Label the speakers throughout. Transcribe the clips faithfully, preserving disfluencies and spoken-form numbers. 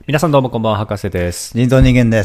Speaker 1: 皆さんどうもこんばんは、博士です。
Speaker 2: 人造人間です。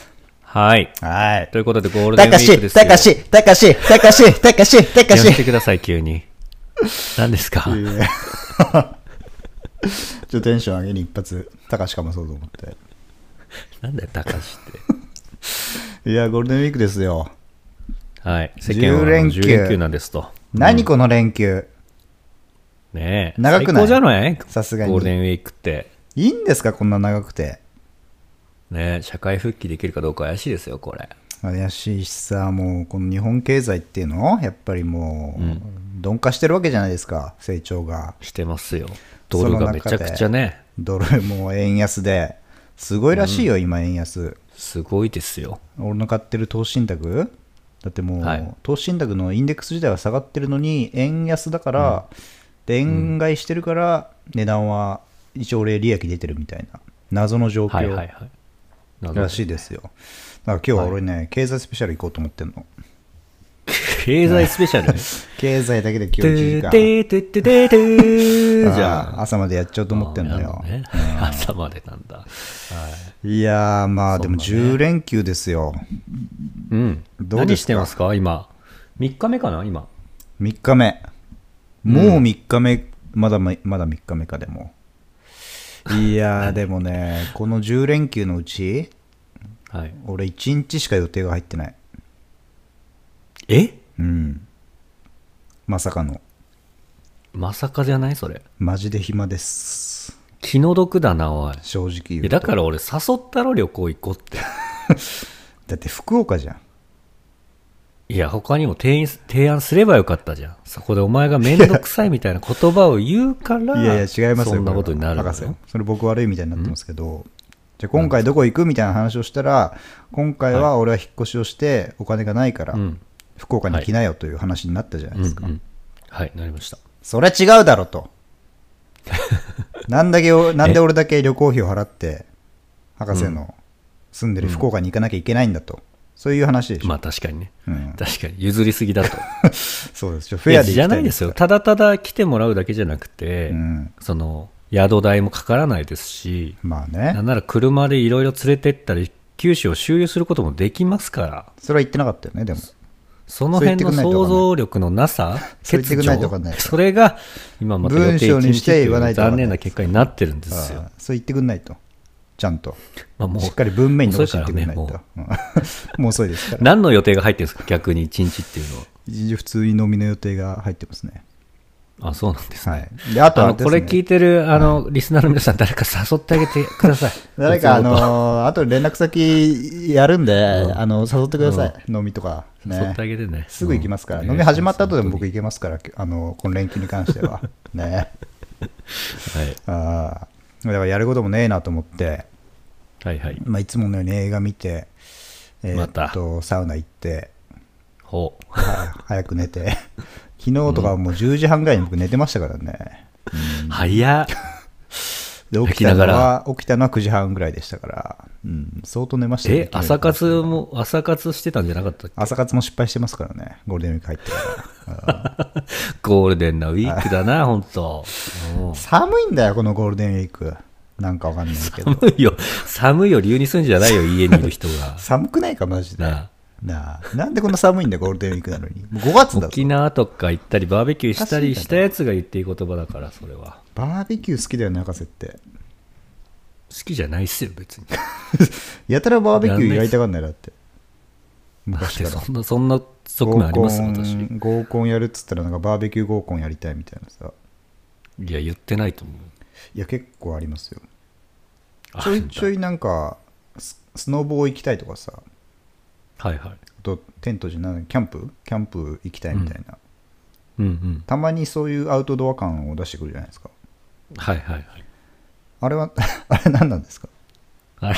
Speaker 1: はい。
Speaker 2: はい。
Speaker 1: ということでゴールデンウィークですよ。
Speaker 2: たかし、たかし、たかし、たかし、たかし。
Speaker 1: やめてください、急に。何ですか？
Speaker 2: いやいやちょっとテンション上げに一発、たかしかもそうと思って。
Speaker 1: なんだよ、たかし
Speaker 2: って。いや、ゴールデンウィークですよ。
Speaker 1: はい。世間はじゅう連休なんですと。
Speaker 2: 何この連休。
Speaker 1: ねえ。
Speaker 2: 長くない？
Speaker 1: 最高じゃない？
Speaker 2: さすがに。
Speaker 1: ゴールデンウィークって。
Speaker 2: いいんですか、こんな長くて。
Speaker 1: ねえ、社会復帰できるかどうか怪しいですよ、これ。
Speaker 2: 怪しいしさ、もうこの日本経済っていうのやっぱりもう、うん、鈍化してるわけじゃないですか、成長が。
Speaker 1: してますよ。ドルがめちゃくちゃね。
Speaker 2: ドルも円安で、すごいらしいよ、うん、今円安。
Speaker 1: すごいですよ。
Speaker 2: 俺の買ってる投資信託だってもう、はい、投資信託のインデックス自体は下がってるのに、円安だから、うん、で円買いしてるから、値段は一応俺利益出てるみたいな、謎の状況らしいですよ。だから今日は俺ね、はい、経済スペシャル行こうと思ってんの。
Speaker 1: 経済スペシャル
Speaker 2: 経済だけで今日いちじかん。
Speaker 1: てててててじゃあ
Speaker 2: 朝までやっちゃおうと思ってんのよ。
Speaker 1: ね、朝までなんだ。はい、
Speaker 2: いやーまあでもじゅう連休ですよ。
Speaker 1: うん。どうですか？何してますか今？みっかめかな今。
Speaker 2: みっかめ。もうみっかめ、うん、まだまだみっかめかでも。いやーでもね、このじゅう連休のうち、はい、俺いちにちしか予定が入ってない。
Speaker 1: え？
Speaker 2: うん。まさかの。
Speaker 1: まさかじゃないそれ。
Speaker 2: マジで暇です。
Speaker 1: 気の毒だなおい。
Speaker 2: 正直言うと。
Speaker 1: だから俺誘ったろ旅行行こうって。
Speaker 2: だって福岡じゃん。
Speaker 1: いや他にも提提案すればよかったじゃん。そこでお前がめんどくさいみたいな言葉を言うから
Speaker 2: いやいや違いますよ、
Speaker 1: そんなことになるんですよ。
Speaker 2: それ僕悪いみたいになってますけど、うん、じゃあ今回どこ行くみたいな話をしたら、今回は俺は引っ越しをしてお金がないから、はい、福岡に来なよという話になったじゃないですか。
Speaker 1: はい、うんうん、はい、なりました。
Speaker 2: それは違うだろと。なんだけなんで俺だけ旅行費を払って博士の住んでる福岡に行かなきゃいけないんだと。うん、そういう話でしょ。
Speaker 1: まあ確かにね。うん、確かに譲りすぎだと。
Speaker 2: そうですよ。フェアで行きたいですから。
Speaker 1: じゃないですよ。ただただ来てもらうだけじゃなくて、うん、その宿代もかからないですし、
Speaker 2: まあね。
Speaker 1: なんなら車でいろいろ連れてったり九州を周遊することもできますから。
Speaker 2: それは言ってなかったよねでも。
Speaker 1: その辺の想像力のなさ、欠如、それが今また予定いちにちという残念な結果になってるんですよ。
Speaker 2: そう言ってくんないと。ちゃんと、まあ、もうしっかり文面に残していってくれないと。もう遅いですから。
Speaker 1: 何の予定が入ってるんですか逆にいちにちっていうのは。
Speaker 2: いちにち普通に飲みの予定が入ってますね。
Speaker 1: あ、そうなんですね。はい、
Speaker 2: であとは
Speaker 1: あのこれ聞いてるあの、はい、リスナーの皆さん誰か誘ってあげてください。
Speaker 2: 誰かあのあと連絡先やるんで、うん、あの誘ってください、うん、飲みとか、ね、
Speaker 1: 誘ってあげてね。
Speaker 2: すぐ行きますから、うん、飲み始まった後でも僕行けますから、あのこの連休に関してはね。はい。あだからやることもねえなと思って。
Speaker 1: はいはい。
Speaker 2: まあ、いつものように映画見て、えー、っとま、サウナ行って、
Speaker 1: ほう
Speaker 2: 早く寝て、昨日とかはもうじゅうじはんぐらいに僕寝てましたからね。
Speaker 1: うん、早っ。
Speaker 2: で起きたのは起きたのはくじはんぐらいでしたから、うん、相当寝ましたね。
Speaker 1: え、朝活も朝活してたんじゃなかったっけ？
Speaker 2: 朝活も失敗してますからね、ゴールデンウィーク入ってから。
Speaker 1: ゴールデンなウィークだな、本当。
Speaker 2: 寒いんだよこのゴールデンウィーク。なんかわかんないけど。
Speaker 1: 寒いよ。寒いよ理由にするんじゃないよ、家にいる人が。
Speaker 2: 寒くないか、マジで。なあ。なあ。なんでこんな寒いんだよ、ゴールデンウィークなのに。もうごがつだぞ。
Speaker 1: 沖縄とか行ったり、バーベキューしたりしたやつが言っていい言葉だから、それは。
Speaker 2: バーベキュー好きだよね、博士って。
Speaker 1: 好きじゃないっすよ、別に。
Speaker 2: やたらバーベキューやりたがんないだって。
Speaker 1: 昔から。そんな、そんな側面あります私。
Speaker 2: 合コンやるっつったら、なんかバーベキュー合コンやりたいみたいなさ。
Speaker 1: いや、言ってないと思う。
Speaker 2: いや結構ありますよ。ちょいちょいなんか ス, スノボー行きたいとかさ、
Speaker 1: はいはい、
Speaker 2: あとテントじゃないキャンプキャンプ行きたいみたいな、
Speaker 1: うんうんうん、
Speaker 2: たまにそういうアウトドア感を出してくるじゃないですか。
Speaker 1: はいはいはい。
Speaker 2: あれはあれ何なんですか？
Speaker 1: あれ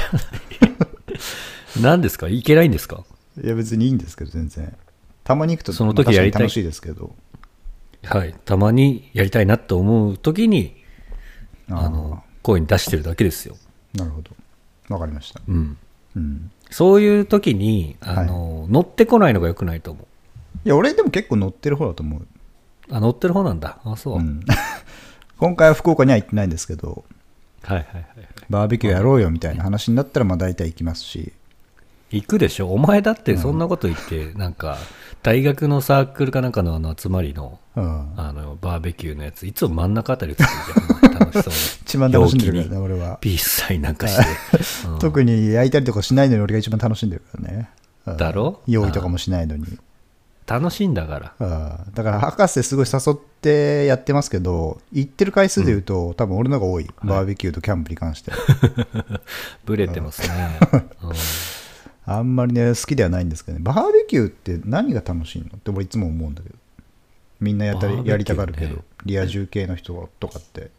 Speaker 1: 何ですか？いけないんですか？
Speaker 2: いや別にいいんですけど全然。たまに行くとその時やりたい楽しいですけど、
Speaker 1: はい、たまにやりたいなと思う時にあの声に出してるだけですよ。
Speaker 2: なるほど、わかりました、
Speaker 1: うんうん、そういう時にあの、はい、乗ってこないのが良くないと思う。
Speaker 2: いや俺でも結構乗ってる方だと思う。
Speaker 1: あ、乗ってる方なんだ。あ、そう、うん、
Speaker 2: 今回は福岡には行ってないんですけど、
Speaker 1: はいはいはい、
Speaker 2: バーベキューやろうよみたいな話になったらまあ大体行きますし。
Speaker 1: 行くでしょ。お前だってそんなこと言って、うん、なんか大学のサークルかなんかのあの集まりの、うん、あのバーベキューのやついつも真ん中あたり映ってるじゃん。楽しそうに
Speaker 2: 一番楽しんでるからね俺は。
Speaker 1: ピースサインなんかして、
Speaker 2: うん、特に焼いたりとかしないのに俺が一番楽しんでるからね。
Speaker 1: だろ。
Speaker 2: 用意とかもしないのに
Speaker 1: 楽しいんだから。
Speaker 2: だから博士すごい誘ってやってますけど、行ってる回数でいうと、うん、多分俺の方が多い、はい、バーベキューとキャンプに関しては
Speaker 1: ブレてますね、うん
Speaker 2: あんまりね好きではないんですけどね。バーベキューって何が楽しいのって俺いつも思うんだけど、みんなやったりやりたがるけど、ね、リア充系の人とかって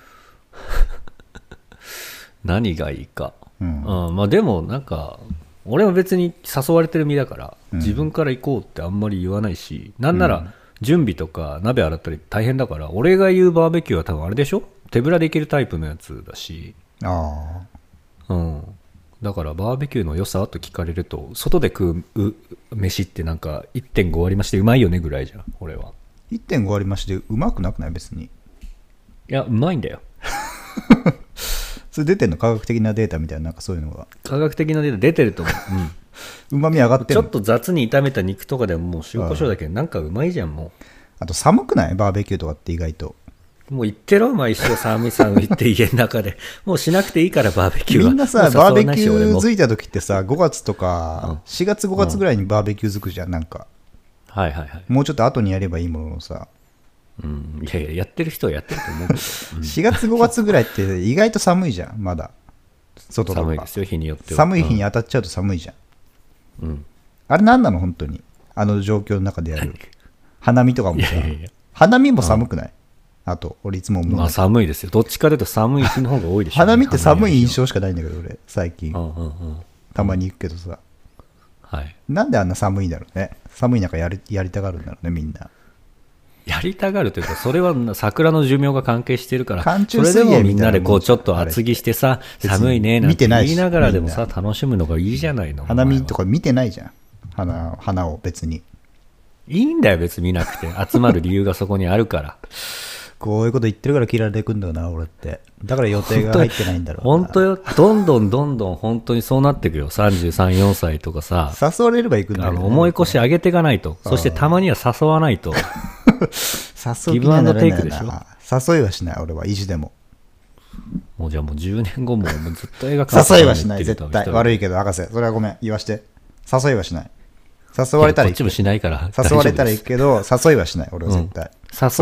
Speaker 1: 何がいいか、うんうん、まあでもなんか俺は別に誘われてる身だから、うん、自分から行こうってあんまり言わないし、なんなら準備とか鍋洗ったり大変だから、俺が言うバーベキューは多分あれでしょ、手ぶらで行けるタイプのやつだし、
Speaker 2: あ
Speaker 1: あ、うんだからバーベキューの良さと聞かれると、外で食う飯ってなんか いってんご 割増しでうまいよねぐらいじゃん俺は。
Speaker 2: いってんご 割増しでうまくなくない別に。
Speaker 1: いやうまいんだよ
Speaker 2: それ出てんの、科学的なデータみたいな、なんかそういうのが
Speaker 1: 科学的なデータ出てると思
Speaker 2: う、うん、まみ上がってる。
Speaker 1: ちょっと雑に炒めた肉とかでももう塩コショウだけどなんかうまいじゃんもう。
Speaker 2: あと寒くないバーベキューとかって意外と。
Speaker 1: もう言ってろ、まあ一生寒い寒いって家の中でもうしなくていいからバーベキューは。
Speaker 2: みんなさバーベキューづいた時ってさごがつとかしがつごがつぐらいにバーベキューづくじゃんなんか、
Speaker 1: うん、はいはいはい。
Speaker 2: もうちょっと後にやればいいものをさ、
Speaker 1: うん、いやいややってる人はやってると思うけど、うん、
Speaker 2: しがつごがつぐらいって意外と寒いじゃんまだ外とか。
Speaker 1: 寒いですよ日によっては。
Speaker 2: 寒い日に当たっちゃうと寒いじゃん、うん、あれ何なの本当にあの状況の中でやる花見とかもさ。いやいやいや花見も寒くない？あと俺いつも思う、
Speaker 1: まあ寒いですよ。どっちかというと寒い日の方が多いでしょ、ね、
Speaker 2: 花見って寒い印象しかないんだけど俺最近、うんうんうん、たまに行くけどさ、
Speaker 1: はい、
Speaker 2: なんであんな寒いんだろうね。寒い中やり、やりたがるんだろうねみんな。
Speaker 1: やりたがるというかそれは桜の寿命が関係してるから、
Speaker 2: 寒中
Speaker 1: それでもみんなでこうちょっと厚着してさ寒いねなんて言いながらでもさ楽しむのがいいじゃないの。
Speaker 2: 花見とか見てないじゃん 花, 花を別に。
Speaker 1: いいんだよ別に見なくて、集まる理由がそこにあるから
Speaker 2: こういうこと言ってるから嫌われていくんだよな俺って。だから予定が入ってないんだろうな。
Speaker 1: 本当よ。どんどんどんどん本当にそうなっていくよ。さんじゅうさん、よんさいとかさ。
Speaker 2: 誘われれば行くんだよ、ね、
Speaker 1: あの重い腰上げていかないと。そしてたまには誘わないと。
Speaker 2: 誘う気にはならないな。ギブアンドテイクでしょ。誘いはしない俺は意地でも。
Speaker 1: もうじゃあもうじゅうねんごももうずっと映画
Speaker 2: 館誘いはしない絶対。悪いけど博士それはごめん言わして。誘いはしない。誘われたら行く。
Speaker 1: こっちもしないから
Speaker 2: 誘われたら行くけど誘いはしない俺は絶対、うん、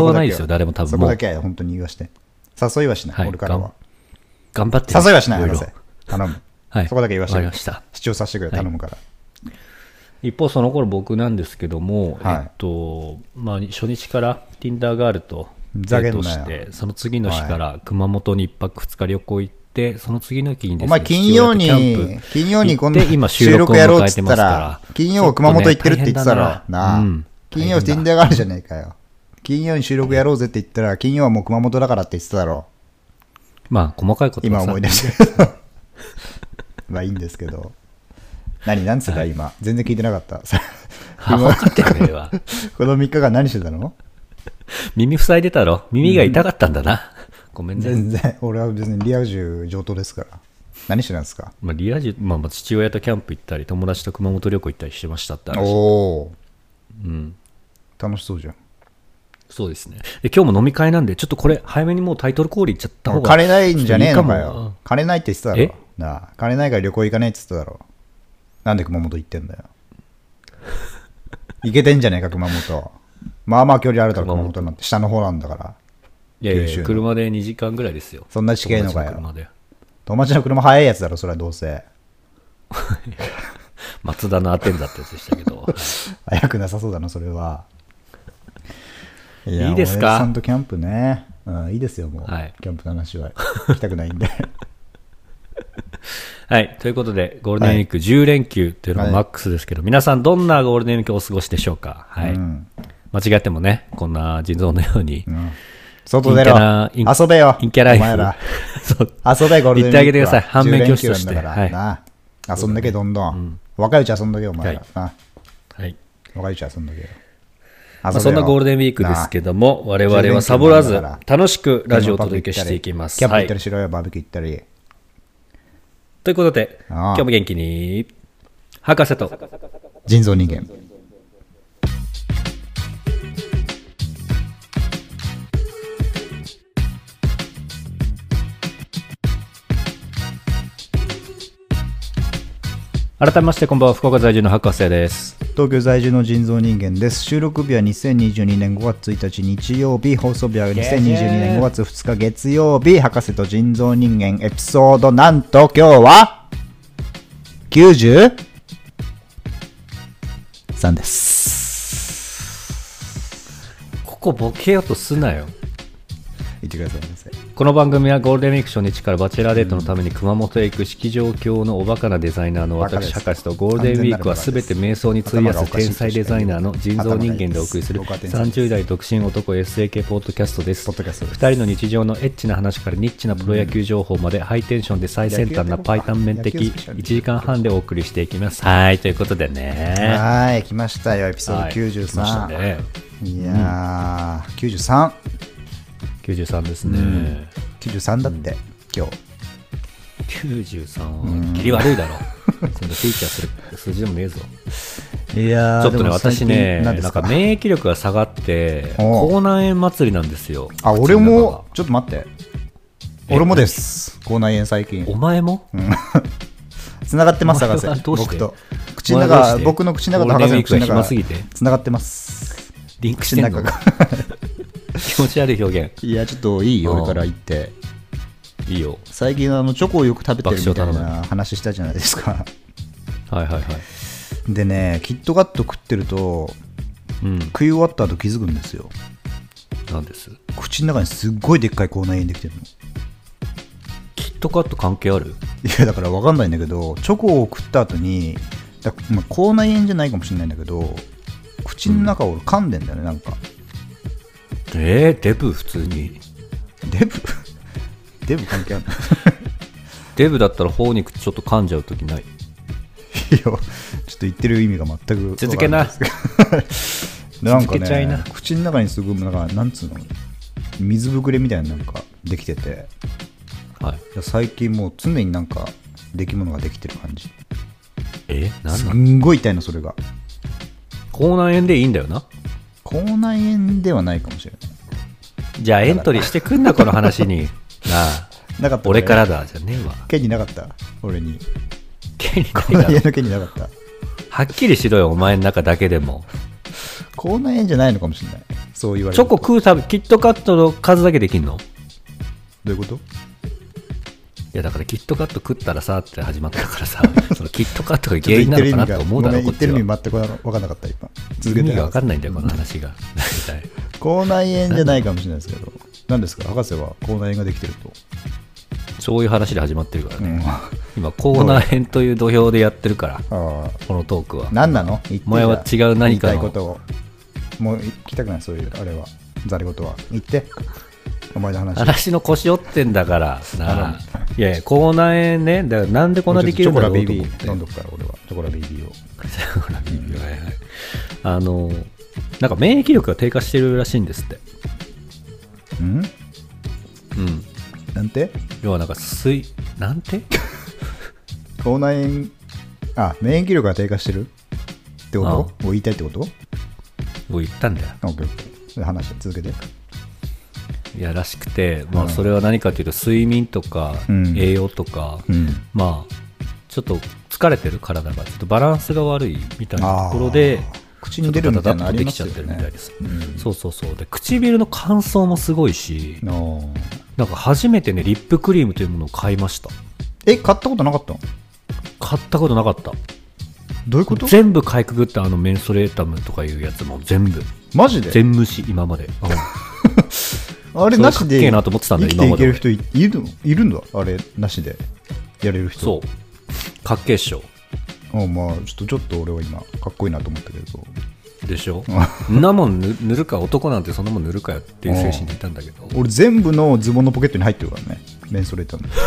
Speaker 1: 誘わないですよ誰も多分。
Speaker 2: そこだけは本当に言わして。誘いはしない、はい、俺からは
Speaker 1: 頑張って
Speaker 2: 誘いはしない博士頼む、はい、そこだけ言わして。
Speaker 1: わかりました。
Speaker 2: 視聴させてくれ頼むから、はい、
Speaker 1: 一方その頃僕なんですけども、はい、えっとまあ、初日から Tinder ガールとデートして、その次の日から熊本にいっぱくふつか旅行行って、その次の日にですね、
Speaker 2: お前金曜に金曜に今度
Speaker 1: 今
Speaker 2: 収録やろうっつったら金曜熊本行ってるって言ってたろなあ、うん、金曜 Tinder ガールじゃねえかよ。金曜に収録やろうぜって言ったら金曜はもう熊本だからって言ってただろ
Speaker 1: う。まあ細かいことは
Speaker 2: 今思い出したけどまあいいんですけど。何何つった、はい、今全然聞いてなかった
Speaker 1: 分かってるねは
Speaker 2: このみっかかん何してたの？
Speaker 1: 耳塞いでたろ。耳が痛かったんだな、うん、ごめんね。
Speaker 2: 全然俺は別にリア充上等ですから。何してたんですか？
Speaker 1: まあ、リア充、まあ、まあ父親とキャンプ行ったり友達と熊本旅行行ったりしてましたって話。
Speaker 2: おお、
Speaker 1: うん、
Speaker 2: 楽しそうじゃん。
Speaker 1: そうですね。で今日も飲み会なんでちょっとこれ早めにもうタイトルコールいっちゃった方が
Speaker 2: 金ないんじゃねえのかよ。金ないって言ってただろ。なあ金ないから旅行行かないって言ってただろ。なんで熊本行ってんだよ。行けてんじゃねえか熊本。まあまあ距離あるだろ熊本なんて下の方なんだから。
Speaker 1: いやいや車でにじかんぐらいですよ。
Speaker 2: そんな近いのかよ。友達の車速いやつだろそれはどうせ。
Speaker 1: 松田のアテンダってやつでしたけど
Speaker 2: 早くなさそうだなそれは。
Speaker 1: いやいいですか。
Speaker 2: さんとキャンプね、うん、いいですよもう、はい、キャンプの話は聞きたくないんで
Speaker 1: はいということでゴールデンウィークじゅう連休っていうのがマックスですけど、はい、皆さんどんなゴールデンウィークをお過ごしでしょうか。はい、うん、間違ってもねこんな地蔵のように、うん、
Speaker 2: 外出ろ遊べよ
Speaker 1: 陰キャライフ
Speaker 2: お前ら遊べゴールデンウィークは言
Speaker 1: ってあげてください。反面教師として
Speaker 2: だから、はい、な遊んだけどんどん、うん、若いうち遊んだけよお前ら、はい
Speaker 1: はい、
Speaker 2: 若いうち遊んだけよ。
Speaker 1: まあ、そんなゴールデンウィークですけども我々はサボらず楽しくラジオをお届けしていきます。
Speaker 2: キャンプ行ったりしろよ、はい、バーベキュー行ったり
Speaker 1: ということで、
Speaker 2: ああ
Speaker 1: 今日も元気に博士と
Speaker 2: 人造人間。
Speaker 1: 改めましてこんばんは、福岡在住の博士です。
Speaker 2: 東京在住の人造人間です。収録日はにせんにじゅうにねんごがつついたち日曜日、放送日はにせんにじゅうにねんごがつふつか月曜日、博士と人造人間エピソード、なんと今日はきゅうじゅうさんです。
Speaker 1: ここボケようとすなよ。
Speaker 2: 言ってくださいませ。
Speaker 1: この番組はゴールデンウィーク初日からバチェラーデートのために熊本へ行く式場教のおバカなデザイナーの私博士と、ゴールデンウィークはすべて瞑想に費やす天才デザイナーの人造人間でお送りするさんじゅう代独身男 エスエーケー ポッドキャストです。ふたりの日常のエッチな話からニッチなプロ野球情報まで、ハイテンションで最先端なパイタン面的いちじかんはんでお送りしていきます。はい、ということでね、
Speaker 2: はい来ましたよ、エピソードきゅうじゅうさん、
Speaker 1: はい、来ましたね。
Speaker 2: いやー、うん、きゅうじゅうさん
Speaker 1: きゅうじゅうさんですね、うん、
Speaker 2: きゅうじゅうさんだって、うん、今日
Speaker 1: きゅうじゅうさんは切り悪いだろそのフィーチャーする数字でもねえぞ。
Speaker 2: いや
Speaker 1: ちょっとね、私ね、なんか免疫力が下がって口内炎祭りなんですよ。
Speaker 2: あ、俺もちょっと待って、俺もです。口内炎最近。
Speaker 1: お前も？
Speaker 2: つながってます、博士。僕と口の中、僕の口の中と博士の口の中がつながってます。
Speaker 1: リンクしてんの気持ち悪い表現。
Speaker 2: いや、ちょっといいよ、俺から言って。
Speaker 1: いいよ。
Speaker 2: 最近あのチョコをよく食べてるみたいな話したじゃないですか。
Speaker 1: はいはいはい。
Speaker 2: でね、キットカット食ってると、うん、食い終わった後気づくんですよ。
Speaker 1: なんです？
Speaker 2: 口の中にすっごいでっかい口内炎できてるの。
Speaker 1: キットカット関係ある？
Speaker 2: いや、だから分かんないんだけど、チョコを食った後にだ、まあ、口内炎じゃないかもしれないんだけど、口の中を噛んでんだよね、なんか。
Speaker 1: えー、デブ普通に
Speaker 2: デブデブ関係あるの
Speaker 1: デブだったら頬肉ちょっと噛んじゃうときない？い
Speaker 2: や、ちょっと言ってる意味が全く
Speaker 1: 続けな
Speaker 2: なんかね、な口の中にすごいなんか、なんつうの、水ぶくれみたいななんかできてて、はい、いや最近もう常になんか出来物ができてる感じ。
Speaker 1: え、なん
Speaker 2: すんごい痛いの、それが。
Speaker 1: 口内炎でいいんだよな。
Speaker 2: 口内炎ではないかもしれない。
Speaker 1: じゃあエントリーしてくんなこの話になあ。
Speaker 2: なかった、ね、
Speaker 1: 俺からだじゃねえわ。
Speaker 2: 権利なかった、俺に。
Speaker 1: 権利ないだろ。
Speaker 2: 口内炎の権利なかった。
Speaker 1: はっきりしろよ、お前の中だけでも。
Speaker 2: 口内炎じゃないのかもしれない、そう言われる。
Speaker 1: チョコ食うたびキットカットの数だけできんの？
Speaker 2: どういうこと？
Speaker 1: いや、だからキットカット食ったらさって始まったからさそのキットカットが原因なのかなって思うだろ。
Speaker 2: 言ってる意味全く分かんなかった。今
Speaker 1: 続けて意味が分かんないんだよこの話が
Speaker 2: 口内炎じゃないかもしれないですけど、何ですか博士は口内炎ができてると。
Speaker 1: そういう話で始まってるからね、うん、今口内炎という土俵でやってるからこのトークは。
Speaker 2: 何なの？
Speaker 1: お前は違う何かの
Speaker 2: 言いたいことを。もう聞きたくない、そういうあれは、ざれ言は言ってお前の話。
Speaker 1: 話の腰折ってんだからなあ。いやいや、口内炎ね、だからなんでこんなできるんだろうと思って。
Speaker 2: チョコラ ビービー 飲んどくから俺は。チョコラ ビービー をチョコラ ビービー
Speaker 1: はいはい。あのなんか免疫力が低下してるらしいんですって。
Speaker 2: うんうん。なんて？
Speaker 1: 要はなんか水なんて
Speaker 2: 口内炎、あ、免疫力が低下してるってことを言いたいってこと
Speaker 1: を言ったんだよ。
Speaker 2: オッケーオッケー。話続けて。
Speaker 1: いやらしくて、まあ、それは何かというと睡眠とか栄養とか、うん、まあちょっと疲れてる体がちょっとバランスが悪いみたいなところで
Speaker 2: 口に出るみたいなのありますよね。
Speaker 1: できちゃってるみたいです、うん、そうそうそう。で唇の乾燥もすごいし、なんか初めてねリップクリームというものを買いました。
Speaker 2: え、買ったことなかったの？
Speaker 1: 買ったことなかった。
Speaker 2: どういうこと？
Speaker 1: 全部かいくぐった。あのメンソレータムとかいうやつも全部
Speaker 2: マジで
Speaker 1: 全無視今まで。
Speaker 2: あれなしで
Speaker 1: 生きて
Speaker 2: いける人いるの？いるんだ、あれなしでやれる人。
Speaker 1: そうかっけえっしょ。
Speaker 2: あ、まあちょっとちょっと俺は今かっこいいなと思ったけど。
Speaker 1: でしょそんなもん塗るか、男なんてそんなもん塗るかよっていう精神でいたんだけど、
Speaker 2: 俺全部のズボンのポケットに入ってるからね、メンソレーターの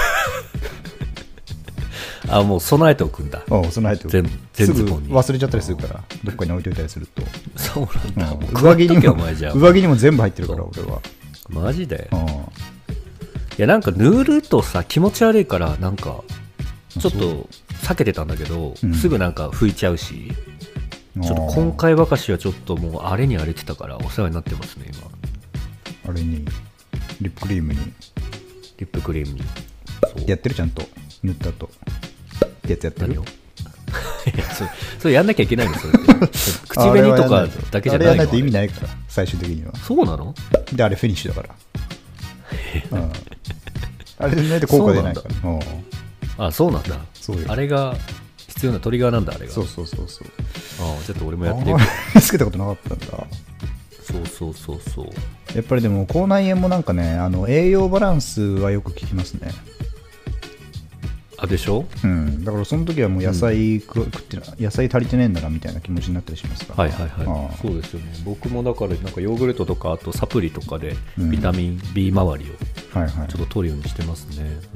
Speaker 1: あ、もう備えておくんだ。
Speaker 2: ああ、備えておく。
Speaker 1: 全全ズボンに
Speaker 2: すぐ忘れちゃったりするから、どっかに置いといたりすると。
Speaker 1: そうなんだ、
Speaker 2: うん、上着にも上着にも全部入ってるから俺は。
Speaker 1: マジで。ああ、いやなんか塗るとさ気持ち悪いから、なんかちょっと避けてたんだけど、うん、すぐなんか拭いちゃうし、ちょっと今回ばかしはちょっともう荒れに荒れてたからお世話になってますね今。
Speaker 2: あれにリップクリームに
Speaker 1: リップクリームに
Speaker 2: やってる、ちゃんと塗ったとってやつやってるよ。
Speaker 1: いやそれそれやんなきゃいけないのそれって口紅とかだけじゃないの。あれや
Speaker 2: らないと意味ないから最終的には。
Speaker 1: そうなの？
Speaker 2: であれフィニッシュだから、うん、あれでないと効果出ないから。
Speaker 1: あ、そうなんだ。
Speaker 2: そうよ。
Speaker 1: あれが必要なトリガーなんだあれが。
Speaker 2: そうそうそうそう。
Speaker 1: ああ、ちょっと俺もやってみる。
Speaker 2: つけたことなかったんだ。
Speaker 1: そうそうそうそう。
Speaker 2: やっぱりでも口内炎もなんかね、あの栄養バランスはよく聞きますね。
Speaker 1: あ、でしょ？
Speaker 2: うん。だからその時はもう野菜食ってな、うん、野菜足りてねえんだなみたいな気持ちになったりしますから。
Speaker 1: はいはいはい。そうですよね。僕もだからなんかヨーグルトとかあとサプリとかでビタミン B 周りをちょっと取るようにしてますね。うん、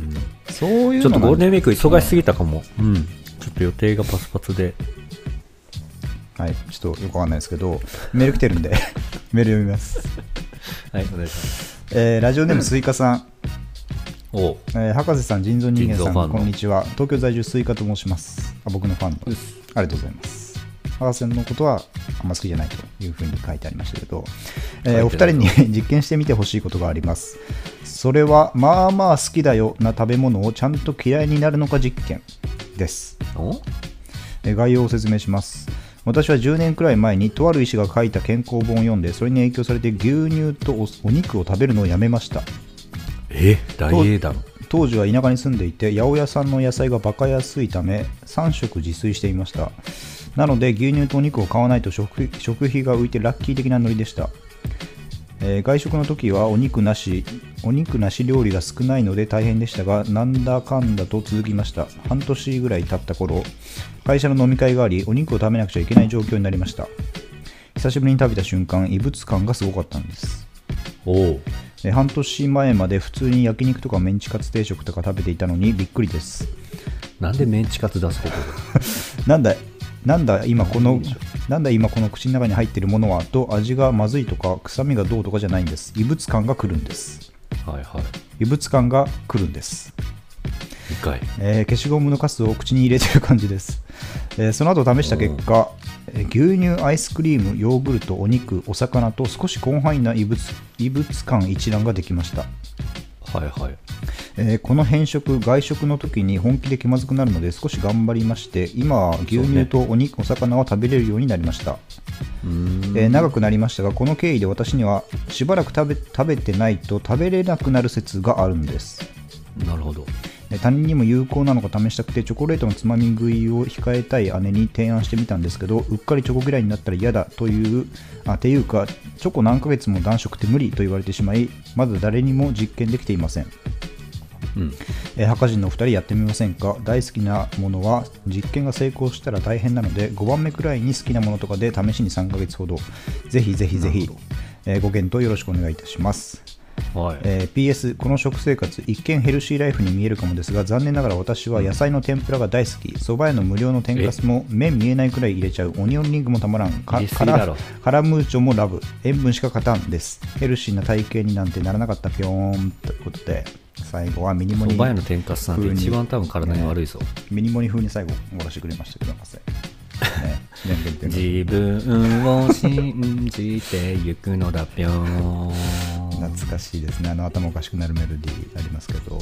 Speaker 2: そういうの
Speaker 1: ちょっとゴールデンウィーク忙しすぎたかも。うん。ちょっと予定がパツパツで。
Speaker 2: はい、ちょっとよくわかんないですけど、メール来てるんで、メール読みます。
Speaker 1: はい、お願いします。
Speaker 2: えー、ラジオネームスイカさん。
Speaker 1: お
Speaker 2: えー、博士さん、人造人間さん、こんにちは。東京在住スイカと申します。あ、僕のファンの。ありがとうございます。博士のことはあんま好きじゃないというふうに書いてありましたけど、えー、お二人に実験してみてほしいことがあります。それは、まあまあ好きだよな食べ物をちゃんと嫌いになるのか実験です。
Speaker 1: お
Speaker 2: えー、概要を説明します。私はじゅうねんくらい前にとある医師が書いた健康本を読んで、それに影響されて牛乳と お, お肉を食べるのをやめました。
Speaker 1: え大英断。
Speaker 2: 当時は田舎に住んでいて、八百屋さんの野菜がバカ安いためさん食自炊していました。なので牛乳とお肉を買わないと 食, 食費が浮いてラッキー的なノリでした。えー、外食の時はお肉なしお肉なし料理が少ないので大変でしたが、なんだかんだと続きました。半年ぐらい経った頃、会社の飲み会があり、お肉を食べなくちゃいけない状況になりました。久しぶりに食べた瞬間、異物感がすごかったんです。
Speaker 1: おう。
Speaker 2: えー、半年前まで普通に焼肉とかメンチカツ定食とか食べていたのにびっくりです。
Speaker 1: なんでメンチカツ出すこと
Speaker 2: なんだなんだ今このなんだ今この口の中に入っているものはと、味がまずいとか臭みがどうとかじゃないんです。異物感が来るんです。
Speaker 1: はいはい。
Speaker 2: 異物感が来るんです。
Speaker 1: 深い。
Speaker 2: えー、消しゴムのカスを口に入れてる感じです。えー、その後試した結果、えー、牛乳、アイスクリーム、ヨーグルト、お肉、お魚と少し広範囲な異物、異物感一覧ができました。
Speaker 1: はいはい。
Speaker 2: えー、この変色、外食の時に本気で気まずくなるので少し頑張りまして、今は牛乳とお肉、ね、お魚は食べれるようになりました。
Speaker 1: うーん、
Speaker 2: えー、長くなりましたが、この経緯で私にはしばらく食べ、食べてないと食べれなくなる説があるんです。
Speaker 1: なるほど。
Speaker 2: 他人にも有効なのか試したくて、チョコレートのつまみ食いを控えたい姉に提案してみたんですけど、うっかりチョコ嫌いになったら嫌だというあていうか、チョコ何ヶ月も断食って無理と言われてしまい、まだ誰にも実験できていません。
Speaker 1: うん、
Speaker 2: えー、博士のお二人やってみませんか。大好きなものは実験が成功したら大変なので、ごばんめくらいに好きなものとかで試しにさんかげつほど、ぜひぜひぜひ、えー、ご検討よろしくお願いいたします。
Speaker 1: はい。
Speaker 2: えー、ピーエス この食生活一見ヘルシーライフに見えるかもですが、残念ながら私は野菜の天ぷらが大好き。蕎麦屋の無料の天かすも麺見えないくらい入れちゃう。オニオンリングもたまらん。かカラカラムーチョもラブ。塩分しか勝たんです。ヘルシーな体型になんてならなかった。ぴょーんということで、最後はミニモニ
Speaker 1: 蕎麦屋の天かすなんて一番多分体に悪いぞ、ね、
Speaker 2: ミニモニ風に最後終わらせてくれましたけど、博士、ね、
Speaker 1: 自分を信じてゆくのだぴょん。
Speaker 2: 懐かしいですね。あの頭おかしくなるメロディーありますけど、はい、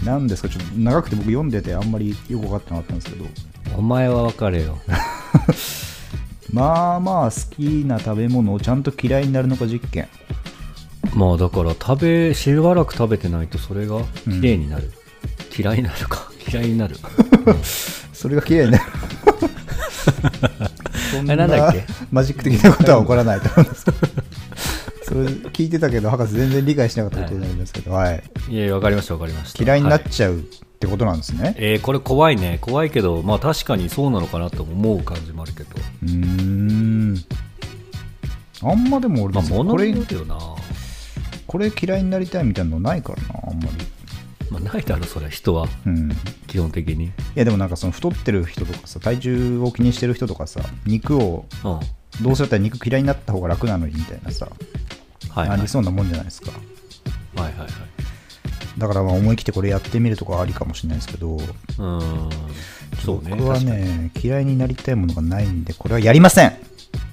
Speaker 1: な
Speaker 2: んですか、ちょっと長くて僕読んでてあんまりよく分かってなかったんですけど、
Speaker 1: お前は分かれよ
Speaker 2: まあまあ好きな食べ物をちゃんと嫌いになるのか実験。
Speaker 1: まあだから食べしばらく食べてないとそれが綺麗になる、うん、嫌いになるか嫌いになる
Speaker 2: それが嫌いになるそんな
Speaker 1: なんだっけ
Speaker 2: マジック的なことは起こらないと思うんですけどそれ聞いてたけど博士全然理解しなかったことになりますけど、はい、はい、
Speaker 1: いやいや分かりました分かりました。
Speaker 2: 嫌いになっちゃう、はい、ってことなんですね。
Speaker 1: えー、これ怖いね。怖いけど、まあ確かにそうなのかなと思う感じもあるけど。
Speaker 2: うーん、あんまでも俺です、
Speaker 1: まあ、物によるよな。
Speaker 2: これ嫌いになりたいみたいなのないからな、あんまり。
Speaker 1: まあ、ないだろそれは人は、うん、基本的に。い
Speaker 2: やでもなんかその太ってる人とかさ、体重を気にしてる人とかさ、肉を、うん、どうせだったら肉嫌いになった方が楽なのにみたいなさ、はいはい、ありそうなもんじゃないですか。
Speaker 1: はいはいはい。
Speaker 2: だからまあ思い切ってこれやってみるとかありかもしれないですけど、
Speaker 1: うんそうね、
Speaker 2: 僕はね嫌いになりたいものがないんでこれはやりません。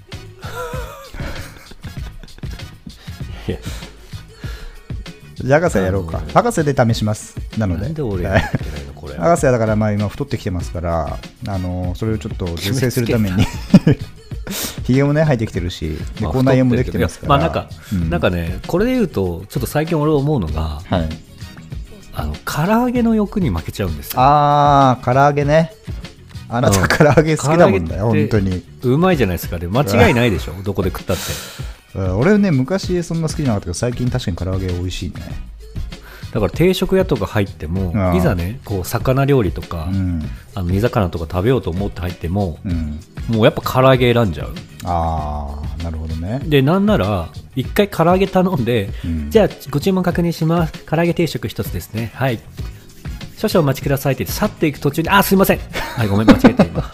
Speaker 2: いやじゃあ博士やろうか。博士で試します。なので
Speaker 1: なんで俺やってないのこれ
Speaker 2: 博士はだからまあ今太ってきてますから、あのそれをちょっと是正するためにひげもね生えてきてるし、で口内炎もできてますから、
Speaker 1: まあなんか、うん、なんかねこれで言うとちょっと最近俺思うのが、はい、あの唐揚げの欲に負けちゃうんですよ。
Speaker 2: ああ唐揚げね。あなた唐揚げ好きだもんだよ、うん、本当に
Speaker 1: うまいじゃないですか。で間違いないでしょどこで食ったって
Speaker 2: 俺ね昔そんな好きじゃなかったけど最近確かに唐揚げ美味しいね。
Speaker 1: だから定食屋とか入ってもいざねこう魚料理とか、うん、あの煮魚とか食べようと思って入っても、うん、もうやっぱ唐揚げ選んじゃう。
Speaker 2: ああなるほどね。
Speaker 1: でなんなら一回唐揚げ頼んで、うん、じゃあご注文確認します。唐揚げ定食一つですね。はい少々お待ちくださいって言って去っていく途中にあすいませんはいごめん間違えた今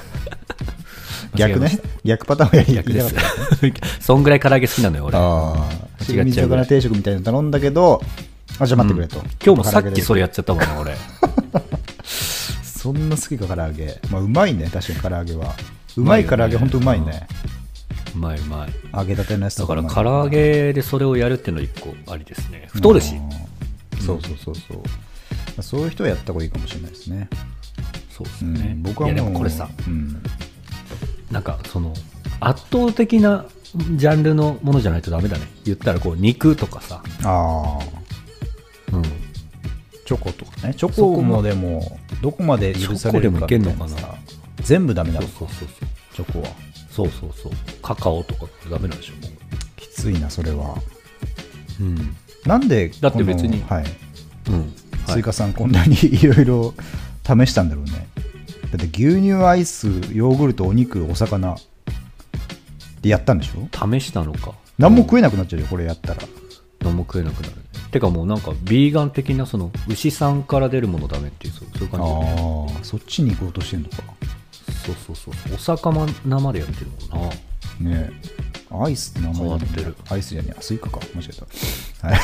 Speaker 2: 逆ね逆パターンをやり
Speaker 1: 逆ですそんぐらい唐揚げ好きなのよ俺。あ
Speaker 2: 間違っちゃうぐらい定食みたいなの頼んだけどあじゃあ待ってくれと、うん、
Speaker 1: 今日もさっきそれやっちゃったもんな俺
Speaker 2: そんな好きか唐揚げ。まあうまいね確かに唐揚げはうまい唐揚げほんとうまいね。
Speaker 1: うまいうまい
Speaker 2: 揚げたてのやつとか
Speaker 1: だから唐揚げでそれをやるっていうの一個ありですね。太るし、
Speaker 2: うん、そうそうそうそう、うん、そういう人はやった方がいいかもしれないですね。
Speaker 1: そうですね、
Speaker 2: うん、僕はもう
Speaker 1: いやでもこれさ、うん、なんかその圧倒的なジャンルのものじゃないとダメだね。言ったらこう肉とかさ
Speaker 2: あうんチョコとかね。チョコもでもどこまで許されるかみたいな。チョコでもいけんのかな。全部ダメなのか。そうそうそうチョコは
Speaker 1: そうそうそうカカオとかダメなんでしょ。
Speaker 2: きついなそれは。
Speaker 1: うん
Speaker 2: なんで
Speaker 1: だって別に
Speaker 2: はい、うん、スイカさんこんなにいろいろ試したんだろうね。だって牛乳アイスヨーグルトお肉お魚でやったんでしょ。
Speaker 1: 試したのか。
Speaker 2: 何も食えなくなっちゃうよこれやったら。
Speaker 1: 何も食えなくなる。てかもうなんかビーガン的なその牛さんから出るものダメっていうそういう感じ、
Speaker 2: ね、ああそっちに行こうとしてんのか。
Speaker 1: そうそうそうお魚生でやってるもんな。
Speaker 2: ねえアイスって名前
Speaker 1: 変わってる。
Speaker 2: アイスじゃねえスイカか間違えたはい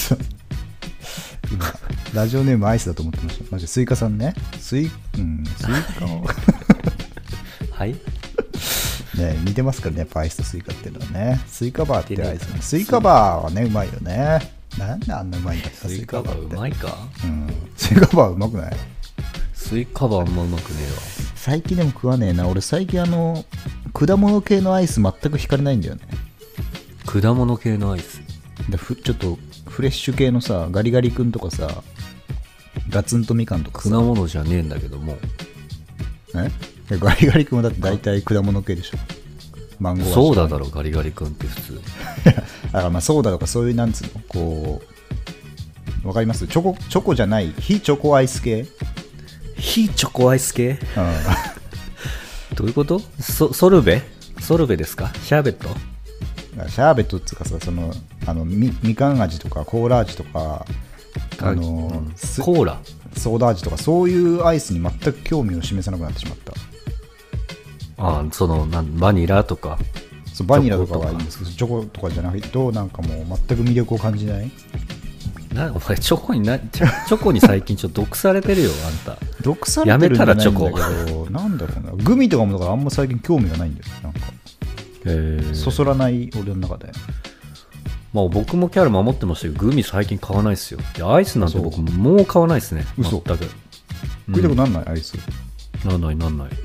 Speaker 2: 今ラジオネームアイスだと思ってました。マジスイカさんねスイ,、うん、スイカを
Speaker 1: はい
Speaker 2: ね似てますからねやっぱアイスとスイカっていうのはね。スイカバーってアイススイカバーはねうまいよね。なんであんなうまいんだ
Speaker 1: スイカバーうまいか、
Speaker 2: うん、スイカバーうまくない。
Speaker 1: スイカバーあんまうまくねえわ。
Speaker 2: 最近でも食わねえな俺。最近あの果物系のアイス全く惹かれないんだよね。
Speaker 1: 果物系のアイス
Speaker 2: でふちょっとフレッシュ系のさガリガリ君とかさガツンとみかんとかさ
Speaker 1: 果物じゃねえんだけども
Speaker 2: えガリガリ君はだって大体果物系でしょ。マンゴー
Speaker 1: ソーダだろガリガリ君って普通
Speaker 2: だからまあソーダとかそういうなんつうのこうわかります。チョコチョコじゃない非チョコアイス系。
Speaker 1: 非チョコアイス系、
Speaker 2: うん、
Speaker 1: どういうこと。 ソ, ソルベソルベですか。シャーベット
Speaker 2: シャーベットっていうかさそのあの み, みかん味とかコーラ味とかあの、うん、
Speaker 1: コーラ
Speaker 2: ソーダ味とかそういうアイスに全く興味を示さなくなってしまった。
Speaker 1: ああそのなんバニラとか
Speaker 2: そうバニラとかはいいんですけどチョコとかじゃないとなんかもう全く魅力を感じない。
Speaker 1: なお前チョコになチョ、チョコに最近ちょっと毒されてるよあんた。
Speaker 2: 毒されてるんじゃないんだけどやめたらチョコなんだろうなグミとかもだからあんま最近興味がないんだよなんかへそそらない俺の中で。
Speaker 1: まあ僕もキャラ守ってましたけどグミ最近買わないっすよ。アイスなんて僕もう買わないっすね。
Speaker 2: 嘘
Speaker 1: 全く
Speaker 2: 食いたくなんない、うん、アイス
Speaker 1: なんないなんない。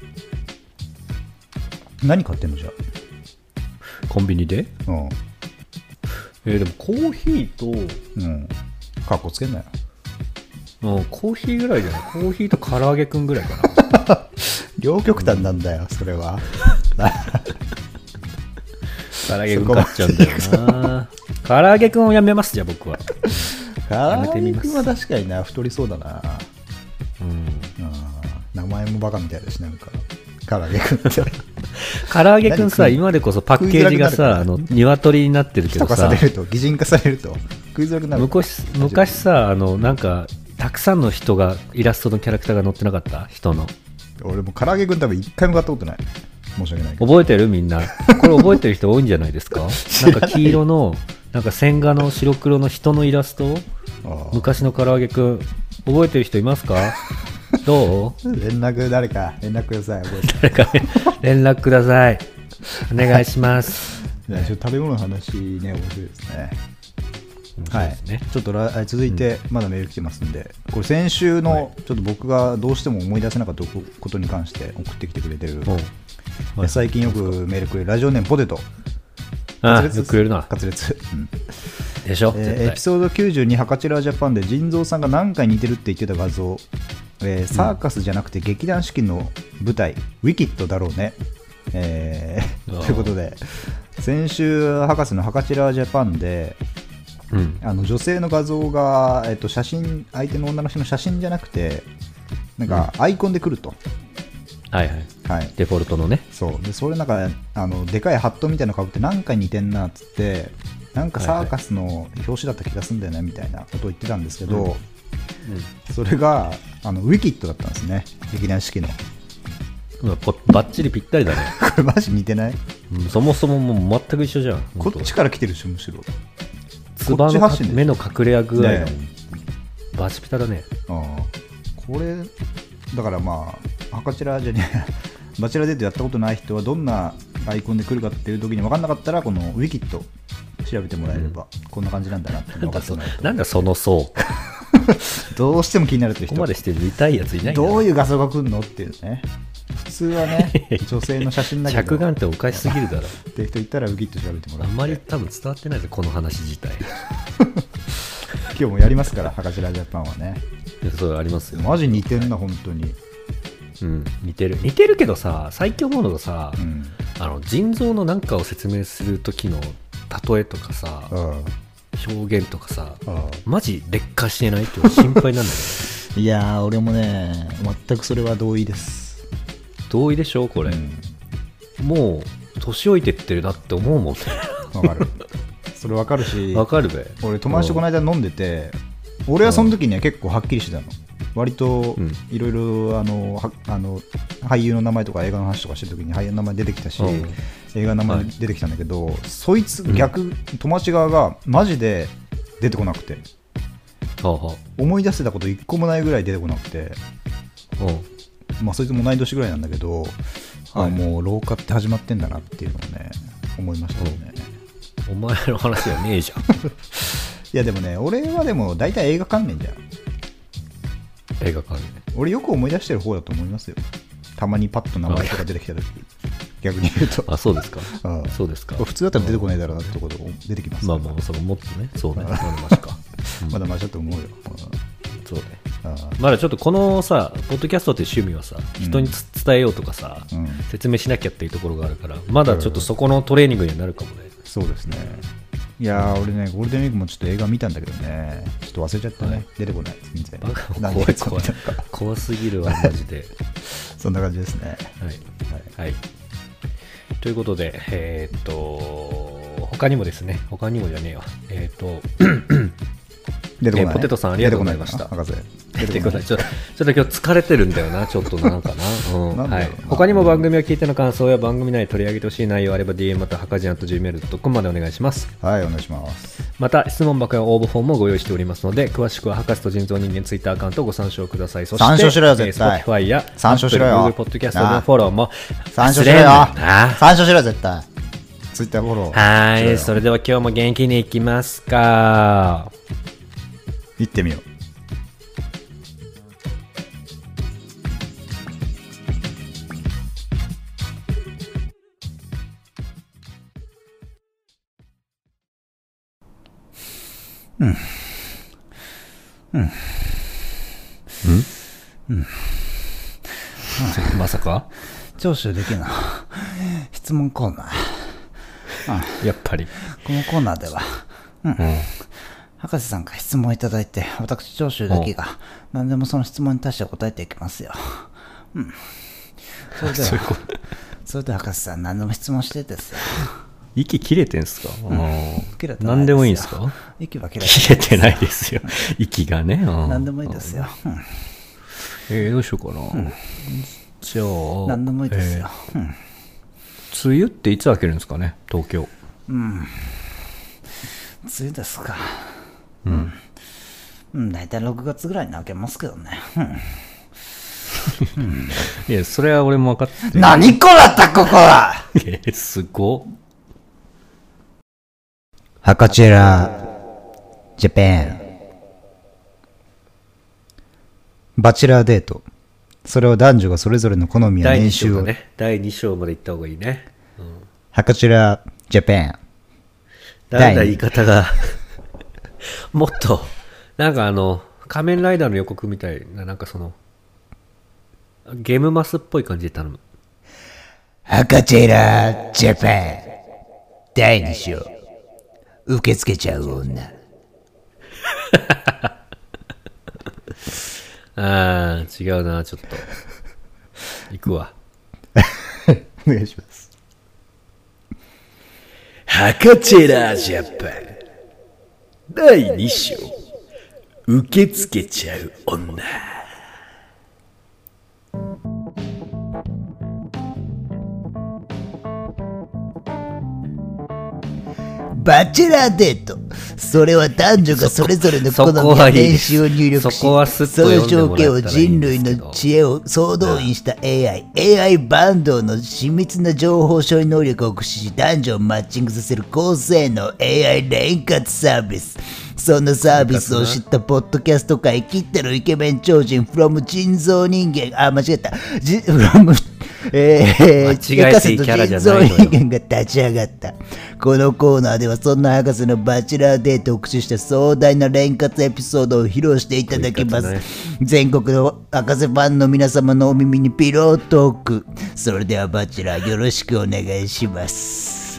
Speaker 2: 何買ってんのじゃ
Speaker 1: あコンビニで。
Speaker 2: うん
Speaker 1: えー、でもコーヒーと
Speaker 2: うんカッコつけんなよ。
Speaker 1: もうコーヒーぐらいじゃない。コーヒーと唐揚げくんぐらいかな
Speaker 2: 両極端なんだよ、うん、それは
Speaker 1: 唐揚げくん買っちゃうんだよな唐揚げくんをやめます。じゃあ僕は
Speaker 2: 唐揚げくんは確かにな太りそうだな。
Speaker 1: うん、
Speaker 2: 名前もバカみたいだしなんか唐揚げくんって
Speaker 1: 唐揚げくんさ今でこそパッケージがさあの鶏になってるけどさ
Speaker 2: されると擬人化されると食いづらくなる。
Speaker 1: 昔, 昔さあのなんかたくさんの人がイラストのキャラクターが載ってなかった人の。
Speaker 2: 俺も唐揚げくん多分一回も買ったことない。申し訳ないけど
Speaker 1: 覚えてるみんなこれ覚えてる人多いんじゃないですかなんか黄色のなんか線画の白黒の人のイラスト、昔の唐揚げくん覚えてる人いますか？どう？
Speaker 2: 連絡誰か連絡ください。
Speaker 1: 誰か連絡ください。お願いします。
Speaker 2: ちょっと食べ物の話ね、面白いですね。はい、
Speaker 1: ね、
Speaker 2: ちょっとら続いてまだメール来てますんで、うん、これ先週のちょっと僕がどうしても思い出せなかったことに関して送ってきてくれてる、はい、最近よくメールくれるラジオネームポテト。
Speaker 1: ああ、よくくれるな。
Speaker 2: 滑舌、うん、
Speaker 1: でしょ、
Speaker 2: えー、エピソードきゅうじゅうにハカチラジャパンで腎臓さんが何回似てるって言ってた画像、えー、サーカスじゃなくて劇団四季の舞台、うん、ウィキッドだろうね、えー、ということで先週博士のハカチラジャパンでうん、あの女性の画像が、えっと、写真相手の女の人の写真じゃなくてなんかアイコンで来ると、
Speaker 1: うん、はいはいはい、デフォルトのね。
Speaker 2: そうでそれなんかあのでかいハットみたいなのかぶって何か似てんなっつってなんかサーカスの表紙だった気がするんだよねみたいなことを言ってたんですけど、うんうん、それがあのウィキッドだったんですね、劇団四季の。
Speaker 1: バッチリぴったりだね。
Speaker 2: これマジ似てない？
Speaker 1: うん、そもそももう全く一緒じゃん。
Speaker 2: こっちから来てるでしょ、むしろ。
Speaker 1: つばの目の隠れ家具合のバチピタだね。
Speaker 2: ああ、これだからまあハカチラじゃねえバチェラデートやったことない人はどんなアイコンで来るかっていう時に分かんなかったらこのウィキッド調べてもらえれば、うん、こんな感じなんだなって分かってもらえると。
Speaker 1: なんだその層
Speaker 2: どうしても気になるって人、
Speaker 1: ここまでして見たいやついないんだ。
Speaker 2: どういう画像が来るのっていうね。普通はね女性の写真だけど
Speaker 1: 着眼点おかしすぎるだろ
Speaker 2: って人言ったらウィキッド調べてもらって、
Speaker 1: あんまり多分伝わってないぞこの話自体
Speaker 2: 今日もやりますからハカチラジャパンはね。
Speaker 1: そうありますよ。
Speaker 2: マジ似てんな本当に。
Speaker 1: うん、似てる似てるけどさ、最近思うのがさ、うん、あの腎臓のなんかを説明する時の例えとかさ、うん、表現とかさ、うん、マジ劣化してないって心配なんだよね
Speaker 2: いやー俺もね全くそれは同意です。
Speaker 1: 同意でしょこれ、うん、もう年老いてってるなって思うもんね。
Speaker 2: わかるそれわかるし、
Speaker 1: わかるべ。
Speaker 2: 俺友達とこの間飲んでて、俺はその時には結構はっきりしてたの。割といろいろあのあの俳優の名前とか映画の話とかしてる時に俳優の名前出てきたし、映画の名前出てきたんだけど、はい、そいつ逆、うん、友達側がマジで出てこなくて、はあはあ、思い出せたこと一個もないぐらい出てこなくて、まあ、そいつも同い年ぐらいなんだけど、はい、あもう老化って始まってんだなっていうのをね思いましたね。
Speaker 1: お前の話はねえじゃんい
Speaker 2: やでもね俺はでも大体映画関連じゃん。
Speaker 1: 映画関連
Speaker 2: 俺よく思い出してる方だと思いますよ。たまにパッと名前とか出てきた時逆に言うと
Speaker 1: あそうですかああそうですか。
Speaker 2: 普通だったら出てこないだろうなってところ出てきます。
Speaker 1: まあまあそのもっとねそうねまだマシか、
Speaker 2: うん、まだマシだと思うよ、
Speaker 1: うん、そうね。あまだちょっとこのさポッドキャストっていう趣味はさ、うん、人に伝えようとかさ、うん、説明しなきゃっていうところがあるからまだちょっとそこのトレーニングにはなるかもね。
Speaker 2: そうですね。いやー俺ねゴールデンウィークもちょっと映画見たんだけどねちょっと忘れちゃったね、はい、出てこない全然。
Speaker 1: バカ怖い怖い怖すぎるわマジで
Speaker 2: そんな感じですね。
Speaker 1: はい、はいはい、ということでえー、っと他にもですね他にもじゃねえわえー、っと
Speaker 2: 出てこない、
Speaker 1: えー、ポテトさんありがとうございました。出てこないちょっと今日疲れてるんだよなちょっとなんかな、うんはい、他にも番組を聞いての感想や番組内で取り上げてほしい内容あれば ディーエム またはかじん アット ジーメールドットコム までお願いします。
Speaker 2: はいお願いします。
Speaker 1: また質問箱や応募フォームもご用意しておりますので詳しくは博士と人造人間ツイッターアカウントをご参照ください。そして
Speaker 2: 参照しろよ絶対。
Speaker 1: Spotify や
Speaker 2: 参照しろよ
Speaker 1: Apple、Google ポッドキャストのフォローも
Speaker 2: 参照しろよ参照しろよ絶対ツイッターフォロ
Speaker 1: ー。はいそれでは今日も元気にいきますか。
Speaker 2: 行ってみよう。うんうんうんうん、
Speaker 1: うん、まさか
Speaker 2: 聴取できるな質問コーナ
Speaker 1: ー、うん、やっぱり
Speaker 2: このコーナーでは、うんうん、博士さんから質問いただいて私聴取だけが何でもその質問に対して答えていきますよ、うん、それではそれでは博士さん何でも質問してですよ。
Speaker 1: 息切れてんすか、うん、
Speaker 2: 切れてないですよ。
Speaker 1: 何でもいいんすか。
Speaker 2: 息は切れてない
Speaker 1: です。切れてないですよ息がね、うん、
Speaker 2: 何でもいいですよ、うん、
Speaker 1: えー、どうしようかな、うん、じゃあ
Speaker 2: 何でもいいですよ、えーうん、
Speaker 1: 梅雨っていつ明けるんですかね東京。
Speaker 2: うん梅梅雨ですか。
Speaker 1: うん。
Speaker 2: うん、大体ろくがつぐらいに開けますけどね。
Speaker 1: うん、いや、それは俺も分かってる。
Speaker 2: 何こらったここは
Speaker 1: え、すごっ。
Speaker 2: ハカチェラジャパン。バチェラーデート。それは男女がそれぞれの好みや年収を。
Speaker 1: だいに章まで行った方がいいね。うん、
Speaker 2: ハカチェラジャパン。
Speaker 1: だんだん言い方がもっとなんかあの仮面ライダーの予告みたいな、なんかそのゲームマスっぽい感じで頼む。
Speaker 2: ハカチェラジャパンだいに章受け付けちゃう女。
Speaker 1: あー違うな、ちょっと行くわ。
Speaker 2: お願いします。
Speaker 1: ハカチェラジャパンだいに章受け付けちゃう女。
Speaker 2: バチェラーデート。それは男女がそれぞれの好みや年収を入力し、その条件を人類の知恵を総動員した エーアイ、エーアイ バンドの緻密な情報処理能力を駆使し、男女をマッチングさせる高性能 エーアイ 連活サービス。そんなサービスを知ったポッドキャスト界きってのイケメン超人 from 人造人間、あ、間違えた。from えー、博士と人造人間が立ち上がった。このコーナーではそんな博士のバチェラーデートを駆使した壮大な連活エピソードを披露していただきます。ね、全国の博士ファンの皆様のお耳にピロートーク。それではバチェラーよろしくお願いします。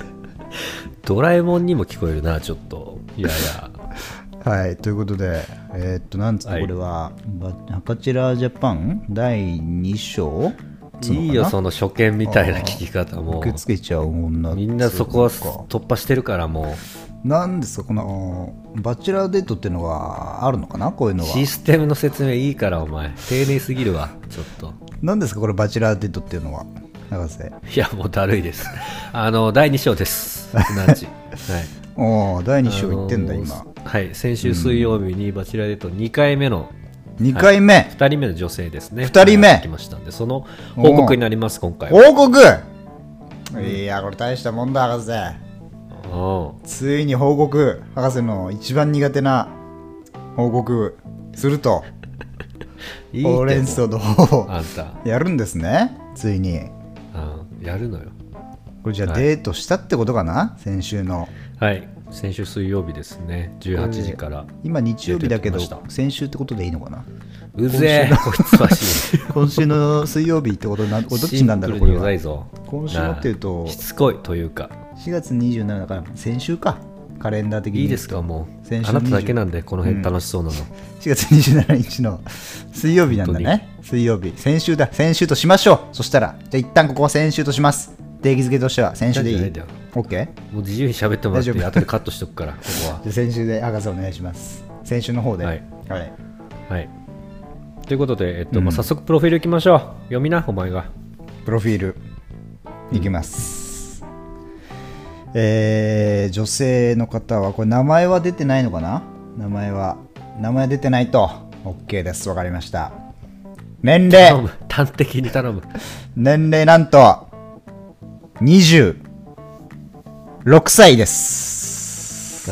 Speaker 1: ドラえもんにも聞こえるな、ちょっと。いやいや。
Speaker 2: はい、ということで、えー、っと、なんつうか、これは、ハカチェラージャパンだいに章
Speaker 1: いいよ、その初見みたいな聞き方も。
Speaker 2: 受け付けちゃう女。
Speaker 1: みんなそこは突破してるから、も
Speaker 2: う。なんですか、このバチェラーデートっていうのがあるのかな、こういうのは。
Speaker 1: システムの説明いいから、お前。丁寧すぎるわ、ちょっと。
Speaker 2: なんですか、これ、バチェラーデートっていうのは。博士。
Speaker 1: いや、もうだるいです。あの、だいに章です。すなわち。はい。
Speaker 2: おお、だいに章いってんだ、今。
Speaker 1: はい、先週水曜日にバチェラーデートにかいめの。
Speaker 2: にかいめ、はい、
Speaker 1: ふたりめの女性ですね。
Speaker 2: ふたりめ
Speaker 1: 来ましたんで、その報告になります、今回
Speaker 2: は。報告、うん、いや、これ大したもんだ、博士。ついに報告、博士の一番苦手な報告すると。いいほうれん草の方をやるんですね、ついに。
Speaker 1: ああ、やるのよ。
Speaker 2: これじゃあデートしたってことかな、はい、先週の。
Speaker 1: はい、先週水曜日ですね、じゅうはちじから。
Speaker 2: 今日曜日だけど先週ってことでいいのかな。
Speaker 1: うぜえ、こいつはしい。
Speaker 2: 今週の水曜日ってことな、どっちなんだろう、これは。今週のっていうと
Speaker 1: しつこいというか、
Speaker 2: しがつにじゅうしちだから先週か、カレンダー的に。
Speaker 1: いいですか、もう先週あなただけなんでこの辺楽しそうなの、うん、
Speaker 2: しがつにじゅうしちにちの水曜日なんだね。水曜日、先週だ、先週としましょう。そしたらじゃあ一旦ここは先週とします。定義づけとしては先週でいい。オッケー。
Speaker 1: もう自由に喋ってもらって後でカットしとくから、ここは。
Speaker 2: じゃ先週で博士お願いします。先週の方で。はい。はい。
Speaker 1: はい、ということで、えっと、うん、まあ、早速プロフィールいきましょう。読みな、お前が。
Speaker 2: プロフィールいきます。うん、えー、女性の方は、これ名前は出てないのかな。名前は名前出てないと OK です。わかりました。年齢、
Speaker 1: 頼む、端的に頼む。
Speaker 2: 年齢なんとにじゅうろくさいです。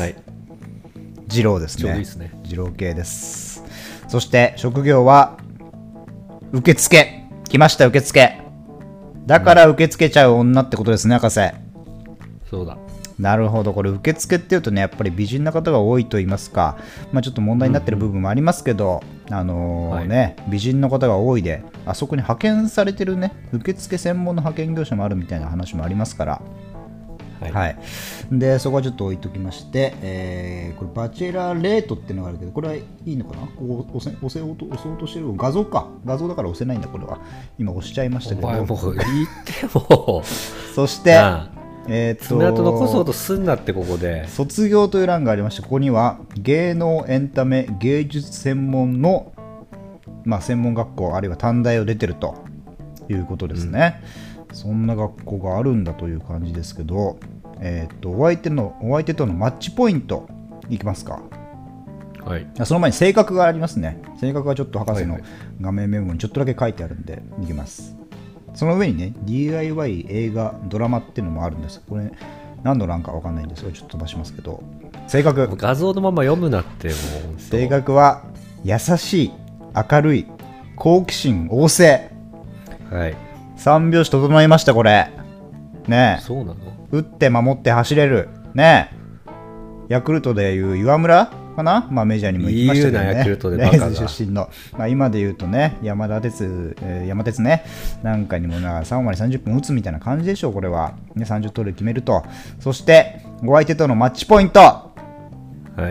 Speaker 1: はい。
Speaker 2: 次郎ですね。
Speaker 1: ちょうどいいですね。
Speaker 2: 次郎系です。そして職業は受付。来ました、受付。だから受け付けちゃう女ってことですね、博士。
Speaker 1: そうだ。
Speaker 2: なるほど。これ受付っていうとね、やっぱり美人な方が多いと言いますか、まあ、ちょっと問題になってる部分もありますけど、うんうん、あのー、ね、はい、美人の方が多いで、あそこに派遣されてるね、受付専門の派遣業者もあるみたいな話もありますから、はいはい、でそこはちょっと置いときまして、えー、これバチェラーレートっていうのがあるけど、これはいいのかな。こう押せ押せようと押そうとしてる画像か、画像だから押せないんだ。これは今押しちゃいましたけど、お前
Speaker 1: もう言っても
Speaker 2: そしてえー、と
Speaker 1: 爪痕残そうとすんなって。ここで
Speaker 2: 卒業という欄がありまして、ここには芸能エンタメ芸術専門の、まあ、専門学校あるいは短大を出てるということですね、うん、そんな学校があるんだという感じですけど、えー、とお相手のお相手とのマッチポイントいきますか。
Speaker 1: はい、
Speaker 2: その前に性格がありますね。性格がちょっと博士の画面メモにちょっとだけ書いてあるんでいきます。その上にね ディーアイワイ 映画ドラマっていうのもあるんです。これ何の欄か分かんないんですがちょっと飛ばしますけど、性格
Speaker 1: 画像のまま読むなってもう。
Speaker 2: 性格は優しい、明るい、好奇心旺盛。
Speaker 1: はい、
Speaker 2: 三拍子整いました。これねえ、
Speaker 1: そうなの。
Speaker 2: 打って守って走れるねえ、ヤクルトでいう岩村かな、まあ、メジャーにも行きましたけどね、
Speaker 1: ヤクルトでバカ
Speaker 2: レイズ出身の、まあ、今で言うとね山田鉄、えー、山鉄ねなんかにもなさん割さんじゅっぷん打つみたいな感じでしょう。これは、ね、さんじゅう盗塁決めると。そしてお相手とのマッチポイント、
Speaker 1: はい、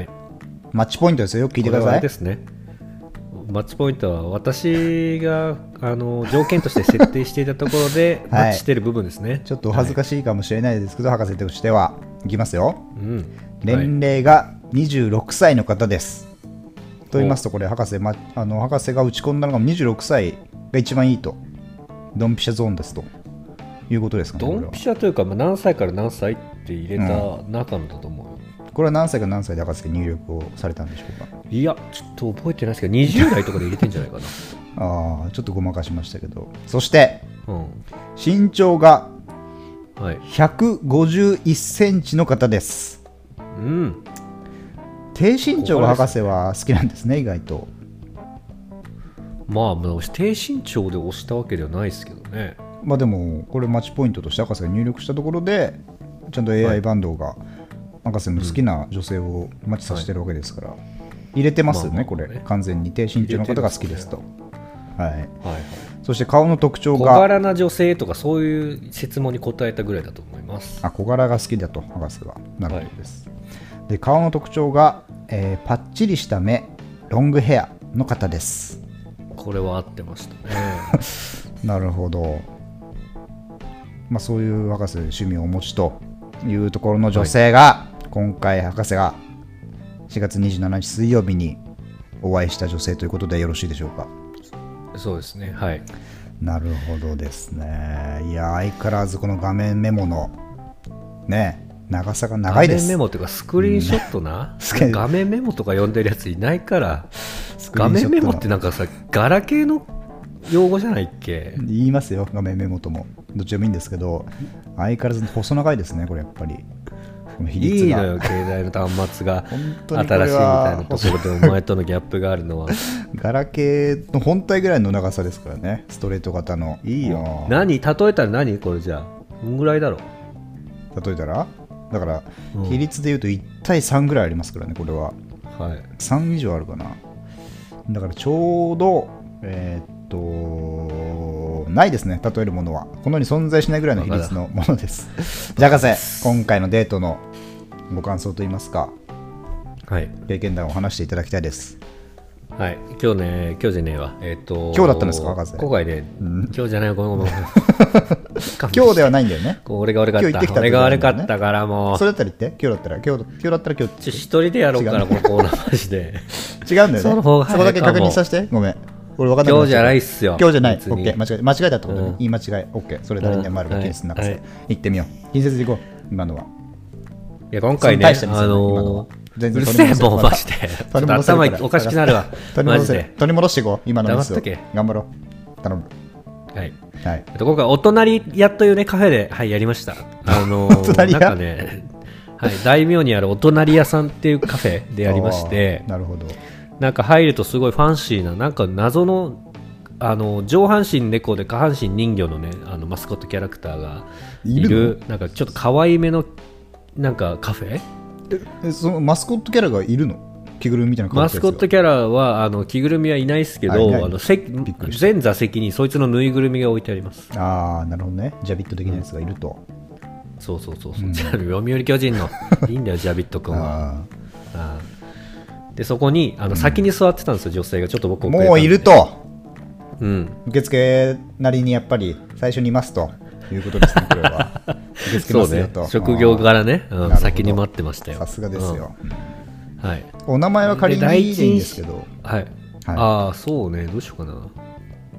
Speaker 2: マッチポイントですよ。よく聞いてください。
Speaker 1: ですね、マッチポイントは私があの条件として設定していたところでマッチしている部分ですね。
Speaker 2: ちょっとお恥ずかしいかもしれないですけど、はい、博士としてはいきますよ、うん、年齢がにじゅうろくさいの方です。と言いますと、これ博士、ま、あの博士が打ち込んだのがにじゅうろくさいが一番いいと、ドンピシャゾーンですということですかね。
Speaker 1: ドンピシャというか、まあ、何歳から何歳って入れた中のだと思うよ、
Speaker 2: うん、これは何歳か何歳で博士が入力をされたんでしょうか。
Speaker 1: いやちょっと覚えてないですけどにじゅう代とかで入れてんじゃないかな
Speaker 2: ああちょっとごまかしましたけど。そして、うん、身長がひゃくごじゅういっセンチの方です。うん、低身長が博士は好きなんですね、意外と。
Speaker 1: まあ、低身長で押したわけではないですけどね。
Speaker 2: まあでも、これマッチポイントとして博士が入力したところで、ちゃんと エーアイ バンドが博士の好きな女性をマッチさせてるわけですから、はい、入れてますよね、まあまあね、これ。完全に低身長の方が好きですと。はいはいはい、そして顔の特徴が
Speaker 1: 小柄な女性とかそういう質問に答えたぐらいだと思います。
Speaker 2: あ、小柄が好きだと博士は。なるほどです。はい、で顔の特徴が、えー、パッチリした目、ロングヘアの方です。
Speaker 1: これは合ってましたね
Speaker 2: なるほど、まあ、そういう博士趣味をお持ちというところの女性が、はい、今回博士がしがつにじゅうしちにち水曜日にお会いした女性ということでよろしいでしょうか。
Speaker 1: そうですね、はい。
Speaker 2: なるほどですね。いや相変わらずこの画面メモのね長さが長いです。
Speaker 1: 画面メモというかスクリーンショットな、うん、画面メモとか読んでるやついないから。画面メモってなんかさガラケーの用語じゃないっけ。
Speaker 2: 言いますよ、画面メモともどっちでもいいんですけど、相変わらず細長いですねこれやっぱり。
Speaker 1: この比率がいいのよ、携帯の端末が新しいみたいなところでお前とのギャップがあるのは
Speaker 2: ガラケーの本体ぐらいの長さですからね、ストレート型の。いいよ。
Speaker 1: 何例えたら何これ、じゃあどんぐらいだろ
Speaker 2: う。例えたらだから比率でいうといちたいさんぐらいありますからねこれは、はい、さん以上あるかな。だからちょうどえー、っとないですね、例えるものは。このように存在しないぐらいの比率のものですじゃあ博士、今回のデートのご感想といいますか、はい、経験談を話していただきたいです。
Speaker 1: はい、今日ね、今日じゃねえわ、えー、っと
Speaker 2: 今日だったんですか博士。
Speaker 1: 今回ね、うん、今日じゃない、ごめんごめん
Speaker 2: 今日ではないんだよね。
Speaker 1: 俺が悪かった、俺が悪かったからもう。
Speaker 2: それだったら言って、今日だったら今日、今日だったら今日。
Speaker 1: 一人でやろうから、このコーナーマジで。
Speaker 2: 違うんだよね。その方がそこだけ確認させて。ごめん。俺分かんない。
Speaker 1: 今日じゃないっすよ。
Speaker 2: 今日じゃない。オッケー。間違え間違えたってことね。言い間違い。オッケー。それ誰にでもあるから気にするな。行ってみよう。近接でいこう。今のは。
Speaker 1: いや今回ね、あのうるせえもんマジで。頭おかしくなるわ。マジで。
Speaker 2: 取り戻していこう。今のミスを。頑張ろう。頼む。
Speaker 1: はいはい、今回お隣屋というねカフェで、はい、やりました。あのー、なんかね、はい、大名にあるお隣屋さんっていうカフェでやりまして、
Speaker 2: なるほど。
Speaker 1: なんか入るとすごいファンシーな、なんか謎の、あの上半身猫で下半身人魚のね、あのマスコットキャラクターがいる、いるなんかちょっと可愛めのなんかカフェ。
Speaker 2: えそのマスコットキャラがいるの？着ぐるみみたいな
Speaker 1: マスコットキャラはあの着ぐるみはいないですけど、あの全座席にそいつのぬいぐるみが置いてあります。
Speaker 2: ああなるほどね。ジャビット的なやつがいると、
Speaker 1: うん、そうそうそうそう、うん、読売巨人のいいんだよジャビット君は。あでそこにあの先に座ってたんですよ、うん、女性がちょっと僕を
Speaker 2: もういると、うん、受付なりにやっぱり最初にいますということですねこれは。受付ますよと。
Speaker 1: そうね、職業柄ね、うん、先に待ってましたよ。
Speaker 2: さすがですよ、うん
Speaker 1: はい、
Speaker 2: お名前は仮にでいいんですけど、
Speaker 1: はいはい、ああそうね、どうしようかな。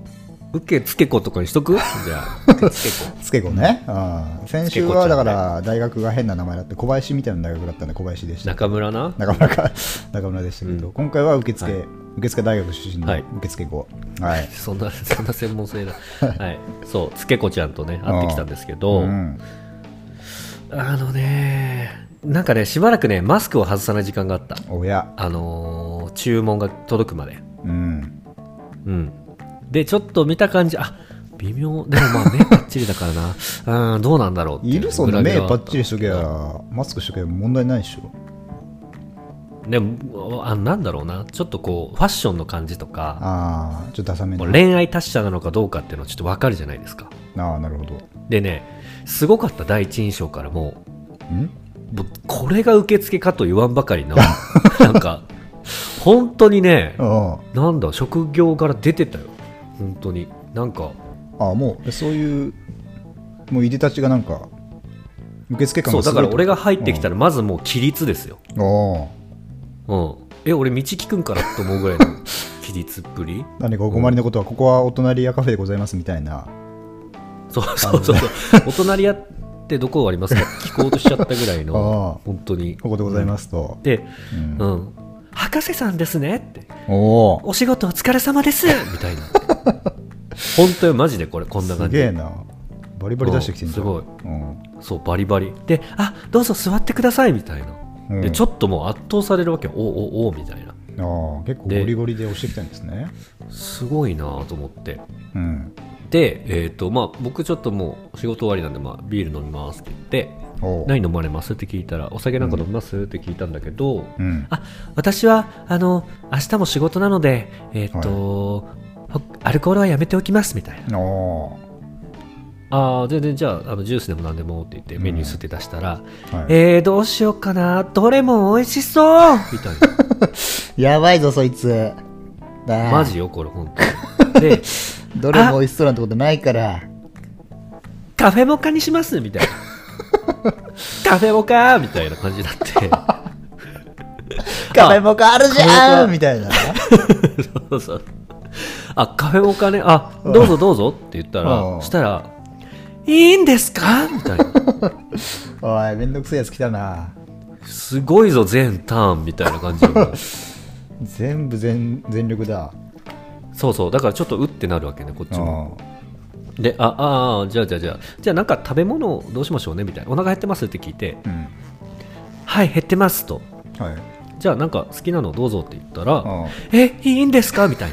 Speaker 1: 受けつけ子とかにしとくじゃあ受けつけ子
Speaker 2: つけ子ね、うん、先週はだから大学が変な名前だって小林みたいな大学だったんで小林でした。
Speaker 1: 中村な
Speaker 2: 中村か中村でしたけど、うん、今回は受付、はい、受付大学出身の受付子、はい、
Speaker 1: そんなそんな専門性だはい、そうつけ子ちゃんとね会ってきたんですけど、うん、あのねなんかねしばらくねマスクを外さない時間があった。
Speaker 2: おや
Speaker 1: あのー、注文が届くまで
Speaker 2: うん
Speaker 1: うんでちょっと見た感じあ微妙でもまあ目パッチリだからなうんどうなんだろうって
Speaker 2: いるそんな目パッチリしときゃマスクしときゃ問題ないでしょ。
Speaker 1: でもあなんだろうなちょっとこうファッションの感じとか
Speaker 2: あちょっとダサめの
Speaker 1: 恋愛達者なのかどうかっていうのはちょっと分かるじゃないですか。
Speaker 2: あなるほど。
Speaker 1: でねすごかった第一印象からも
Speaker 2: ん
Speaker 1: これが受付かと言わんばかりのなんか本当にねなんだ職業から出てたよ本当になんか
Speaker 2: あもうそういうもういでたちがなんか受付感
Speaker 1: がすごい。そうだから俺が入ってきたらまずもう規律ですよ。
Speaker 2: あ、
Speaker 1: うん、え俺道聞くんかなと思うぐらいの規律っぷり
Speaker 2: 何かお困りのことは、ここはお隣屋カフェでございますみたいな。
Speaker 1: そうそうそうそうお隣屋ってどこありますか聞こうとしちゃったぐらいの本当に
Speaker 2: ここでございますと、
Speaker 1: うん、で、うんうん、博士さんですねって
Speaker 2: お
Speaker 1: お仕事お疲れ様ですみたいな本当よマジでこれこんな感じ
Speaker 2: すげえなバリバリ出してきてる
Speaker 1: すごい、うん、そうバリバリであどうぞ座ってくださいみたいな、うん、でちょっともう圧倒されるわけよおおおみたいな。
Speaker 2: あ結構ゴリゴリで押してきたんですね。
Speaker 1: すごいなと思って、
Speaker 2: うん、
Speaker 1: で、えーとまあ、僕ちょっともう仕事終わりなんで、まあ、ビール飲みますって言って何飲まれますって聞いたらお酒なんか飲みます、うん、って聞いたんだけど、うん、あ私はあの明日も仕事なので、えーとはい、アルコールはやめておきますみたいな。あ全然じゃあ、あのジュースでも何でもって言ってメニューすって出したら、うんはい、えー、どうしようかなどれも美味しそうみたいな
Speaker 2: やばいぞそいつ
Speaker 1: マジよこれ本当にで
Speaker 2: どれも美味しそうなんてことないから
Speaker 1: カフェモカにしますみたいなカフェモカみたいな感じになって
Speaker 2: カフェモカあるじゃんみたいな
Speaker 1: そうそうあカフェモカねあどうぞどうぞって言ったらそしたらいいんですかみたいな
Speaker 2: おいめんどくせえやつ来たな
Speaker 1: すごいぞ全ターンみたいな感じ
Speaker 2: 全部 全, 全力だ
Speaker 1: そうそうだからちょっとうってなるわけねこっちもでああじゃあじゃあじゃあじゃあなんか食べ物どうしましょうねみたいなお腹減ってますって聞いて、うん、はい減ってますと、
Speaker 2: はい、
Speaker 1: じゃあなんか好きなのどうぞって言ったらえいいんですかみたいな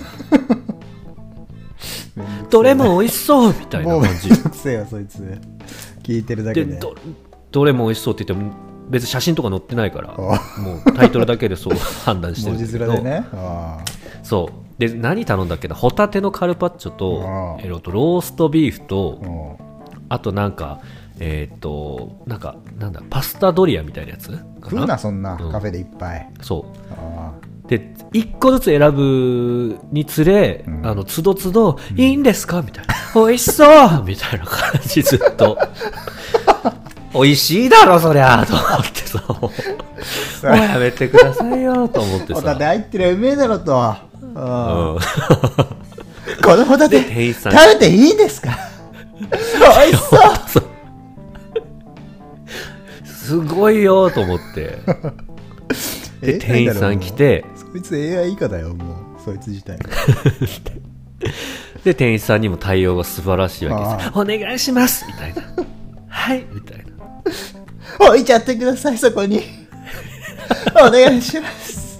Speaker 1: どれも美味しそうみたいな感じ
Speaker 2: めんどくせえよそいつ聞いてるだけで
Speaker 1: ど, どれも美味しそうって言っても別に写真とか載ってないからもうタイトルだけでそう判断してるんだけど
Speaker 2: 文字面でね
Speaker 1: そうで何頼んだっけなホタテのカルパッチョと、えー、とローストビーフとあとなんかえっ、ー、となんかなんだパスタドリアみたいなやつかな
Speaker 2: 食うなそんな、うん、カフェでいっぱい
Speaker 1: そうでいっこずつ選ぶにつれ、うん、あのつどつど、うん、いいんですかみたいな美味しそうみたいな感じずっと美味しいだろそりゃと思ってさもうやめてくださいよと思ってさ
Speaker 2: ホタテ入ってりゃうめえだろと、うん、このホタテ食べていいんですか美味しそう
Speaker 1: すごいよと思ってで店員さん来て
Speaker 2: そいつ エーアイ 以下だよもうそいつ自体
Speaker 1: で店員さんにも対応が素晴らしいわけですお願いしますみたいなはいみたいな
Speaker 2: 置いちゃってくださいそこにお願いします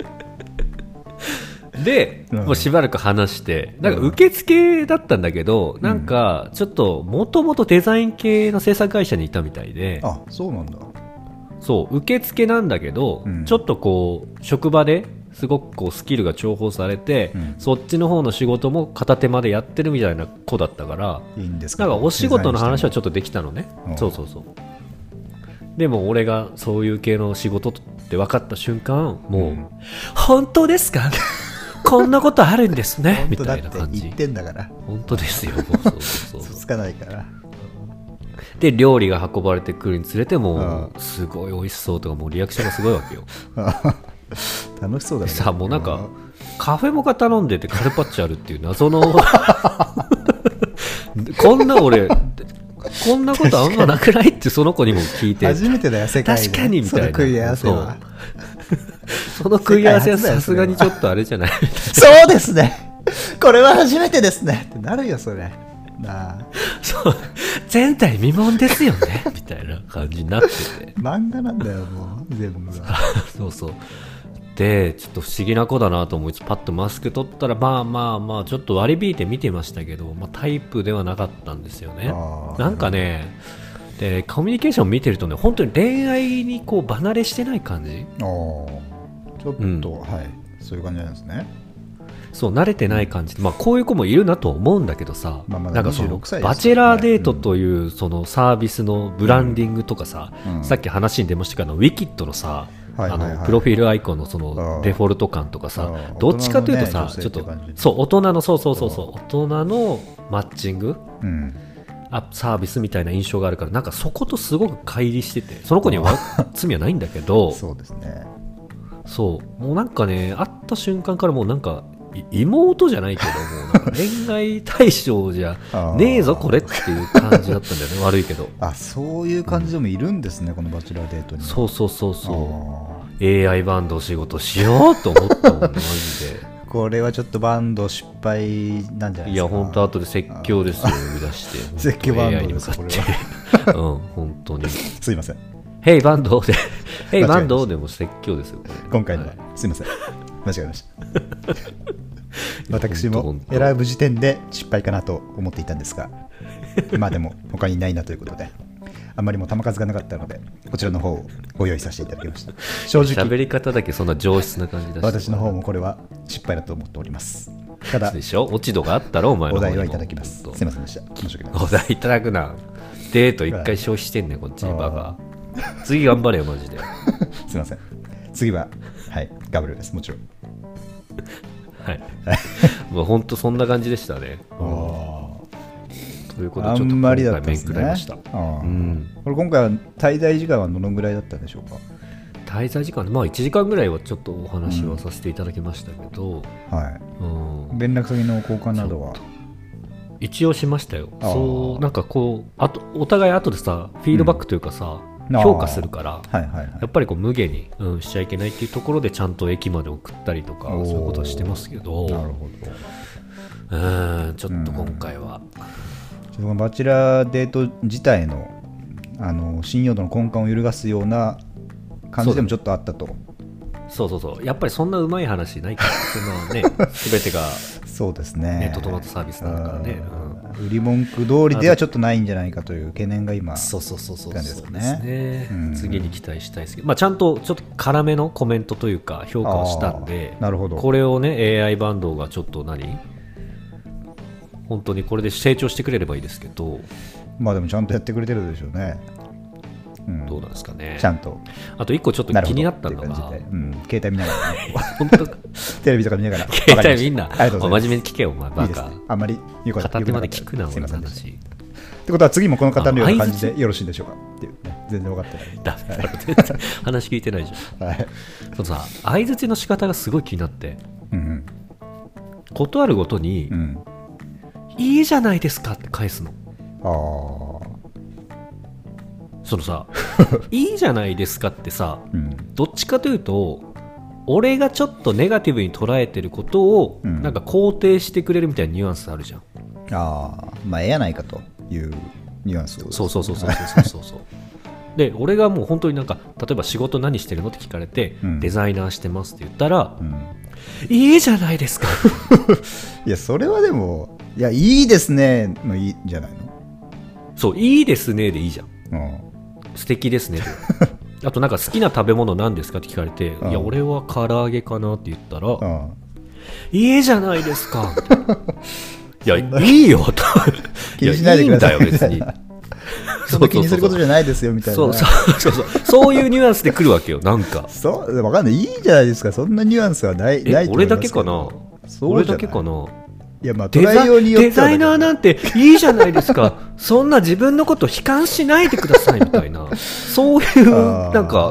Speaker 1: で、うん、もうしばらく話してなんか受付だったんだけど、うん、なんかちょっともともとデザイン系の制作会社にいたみたいで
Speaker 2: あそうなんだ
Speaker 1: そう受付なんだけど、うん、ちょっとこう職場ですごくこうスキルが重宝されて、うん、そっちの方の仕事も片手間でやってるみたいな子だったから
Speaker 2: いいんですか
Speaker 1: なんかお仕事の話はちょっとできたのねそうそうそうでも俺がそういう系の仕事って分かった瞬間もう、うん、本当ですかこんなことあるんですねみたいな感じ
Speaker 2: 言ってんだから
Speaker 1: 本当ですよそうそうそう
Speaker 2: そうつかないから
Speaker 1: で料理が運ばれてくるにつれてもうすごい美味しそうとかもうリアクションがすごいわけよ
Speaker 2: 楽しそうだね。
Speaker 1: さあもうなんかカフェモカ頼んでてカルパッチョあるっていう謎のこんな俺こんなことあんまなくないってその子にも聞いて、
Speaker 2: 初めてだよ世界で
Speaker 1: 確かにみたいな、
Speaker 2: その食い合わせは
Speaker 1: その食い合わせはさすがにちょっとあれじゃない
Speaker 2: そうですね、これは初めてですねってなるよそれなあ。
Speaker 1: そう前代未聞ですよねみたいな感じになってて
Speaker 2: 漫画なんだよもう全部が
Speaker 1: そうそうでちょっと不思議な子だなと思いつつパッとマスク取ったらまあまあまあちょっと割り引いて見てましたけど、まあ、タイプではなかったんですよね。なんかねでコミュニケーション見てるとね本当に恋愛にこう離れしてない感じ。
Speaker 2: あちょっと、うん、はいそういう感じなんですね。
Speaker 1: そう慣れてない感じ、まあ、こういう子もいるなと思うんだけどさ、
Speaker 2: まあまあ
Speaker 1: なんかその
Speaker 2: にじゅうろくさいですよね、
Speaker 1: バチェラーデートというそのサービスのブランディングとかさ、うん、さっき話に出ましたけどウィキッドのさ、はいはいはい、あのプロフィールアイコンのそのデフォルト感とかさどっちかというとさ、ね、ちょっとそう大人のそうそうそうそう大人のマッチング、うん、あサービスみたいな印象があるからなんかそことすごく乖離しててその子には罪はないんだけど
Speaker 2: そうですね
Speaker 1: そうもうなんかね会った瞬間からもうなんか妹じゃないけどもなんか恋愛対象じゃねえぞこれっていう感じだったんだよね悪いけど
Speaker 2: あそういう感じでもいるんですね、うん、このバチェラーデートに。
Speaker 1: そうそうそうそう エーアイ バンド仕事しようと思ったもんねマジで
Speaker 2: これはちょっとバンド失敗なんじゃないですか。
Speaker 1: いや本当後で説教ですよ生み出して
Speaker 2: 説教バンドですこれは
Speaker 1: うん本当に
Speaker 2: すいません
Speaker 1: ヘイバンドでヘイバンドでも説教ですよこれ
Speaker 2: 今回のは、はい、すいません間違えました私も選ぶ時点で失敗かなと思っていたんですがまあでも他にないなということであんまりも球数がなかったのでこちらの方をご用意させていただきました。正直
Speaker 1: 喋り方だけそんな上質な感じだし
Speaker 2: 私の方もこれは失敗だと思っております。ただ
Speaker 1: でしょ落ち度があったらお前の
Speaker 2: お題はいただきます。すいませんでした。申し訳ないです。
Speaker 1: お題いただくなデート一回消費してんねんこっちにバカ次頑張れよマジです
Speaker 2: いません次ははいガブルですもちろん
Speaker 1: はいもう本当そんな感じでしたね。ということでちょっと今回面食らいました。
Speaker 2: あんまりだったんですね。うん、これ今回は滞在時間はどのぐらいだったんでしょうか。
Speaker 1: 滞在時間まあいちじかんぐらいはちょっとお話はさせていただきましたけど、
Speaker 2: うん、はい、うん、連絡先の交換などは
Speaker 1: 一応しましたよ。そうなんかこうあとお互い後でさフィードバックというかさ、うん、評価するから、はいはいはい、やっぱりこう無下に、うん、しちゃいけないっていうところでちゃんと駅まで送ったりとかそういうことはしてますけど、
Speaker 2: なるほ
Speaker 1: どうんちょっと今回は、
Speaker 2: うん、バチェラーデート自体のあの信用度の根幹を揺るがすような感じでもちょっとあったと。
Speaker 1: そうそうそうやっぱりそんなうまい話ないからそんなね全てが
Speaker 2: そうですね
Speaker 1: ネットトマトサービスなんだからね、
Speaker 2: うん、売り文句通りではちょっとないんじゃないかという懸念が今
Speaker 1: そうそうそうそうそうですね、うん、次に期待したいですけど、まあ、ちゃんとちょっと辛めのコメントというか評価をしたんで
Speaker 2: なるほど
Speaker 1: これをね エーアイ バンドがちょっと何本当にこれで成長してくれればいいですけど
Speaker 2: まあでもちゃんとやってくれてるでしょうね。
Speaker 1: うん、どうなんですかね。
Speaker 2: ちゃんと
Speaker 1: あと一個ちょっと気になったのが、
Speaker 2: うん、携帯見ながら、ね、
Speaker 1: 本当
Speaker 2: テレビとか見ながら
Speaker 1: 携帯みんな真面目に聞けよお前バカいいです、
Speaker 2: ね、あんまり言うこと
Speaker 1: 片手まで聞くな俺の話
Speaker 2: ってことは次もこの方のような感じでよろしいでしょうかっていう、ね、全然分かってない
Speaker 1: だ話聞いてないじゃん、はい、そのさ相槌の仕方がすごい気になって、うんうん、ことあるごとに、うん、いいじゃないですかって返すの。ああそのさいいじゃないですかってさ、うん、どっちかというと俺がちょっとネガティブに捉えてることを、うん、なんか肯定してくれるみたいなニュアンスあるじゃん。
Speaker 2: ああまあええやないかというニュアンスを
Speaker 1: そうそうそうそうそうそうそうで俺がもう本当になんか例えば仕事何してるのって聞かれて、うん、デザイナーしてますって言ったら、うん、いいじゃないですか
Speaker 2: いやそれはでもいやいいですねのいいんじゃないの。
Speaker 1: そういいですねでいいじゃん、うん素敵ですねあとなんか好きな食べ物何ですかって聞かれて、うん、いや俺は唐揚げかなって言ったら、うん、いいじゃないですかいやいいよと
Speaker 2: 気にしないでください
Speaker 1: いやいいんだよ別に
Speaker 2: そんな気にすることじゃないですよみたいな
Speaker 1: そうそうそうそうそういうニュアンスで来るわけよなんか
Speaker 2: そう分かんないいいじゃないですかそんなニュアンスはないないと思いますけど。
Speaker 1: 俺だけかな俺だけかない
Speaker 2: やまあトライ用によっては
Speaker 1: デザイナーなんていいじゃないですかそんな自分のこと悲観しないでくださいみたいなそういうなんか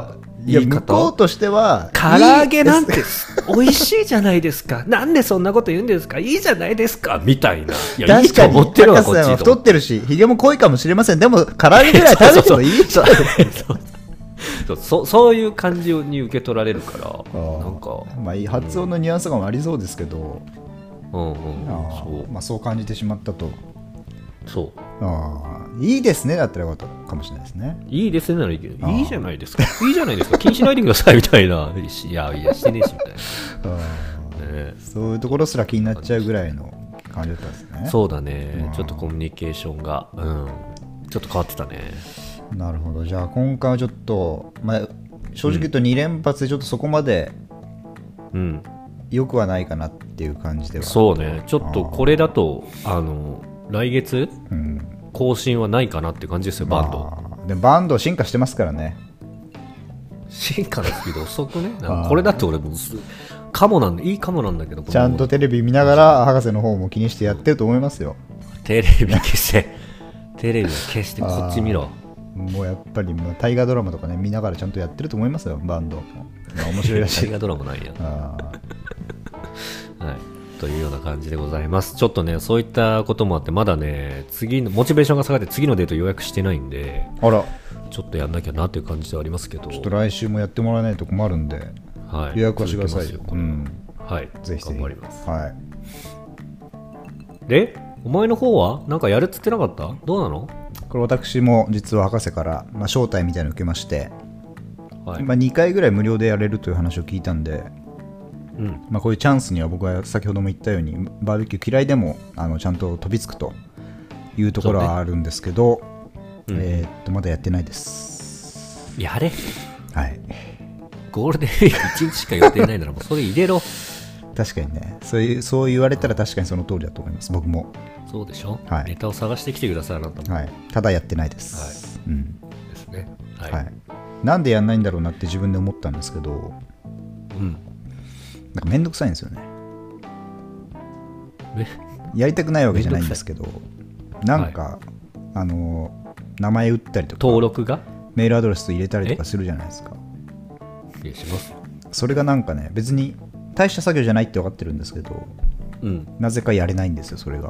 Speaker 1: 言い
Speaker 2: 向こ
Speaker 1: 方
Speaker 2: うとしては
Speaker 1: 唐揚げなんて美味しいじゃないですかなんでそんなこと言うんですかいいじゃないですかみたいな。いやいい
Speaker 2: 確かに
Speaker 1: と思ってるわ
Speaker 2: 高瀬さんは
Speaker 1: こっちと
Speaker 2: 太ってるしひげも濃いかもしれません。でも唐揚げぐらい食べてもいいじゃん。
Speaker 1: そうそうそそういう感じに受け取られるからなんか、
Speaker 2: まあ、発音のニュアンスがありそうですけど、
Speaker 1: うんうん、
Speaker 2: あ
Speaker 1: そう、
Speaker 2: まあ、そう感じてしまったと。
Speaker 1: そう
Speaker 2: あいいですねだったらよかったかもしれないですね。
Speaker 1: いいですねならいいけどいいじゃないですかいいじゃないですか気にしないでくださいみたいないやいやしてねえしみたいな、ね、
Speaker 2: そういうところすら気になっちゃうぐらいの感じだったんですね。
Speaker 1: そうだね、ちょっとコミュニケーションが、うん、ちょっと変わってたね。
Speaker 2: なるほど。じゃあ今回はちょっと、まあ、正直言うとに連発でちょっとそこまで良くはないかなっていう感じでは、
Speaker 1: うん、そうねちょっとこれだとあの来月、うん、更新はないかなって感じですよバンド。
Speaker 2: でバンド進化してますからね。
Speaker 1: 進化のスピード遅くねなんかこれだって俺もカモなんでいいカモなんだけど
Speaker 2: ちゃんとテレビ見ながら博士の方も気にしてやってると思いますよ。
Speaker 1: テレビ消せテレビを消してこっち見ろ。
Speaker 2: もうやっぱりもう大河ドラマとかね見ながらちゃんとやってると思いますよバンド、まあ、面白いらしい。
Speaker 1: 大河ドラマなんやはいというような感じでございます。ちょっとねそういったこともあってまだね次のモチベーションが下がって次のデート予約してないんで
Speaker 2: あら
Speaker 1: ちょっとやんなきゃなという感じではありますけどち
Speaker 2: ょっと来週もやってもらえないと困るんで、はい、予約はしてくださいよ、うん、
Speaker 1: はい
Speaker 2: ぜひぜひ
Speaker 1: 頑張ります、
Speaker 2: はい、
Speaker 1: でお前の方はなんかやるっつってなかった？どうなの？
Speaker 2: これ私も実は博士から、まあ、招待みたいなの受けまして、はいまあ、にかいぐらい無料でやれるという話を聞いたんで、うんまあ、こういうチャンスには僕は先ほども言ったようにバーベキュー嫌いでもあのちゃんと飛びつくというところはあるんですけど、ねうんえー、っとまだやってないです。
Speaker 1: やれ、
Speaker 2: はい、
Speaker 1: ゴールデンウィークいちにちしか予定ないならもうそれ入れろ。確
Speaker 2: かにねそういう、そう言われたら確かにその通りだと思います。僕も
Speaker 1: そうでしょ、
Speaker 2: はい、
Speaker 1: ネタを探してきてくださいあなたも、
Speaker 2: はい、ただやってないです、
Speaker 1: はいうん、ですね、はい
Speaker 2: はい、なんでやんないんだろうなって自分で思ったんですけど、うん、なんかめんどくさいんですよね。やりたくないわけじゃないんですけどなんか、はい、あの名前打ったりとか
Speaker 1: 登録が
Speaker 2: メールアドレス入れたりとかするじゃないですか。
Speaker 1: いやします。
Speaker 2: それがなんかね別に大した作業じゃないって分かってるんですけど、うん、なぜかやれないんですよそれが。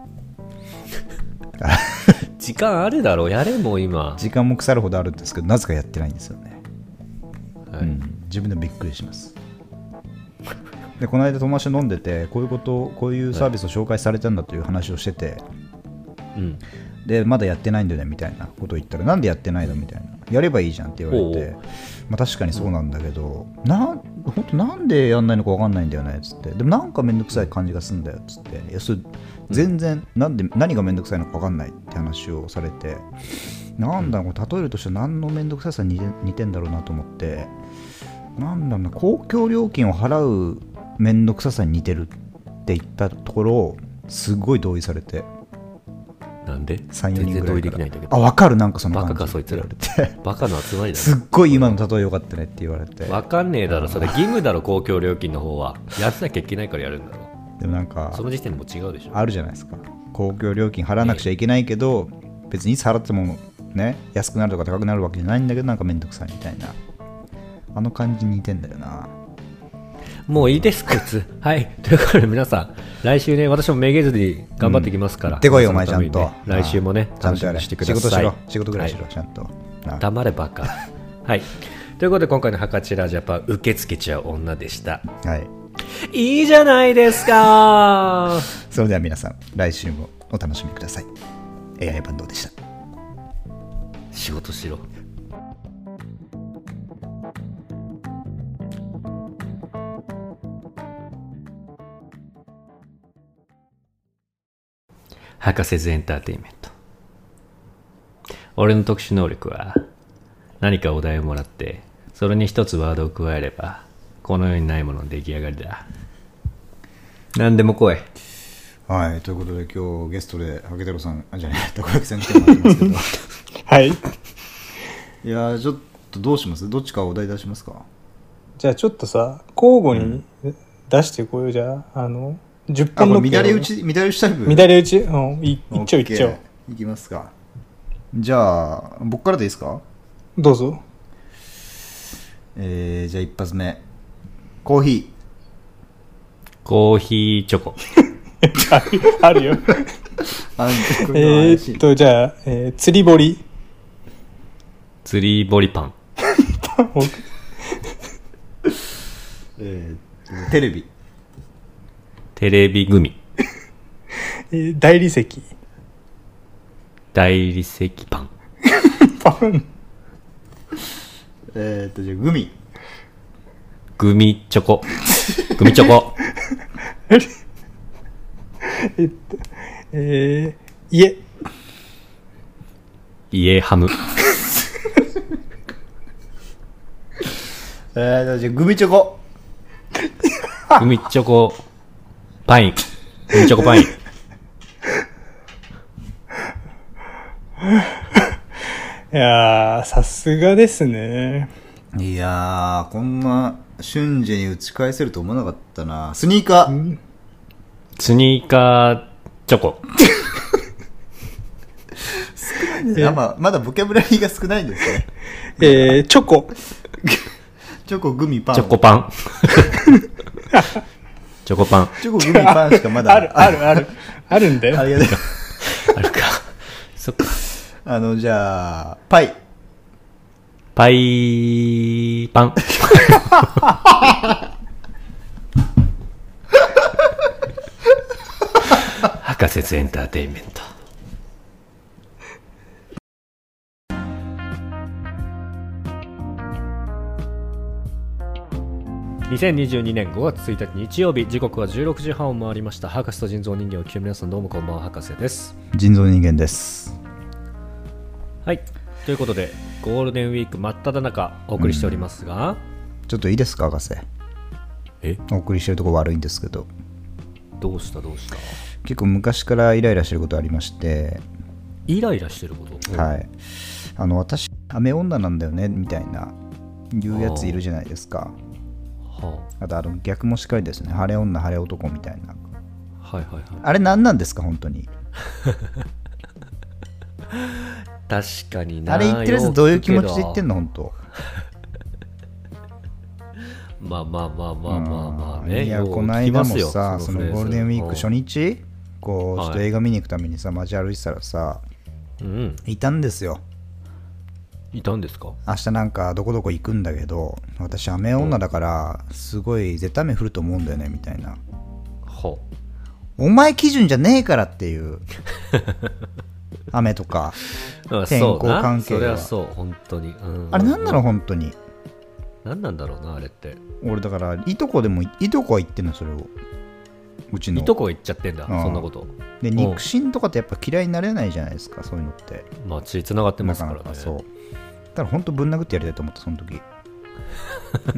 Speaker 1: 時間あるだろうやれもう今
Speaker 2: 時間も腐るほどあるんですけどなぜかやってないんですよね、はいうん、自分でもびっくりします。でこの間友達と飲んでてこういうことこういうサービスを紹介されたんだという話をしてて、はい、でまだやってないんだよねみたいなことを言ったらなんでやってないのみたいなやればいいじゃんって言われてまあ、確かにそうなんだけど、うん、な, ほんとなんでやんないのか分かんないんだよねっつってでもなんかめんどくさい感じがするんだよっつっていやそれ全然なんで何がめんどくさいのか分かんないって話をされてなんだろう例えるとしては何のめんどくささに似てんだろうなと思ってなんだろうな公共料金を払うめんどくささに似てるって言ったところすごい同意されて
Speaker 1: なんで
Speaker 2: さん、よにんぐらい
Speaker 1: 同意できないんだけど
Speaker 2: あ分かるなんかその感じ
Speaker 1: バカかそいつらバカの集まりだ、ね、
Speaker 2: すっごい今の例えよかったねって言われて
Speaker 1: 分かんねえだろそれ義務だろ公共料金の方はやらなきゃいけないからやるんだろ。
Speaker 2: でもなんか
Speaker 1: その時点でも違うでしょ。あ
Speaker 2: るじゃないですか公共料金払わなくちゃいけないけど、ええ、別にいつ払ってもね安くなるとか高くなるわけじゃないんだけどなんかめんどくさいみたいなあの感じに似てんだよな。
Speaker 1: もういいですこいつはいということで皆さん来週ね私もめげずに頑張ってきますから、うん、
Speaker 2: でこいよお前ちゃんと
Speaker 1: 来週もね楽しみにしてください。
Speaker 2: 仕事しろ仕事ぐらいしろ、はい、ちゃんと
Speaker 1: 黙れバカはいということで今回のハカチラジャパン受け付けちゃう女でした。はいいいじゃないですか
Speaker 2: それでは皆さん来週もお楽しみください。 エーアイ バンドでした。
Speaker 1: 仕事しろ。博士ズエンターテインメント。俺の特殊能力は何かお題をもらってそれに一つワードを加えればこの世にないものの出来上がりだ。何でも来い。
Speaker 2: はいということで今日ゲストでハゲ太郎さんあじゃないたこ焼きさん来てもらってますけど
Speaker 3: はいい
Speaker 2: やちょっとどうしますどっちかお題出しますか。
Speaker 3: じゃあちょっとさ交互に出してこよう。じゃああのじゅっぽんの
Speaker 2: 乱れ打ち乱れ打ちタイプ
Speaker 3: 乱れ打ちうんいっちゃういっちゃう
Speaker 2: いきますか。じゃあ僕からでいいですか。
Speaker 3: どうぞ。
Speaker 2: えー、じゃあ一発目コーヒー。
Speaker 1: コーヒーチョコ。
Speaker 3: あるよ。えーっとじゃあ、えー、釣り堀。
Speaker 1: 釣り堀パン。
Speaker 2: えー、テレビ。
Speaker 1: テレビ組。
Speaker 3: えー、大理石。
Speaker 1: 大理石パン。
Speaker 3: パン。
Speaker 2: えーっとじゃあグミ。
Speaker 1: グミチョコ。グミチョコ。
Speaker 3: えっとえー、家。
Speaker 1: 家ハム。
Speaker 2: えー、じゃあグミチョコ。
Speaker 1: グミチョコパイン。グミチョコパイン。
Speaker 3: いやーさすがですね。
Speaker 2: いやーこんな瞬時に打ち返せると思わなかったな。スニーカー。
Speaker 1: スニーカーチョコ。
Speaker 2: あ、まあ、まだボキャブラリーが少ないんですね。
Speaker 3: えー、チョコ。
Speaker 2: チョコグミパン。
Speaker 1: チョコパン。チョコパン。
Speaker 2: チョコグミパンしかまだ
Speaker 3: あるあるあるあるんだよ。
Speaker 2: あれがね。
Speaker 1: あるか。そっか。
Speaker 2: あのじゃあパイ。
Speaker 1: パイパン。博士ズエンターテインメント。にせんにじゅうにねんごがつついたち日曜日、時刻はじゅうろくじはんを回りました。博士と人造人間を聞く皆さん、どうもこんばんは。博士です。
Speaker 2: 人造人間です。
Speaker 1: はい、ということでゴールデンウィーク真っ只中お送りしておりますが、うん、
Speaker 2: ちょっといいですか博士。
Speaker 1: え
Speaker 2: お送りしてるとこ悪いんですけど。
Speaker 1: どうしたどうした。
Speaker 2: 結構昔からイライラしてることありまして。
Speaker 1: イライラしてること。
Speaker 2: はい。あの私雨女なんだよねみたいな言うやついるじゃないですか。はあ、あとあの逆もしっかりですね。晴れ女晴れ男みたいな。
Speaker 1: はいはいはい。
Speaker 2: あれ何なんですか本当に。
Speaker 1: 確かにな。
Speaker 2: あれ言ってるやつどういう気持ちで言ってんの本当。
Speaker 1: まあまあまあまあまあまあね。
Speaker 2: いやこの間もさ、そのゴールデンウィーク初日こうちょっと映画見に行くためにさ街歩いてたらさ、うん、いたんですよ。
Speaker 1: いたんですか。
Speaker 2: 明日なんかどこどこ行くんだけど私雨女だからすごい絶対雨降ると思うんだよねみたいな。はお前基準じゃねえからっていう雨とか天候関係は。そ
Speaker 1: れはそう本当に、うん、
Speaker 2: あれなんなの本当に。
Speaker 1: 何なんだろうなあれって。
Speaker 2: 俺だからいとこでもいとこは言ってんのそれを。うちの
Speaker 1: いとこは言っちゃってんだ、うん、そんなこと。
Speaker 2: で肉親とかってやっぱ嫌いになれないじゃないですかそういうのって。
Speaker 1: まあ血つながってますからね。
Speaker 2: なかなかそうだから本当ぶん殴ってやりたいと思ったその時、うん、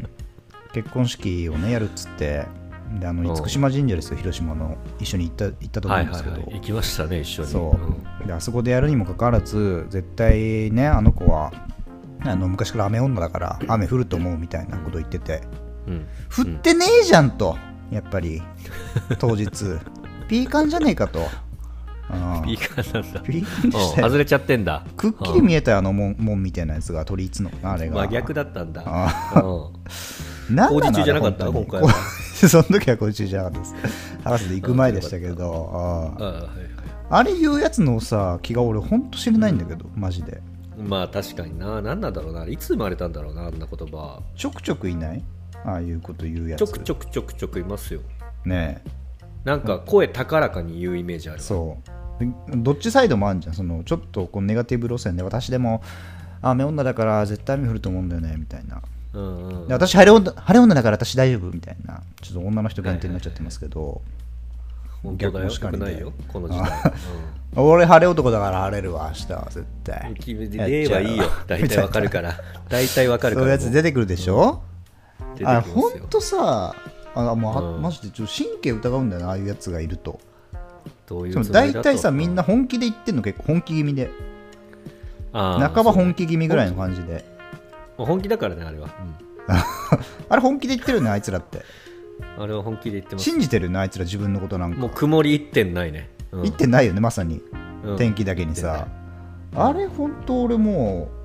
Speaker 2: 結婚式をねやるっつってであの厳島神社ですよ広島の一緒に行った行ったと思うんですけど、はいはいはい、
Speaker 1: 行きましたね一緒に。
Speaker 2: そう、うん、であそこでやるにもかかわらず絶対ねあの子はあの昔から雨女だから雨降ると思うみたいなこと言ってて、うん、降ってねえじゃんとやっぱり当日ピーカンじゃねえかと。
Speaker 1: ああピーカンなんだ。
Speaker 2: ピーカンでしたよ。
Speaker 1: 外れちゃってんだ。
Speaker 2: くっきり見えたよあの門門みたいなやつが鳥居つのあれが。
Speaker 1: 真逆だったんだ。
Speaker 2: 工
Speaker 1: 事中じゃなかった今回は。
Speaker 2: その時は工事中じゃなかったです。博士で行く前でしたけど、あ, あ, あ, はいはい、あれ言うやつのさ気が俺ほんと知れないんだけど、うん、マジで。
Speaker 1: まあ確かにな。何なんだろうな。いつ生まれたんだろうなあんな言葉。
Speaker 2: ちょくちょくいないああいうこと言うやつ。
Speaker 1: ちょくちょくちょくちょくいますよ
Speaker 2: ねえ。
Speaker 1: なんか声高らかに言うイメージある。
Speaker 2: そうどっちサイドもあるじゃん。そのちょっとこうネガティブ路線で私でも雨女だから絶対雨降ると思うんだよねみたいな、うんうん、で私晴れ女、晴れ女だから私大丈夫みたいなちょっと女の人限定になっちゃってますけど、はいはいはい、
Speaker 1: 本当だよ。よくないよこの時代、
Speaker 2: うん、俺晴れ男だから晴れるわ明日は絶対。
Speaker 1: 例はいいよ大体わかるから大体わかるから。
Speaker 2: そういうやつ出てくるでしょ、うん、あれほんとさあもう、うん、マジでちょっと神経疑うんだよなああいうやつがいると。どういうつもりだと。大体さみんな本気で言ってんの結構本気気味で、あ半ば本気気味ぐらいの感じで。
Speaker 1: 本気だからねあれは、うん、
Speaker 2: あれ本気で言ってるねあいつらって。
Speaker 1: あれは本気で言ってます。
Speaker 2: 信じてるねあいつら自分のことなんか。
Speaker 1: もう曇り一点ないね、
Speaker 2: うん、一点ないよねまさに、うん、天気だけにさ、うん、あれ本当俺もう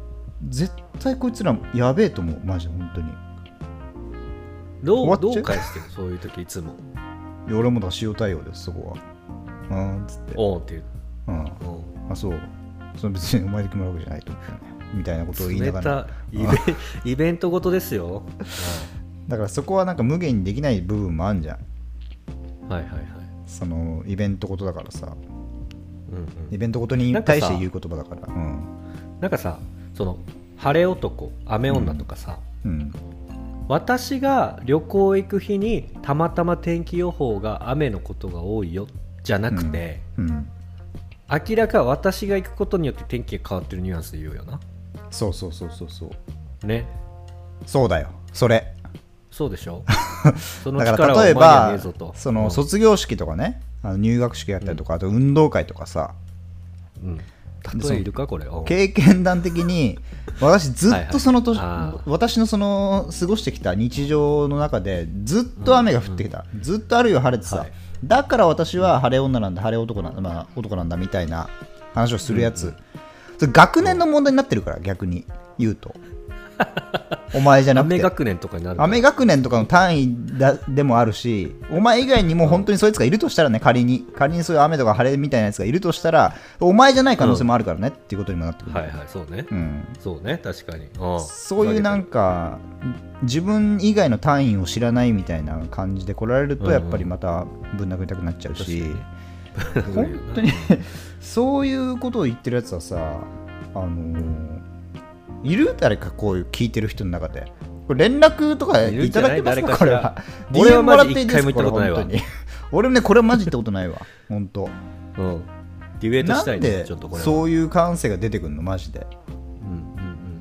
Speaker 2: 絶対こいつらやべえと思うマジで本当に。
Speaker 1: どうどう返してるそういう時いつも。
Speaker 2: いや俺もだ塩対応ですそこは。うんつって。
Speaker 1: おーって言う。
Speaker 2: うん。あそう。その別にお前で決まるわけじゃないと思ってねみたいなことを言いながら。
Speaker 1: イベイベントごとですよ。
Speaker 2: だからそこはなんか無限にできない部分もあるじゃん。
Speaker 1: はいはいはい。
Speaker 2: そのイベントごとだからさ。
Speaker 1: うんうん、
Speaker 2: イベントごとに対して言う言葉だから。うん。
Speaker 1: なんかさその晴れ男雨女とかさ。うんうん私が旅行行く日にたまたま天気予報が雨のことが多いよじゃなくて、うんうん、明らか私が行くことによって天気が変わってるニュアンスで言うよな。
Speaker 2: そうそうそうそうそう
Speaker 1: ね。
Speaker 2: そうだよそれ
Speaker 1: そうでしょそ
Speaker 2: の力はお前にはねえぞと。だから例えばその卒業式とかねあの入学式やったりとか、うん、あと運動会とかさ、
Speaker 1: うん例えいるかこれ
Speaker 2: 経験談的に私ずっとその年はい、はい、私のその過ごしてきた日常の中でずっと雨が降ってきた、うんうん、ずっとあるいは晴れてさ、はい、だから私は晴れ女なんだ晴れ男なんだ、まあ、男なんだみたいな話をするやつ、うんうん、それ学年の問題になってるから逆に言うとお前じゃなくて
Speaker 1: 雨学年とかになる
Speaker 2: 雨学年とかの単位だでもあるしお前以外にも本当にそいつがいるとしたらね仮に仮にそういう雨とか晴れみたいなやつがいるとしたらお前じゃない可能性もあるからね、うん、っていうことにもなってくる。
Speaker 1: はいはいそうね、うん、そうね確かに
Speaker 2: そういうなんか自分以外の単位を知らないみたいな感じで来られるとやっぱりまたぶん殴りたくなっちゃうし、うん、本当にそういうことを言ってるやつはさあのーいる誰かこういう聞いてる人の中でこれ連絡とかいただけますかこれは。
Speaker 1: 俺はマジ一回も言ったことないわ。
Speaker 2: 俺もねこれはマジ言ったことないわ本当。うん。
Speaker 1: ディベートしたいね。
Speaker 2: なんでちょっとこれそういう感性が出てくるのマジで。うんうんうん。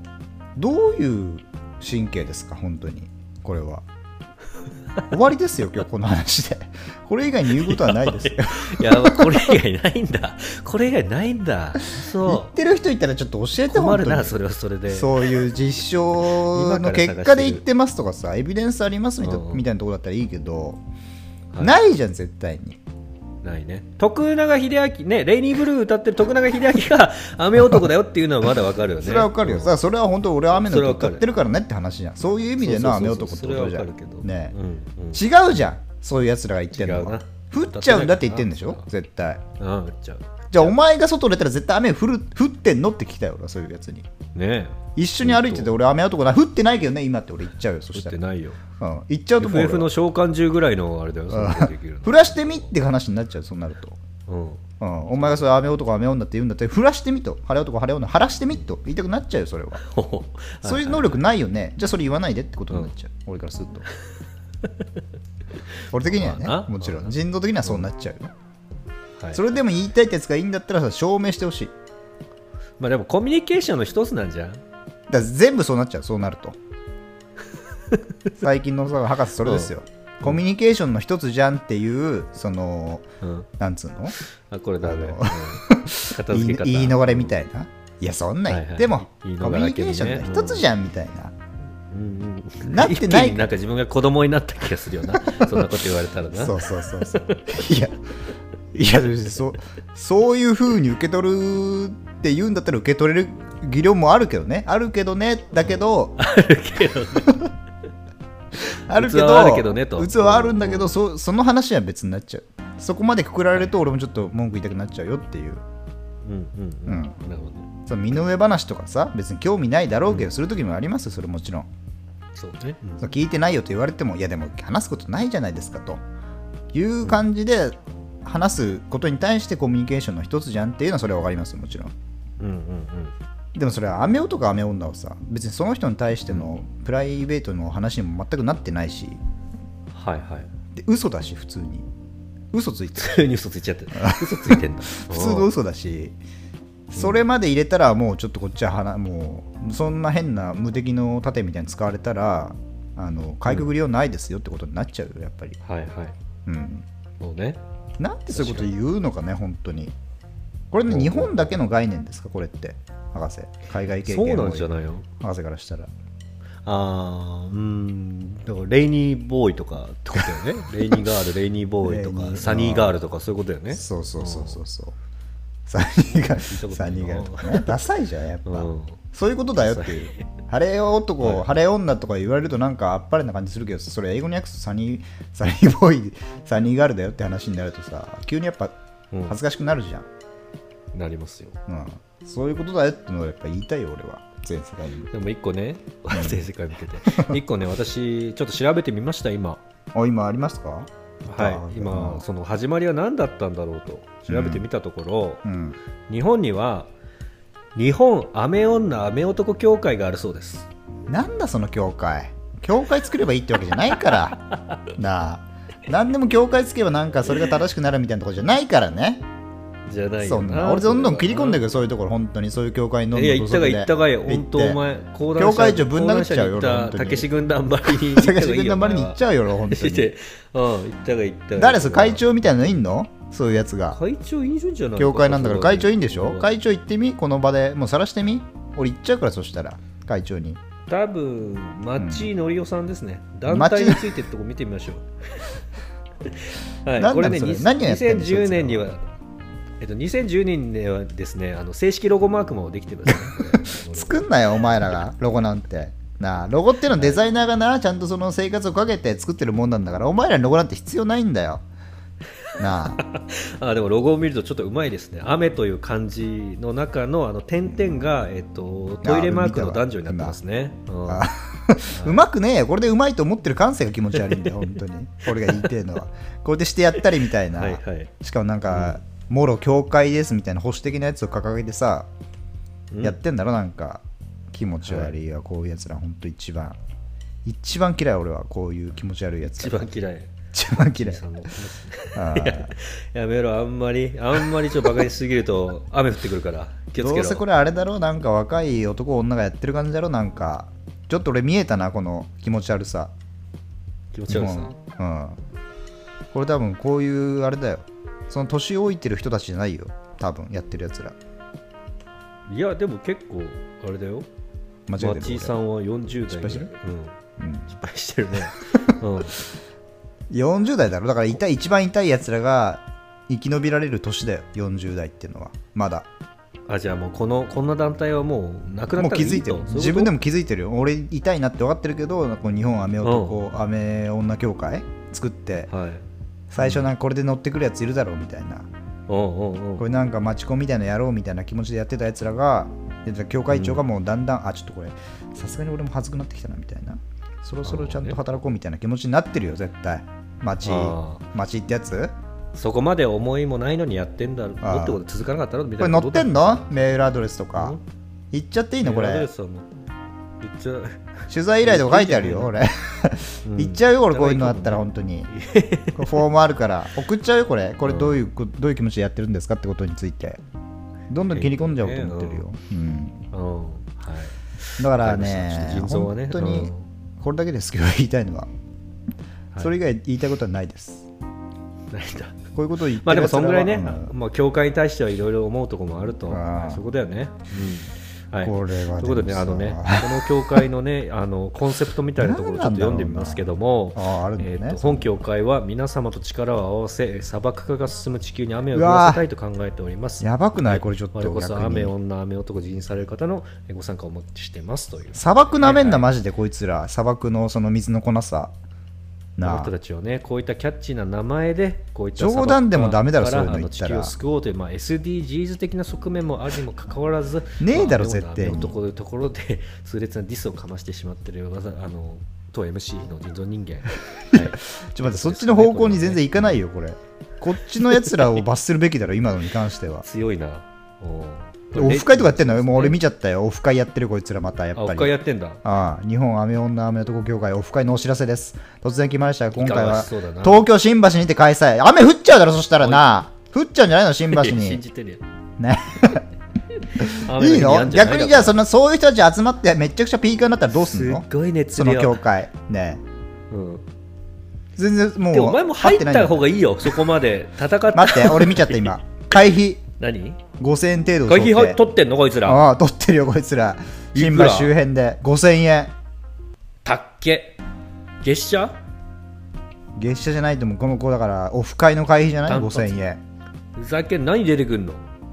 Speaker 2: どういう神経ですか本当にこれは。終わりですよ今日この話で。これ以外に言うことはないですよ。
Speaker 1: いやこれ以外ないんだ。これ以外ないんだ。そう。
Speaker 2: 言ってる人いたらちょっと教えて
Speaker 1: 困るなそれはそれで。
Speaker 2: そういう実証の結果で言ってますとかさエビデンスありますみたいなところだったらいいけど、はい、ないじゃん絶対に。
Speaker 1: ないね。徳永英明ねレイニーブルー歌ってる徳永英明が雨男だよっていうのはまだわかるよね。
Speaker 2: それはわかるよ。さあそれは本当俺は雨の男歌ってるからねって話じゃん。そういう意味での雨男ってことじゃん。ね、うんうん、違うじゃん。そういうやつらが言ってるのは降っちゃうんだって言ってんでしょ絶対。
Speaker 1: ああ降っちゃう。
Speaker 2: じゃあお前が外出たら絶対雨降る降ってんのって聞きたい俺はそういうやつに。
Speaker 1: ね
Speaker 2: 一緒に歩いてて俺雨男だ降ってないけどね今って俺言っちゃうよ。そしたら
Speaker 1: 降ってないよ。
Speaker 2: うん、言っちゃうともう
Speaker 1: エフエフ の召喚獣ぐらいのあれだよ。
Speaker 2: できる降らしてみって話になっちゃうそうなると。うんうん、お前がそれ雨男雨女って言うんだって降らしてみと晴れ男晴れ女晴らしてみと言いたくなっちゃうよそれは。そういう能力ないよね。じゃあそれ言わないでってことになっちゃう、うん、俺からすると。俺的にはねもちろん人道的にはそうなっちゃうよ、うんはい、それでも言いたいってやつがいいんだったらさ証明してほしい。
Speaker 1: まあでもコミュニケーションの一つなんじゃん。だ
Speaker 2: から全部そうなっちゃうそうなると。最近のさ博士それですよ、うん、コミュニケーションの一つじゃんっていうその、うん、なんつうの
Speaker 1: あこれだね、うん、片
Speaker 2: 付け方言い逃れみたいな。いやそんなん言っても、はいはい、コミュニケーションの一つじゃんみたいな、うんうん、なってない。
Speaker 1: 一気になんか自分が子供になった気がするよな。そんなこと言われたらな。
Speaker 2: そうそうそうそういやいやそそういう風に受け取るって言うんだったら受け取れる技量もあるけどねあるけどねだけど
Speaker 1: あるけどね
Speaker 2: あるけど
Speaker 1: 器はあるけどねと
Speaker 2: 器はあるんだけど、うん、そ, その話は別になっちゃう。そこまでくくられると俺もちょっと文句言いたくなっちゃうよっていう。うんうんうん、うん、なるほど。その身の上話とかさ別に興味ないだろうけど、うん、する時もありますよそれもちろん。
Speaker 1: そうね、うん、
Speaker 2: そう聞いてないよと言われてもいやでも話すことないじゃないですかという感じで話すことに対してコミュニケーションの一つじゃんっていうのはそれは分かりますよもちろん。うんうんうん、でもそれは雨男か雨女をさ別にその人に対してのプライベートの話にも全くなってないし、
Speaker 1: はいはい、
Speaker 2: で嘘だし普通に嘘ついてる。
Speaker 1: 普通に嘘ついちゃってる。嘘ついてんだ。
Speaker 2: 普通の嘘だしそれまで入れたらもうちょっとこっちはもうそんな変な無敵の盾みたいに使われたらあのかいくぐりようないですよってことになっちゃうよやっぱり。
Speaker 1: はいはい。うん。そうね。
Speaker 2: なんでそういうこと言うのかね本当に。これね日本だけの概念ですかこれって博士。海外経験
Speaker 1: そうなんじゃないよ
Speaker 2: 博士からしたら。
Speaker 1: あーうんだからレイニーボーイとかってことだよね。レイニーガールレイニーボーイとかサニーガールとかそういうことだよね。
Speaker 2: そうそうそうそうそう。 サニーガールサニーガールとかねダサいじゃんやっぱ、うん、そういうことだよっていう晴れ男、はい、晴れ女とか言われるとなんかあっぱれな感じするけどそれ英語に訳すとサニーサニーボーイサニーガールだよって話になるとさ急にやっぱ恥ずかしくなるじゃん、
Speaker 1: うん、なりますよ、
Speaker 2: うん、そういうことだよってのをやっぱ言いたいよ俺は全世界に。
Speaker 1: でも一個ね全世界向けて一個ね私ちょっと調べてみました今。
Speaker 2: あ今ありますか。
Speaker 1: はい今その始まりは何だったんだろうと調べてみたところ、うんうん、日本には日本雨女雨男協会があるそうです。
Speaker 2: なんだその協会協会作ればいいってわけじゃないからなあ何でも協会つけばなんかそれが正しくなるみたいなところじゃないからね。
Speaker 1: じゃないよな。
Speaker 2: そんな俺どんどん切り込んでいくそういうところ本当にそういう協会にどんどん
Speaker 1: いや言ったが言ったがよ本当お前
Speaker 2: 協会長ぶん殴っちゃうよ
Speaker 1: たけし軍団ばりに
Speaker 2: たけし軍団ばりに行っちゃうよ本当にうん言
Speaker 1: ったが言ったが
Speaker 2: 誰それ会長みたいなのいんのそういうやつが。
Speaker 1: 会長いるんじゃない
Speaker 2: 協会なんだから会長いいんでしょ。会長行ってみこの場でもう晒してみ俺行っちゃうからそしたら会長に
Speaker 1: 多分町のりおさんですね、うん、団体についてってとこ見てみましょうはいこれねにせんじゅうねんにはえっと、にせんじゅうねんにはですねあの正式ロゴマークもできてますね
Speaker 2: 作んなよお前らがロゴなんてなあロゴっていうのはデザイナーがなちゃんとその生活をかけて作ってるもんなんだからお前らのロゴなんて必要ないんだよなあ
Speaker 1: あでもロゴを見るとちょっとうまいですね。雨という漢字の中のあの点々が、えっと、トイレマークの男女になってますね。
Speaker 2: うまくねえよこれでうまいと思ってる感性が気持ち悪いんだよ本当に俺が言いてえのはこれでしてやったりみたいなはい、はい、しかもなんか、うんもろ教会ですみたいな保守的なやつを掲げてさ、うん、やってんだろなんか気持ち悪いわ、はい、こういうやつらほんと一番一番嫌い俺はこういう気持ち悪いやつ
Speaker 1: 一番嫌い
Speaker 2: 一番嫌い
Speaker 1: あや, やめろあんまりあんまりちょっとバカにしすぎると雨降ってくるから気をつけろ。
Speaker 2: どうせこれあれだろなんか若い男女がやってる感じだろなんかちょっと俺見えたなこの気持ち悪さ
Speaker 1: 気持ち悪さ
Speaker 2: うんこれ多分こういうあれだよその年老いてる人たちじゃないよ多分やってるやつら。
Speaker 1: いやでも結構あれだよ間違えてる。マチさんはよんじゅう代失敗してる、うんうん、失敗してるね、うん、
Speaker 2: よんじゅう代だろだから痛い一番痛いやつらが生き延びられる年だよよんじゅう代っていうのはまだ。
Speaker 1: あじゃあもうこのこんな団体はもうなくなったらいいと。もう
Speaker 2: 気づいてる自分でも気づいてるよ。俺痛いなって分かってるけどこの日本雨男、うん、雨女協会作って、はい最初なんかこれで乗ってくるやついるだろうみたいな、うん、これなんかマチコンみたいなやろうみたいな気持ちでやってたやつらが教会長がもうだんだん、うん、あちょっとこれさすがに俺も恥ずくなってきたなみたいなそろそろちゃんと働こうみたいな気持ちになってるよ絶対。マチマチってやつ
Speaker 1: そこまで思いもないのにやってんだろってことで続かなかったのみ
Speaker 2: たいな。これ載ってんのメールアドレスとか、うん、言っちゃっていいのこれ。メールアドレスはもう言っちゃう取材依頼とか書いてあるよ俺言っちゃうよ俺こういうのあったら本当にフォームあるから送っちゃうよこれこれどういうどういう気持ちでやってるんですかってことについてどんどん切り込んじゃおうと思ってるよ、うんうんはい、だからね本当にこれだけですけど言いたいのはそれ以外言いたいことはないです。
Speaker 1: ないんだ
Speaker 2: こういうことを言って
Speaker 1: まあでもそんぐらいね、うんまあ、教会に対してはいろいろ思うところもあるとそういうことだよね、うんはい、これはということでね、あのね、この教会のね、あのコンセプトみたいなところをちょっと読んでみますけども、えーと、本教会は皆様と力を合わせ、砂漠化が進む地球に雨を降らせたいと考えております。
Speaker 2: やばくないこれちょっと。
Speaker 1: 我こそ雨女、雨男、辞任される方のご参加をお待ちしてますという。
Speaker 2: 砂漠なめんな、マジでこいつら。砂漠のその水の粉さ。
Speaker 1: この人たちをね、こういったキャッチーな名前でこういった
Speaker 2: 冗談でもダメだろそういうの言ったら
Speaker 1: 地球を救おうという、まあ、エスディージーズ 的な側面もあるにもかかわらず
Speaker 2: ねえだろ絶対に
Speaker 1: ところところで痛烈なディスをかましてしまっているあの当 エムシー の人造人間、はい、
Speaker 2: ちょっと待ってそっちの方向に全然いかないよこれこっちのやつらを罰するべきだろ今のに関しては
Speaker 1: 強いな
Speaker 2: おオフ会とかやってんのよもう俺見ちゃったよオフ会やってるこいつらまたやっぱり
Speaker 1: オフ会やってんだ
Speaker 2: ああ日本雨女雨男協会オフ会のお知らせです突然来ましたが今回は東京新橋にて開催雨降っちゃうだろそしたらな降っちゃうんじゃないの新橋に
Speaker 1: 信じてるよ
Speaker 2: ねいいの逆にじゃあそのそういう人たち集まってめちゃくちゃピーカーになったらどうすんの
Speaker 1: すごい熱
Speaker 2: 量その協会ねうん全然もう
Speaker 1: でもお前も入った方がいいよそこまで戦って
Speaker 2: 待って俺見ちゃった今会費
Speaker 1: 何
Speaker 2: ごせんえん程度
Speaker 1: 会費取ってんのこいつら
Speaker 2: ああ取ってるよこいつら新橋周辺でごせんえん
Speaker 1: たっけ月謝
Speaker 2: 月謝じゃないともこの子だからオフ会の会費じゃないごせんえん
Speaker 1: ふざけん何出てくんの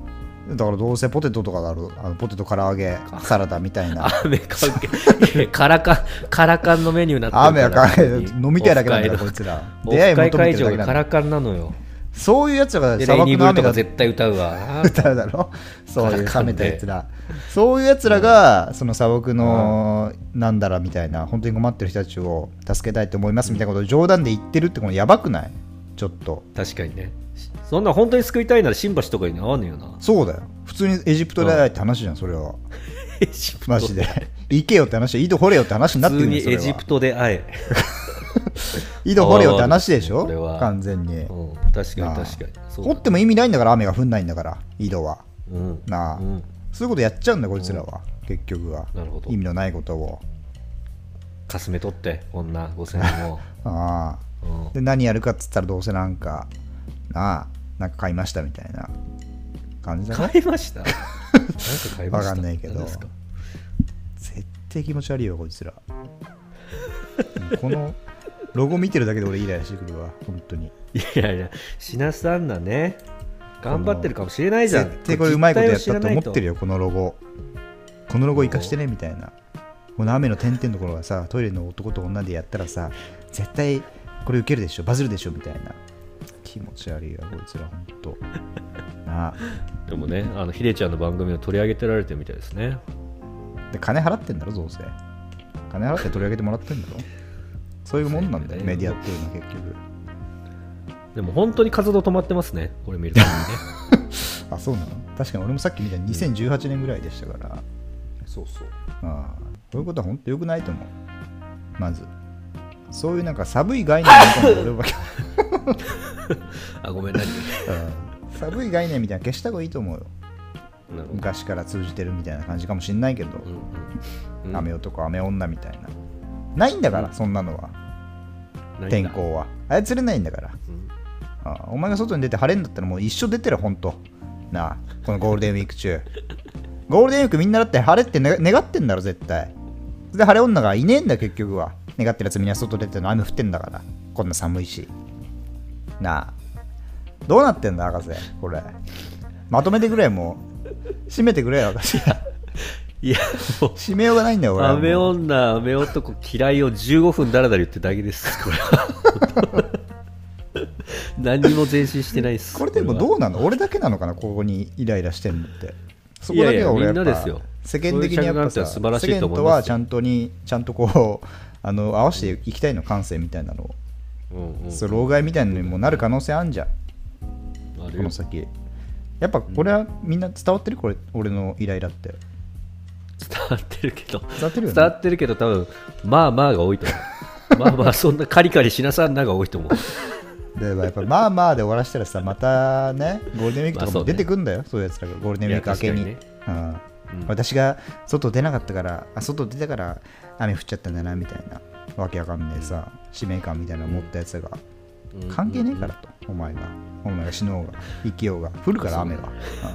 Speaker 2: だからどうせポテトとかだろう、あのポテト唐揚げサラダみたいな。
Speaker 1: 雨関係カラカンカラカンのメニューになってるから。
Speaker 2: 雨は関係飲みたいだけなんだよこいつら。
Speaker 1: 出会い求めてるだけなんだ。カラカンなのよ。
Speaker 2: そういうやつらが
Speaker 1: 砂漠の雨が絶対歌うわ。
Speaker 2: 歌うだろ。そういう冷めたやつら。そういうやつらがその砂漠のなんだらみたいな本当に困ってる人たちを助けたいと思いますみたいなことを冗談で言ってるってこのやばくない？ちょっと。
Speaker 1: 確かにね。そんな本当に救いたいなら新橋とかに合わねえよな。
Speaker 2: そうだよ。普通にエジプトで会えって話じゃんそれは。エジプトマジで行けよって話、井戸掘れよって話になってるんですよ。
Speaker 1: 普通にエジプトで会え。
Speaker 2: 井戸掘れよって話でしょ完全に、
Speaker 1: うん、確かに確かに、
Speaker 2: 掘っても意味ないんだから雨が降んないんだから井戸は、うん、なあ、うん、そういうことやっちゃうんだこいつらは、うん、結局はなるほど意味のないことを
Speaker 1: かすめ取って女ごせんえんを
Speaker 2: ああ、うん、で何やるかっつったらどうせなんかなあなんか買いましたみたいな感じだね。
Speaker 1: 買いましたなんか買いました
Speaker 2: わかんないけど絶対気持ち悪いよこいつらこのロゴ見てるだけで俺イライラしてくるわ本当に。
Speaker 1: いやいや品さんなね頑張ってるかもしれないじゃん。
Speaker 2: 絶対これうまいことやったと思ってるよこのロゴ。このロゴ生かしてねみたいな。この雨の点々のところがさトイレの男と女でやったらさ絶対これウケるでしょバズるでしょみたいな。気持ち悪いわこいつら本当なあ。
Speaker 1: でもねあのヒデちゃんの番組を取り上げてられてるみたいですね。
Speaker 2: で金払ってんだろどうせ金払って取り上げてもらってんだろそういうもんなんだよ、ね、メディアっていうのは結局。
Speaker 1: でも本当に活動止まってますねこれ見るとね
Speaker 2: あそうなの。確かに俺もさっき見たにせんじゅうはちねんぐらいでしたから、うん、
Speaker 1: そうそう。
Speaker 2: ああこういうことは本当良くないと思う。まずそういうなんか寒い概念みたいな俺は
Speaker 1: あごめんな、うん、
Speaker 2: 寒い概念みたいな消した方がいいと思うよ。昔から通じてるみたいな感じかもしんないけど、うんうん、雨男雨女みたいなないんだから、うん、そんなのは天候は操れないんだから、うん、ああお前が外に出て晴れんだったらもう一生出てるほんとなあ。このゴールデンウィーク中ゴールデンウィークみんなだって晴れって、ね、願ってんだろ絶対。で晴れ女がいねえんだよ結局は。願ってるやつみんな外出てるの雨降ってんだからこんな寒いしなあ。どうなってんだ博士これまとめてくれもう締めてくれよ私
Speaker 1: いやもう
Speaker 2: 締めようがないんだよ俺は。
Speaker 1: 雨女雨男嫌いをじゅうごふんだらだら言ってるだけですこれは何も前進してないです。
Speaker 2: これでもどうなの俺だけなのかなここにイライラしてんのって。そこだけは俺やっぱ世間的にやっぱさ世間とはちゃんとにちゃんとこうあの合わせていきたいの感性みたいなのを、うんうん、そう老害みたいなのにもなる可能性あんじゃんこの先。やっぱこれはみんな伝わってるこれ俺のイライラって
Speaker 1: 伝わってるけど
Speaker 2: 伝わってるよね。
Speaker 1: 伝わってるけど多分まあまあが多いと思うまあまあそんなカリカリしなさんなが多いと思う
Speaker 2: でやっぱまあまあで終わらせたらさまたねゴールデンウィークとかも出てくんだよ、まあ そうね、そういうやつらがゴールデンウィーク明けに、ねうんうん、私が外出なかったからあ外出たから雨降っちゃったんだなみたいなわけわかんねえさ使命感みたいなの持ったやつが、うん、関係ねえからと、うんうん、お前がお前が死のうが生きようが降るから雨は、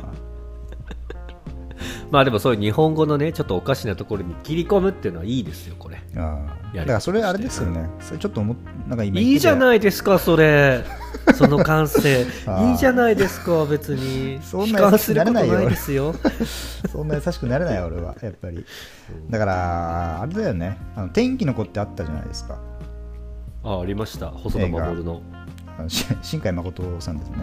Speaker 1: まあでもそういう日本語のねちょっとおかしなところに切り込むっていうのはいいですよこれ。
Speaker 2: あだからそれあれですよね、うん、それちょっと思なんか今
Speaker 1: いいじゃないですかそれその感性いいじゃないですか別に
Speaker 2: そんな優しくなれないよそんな優しくなれないよ俺はやっぱりだからあれだよねあの天気の子ってあったじゃないですか。
Speaker 1: あありました細田守の
Speaker 2: 新海誠さんですね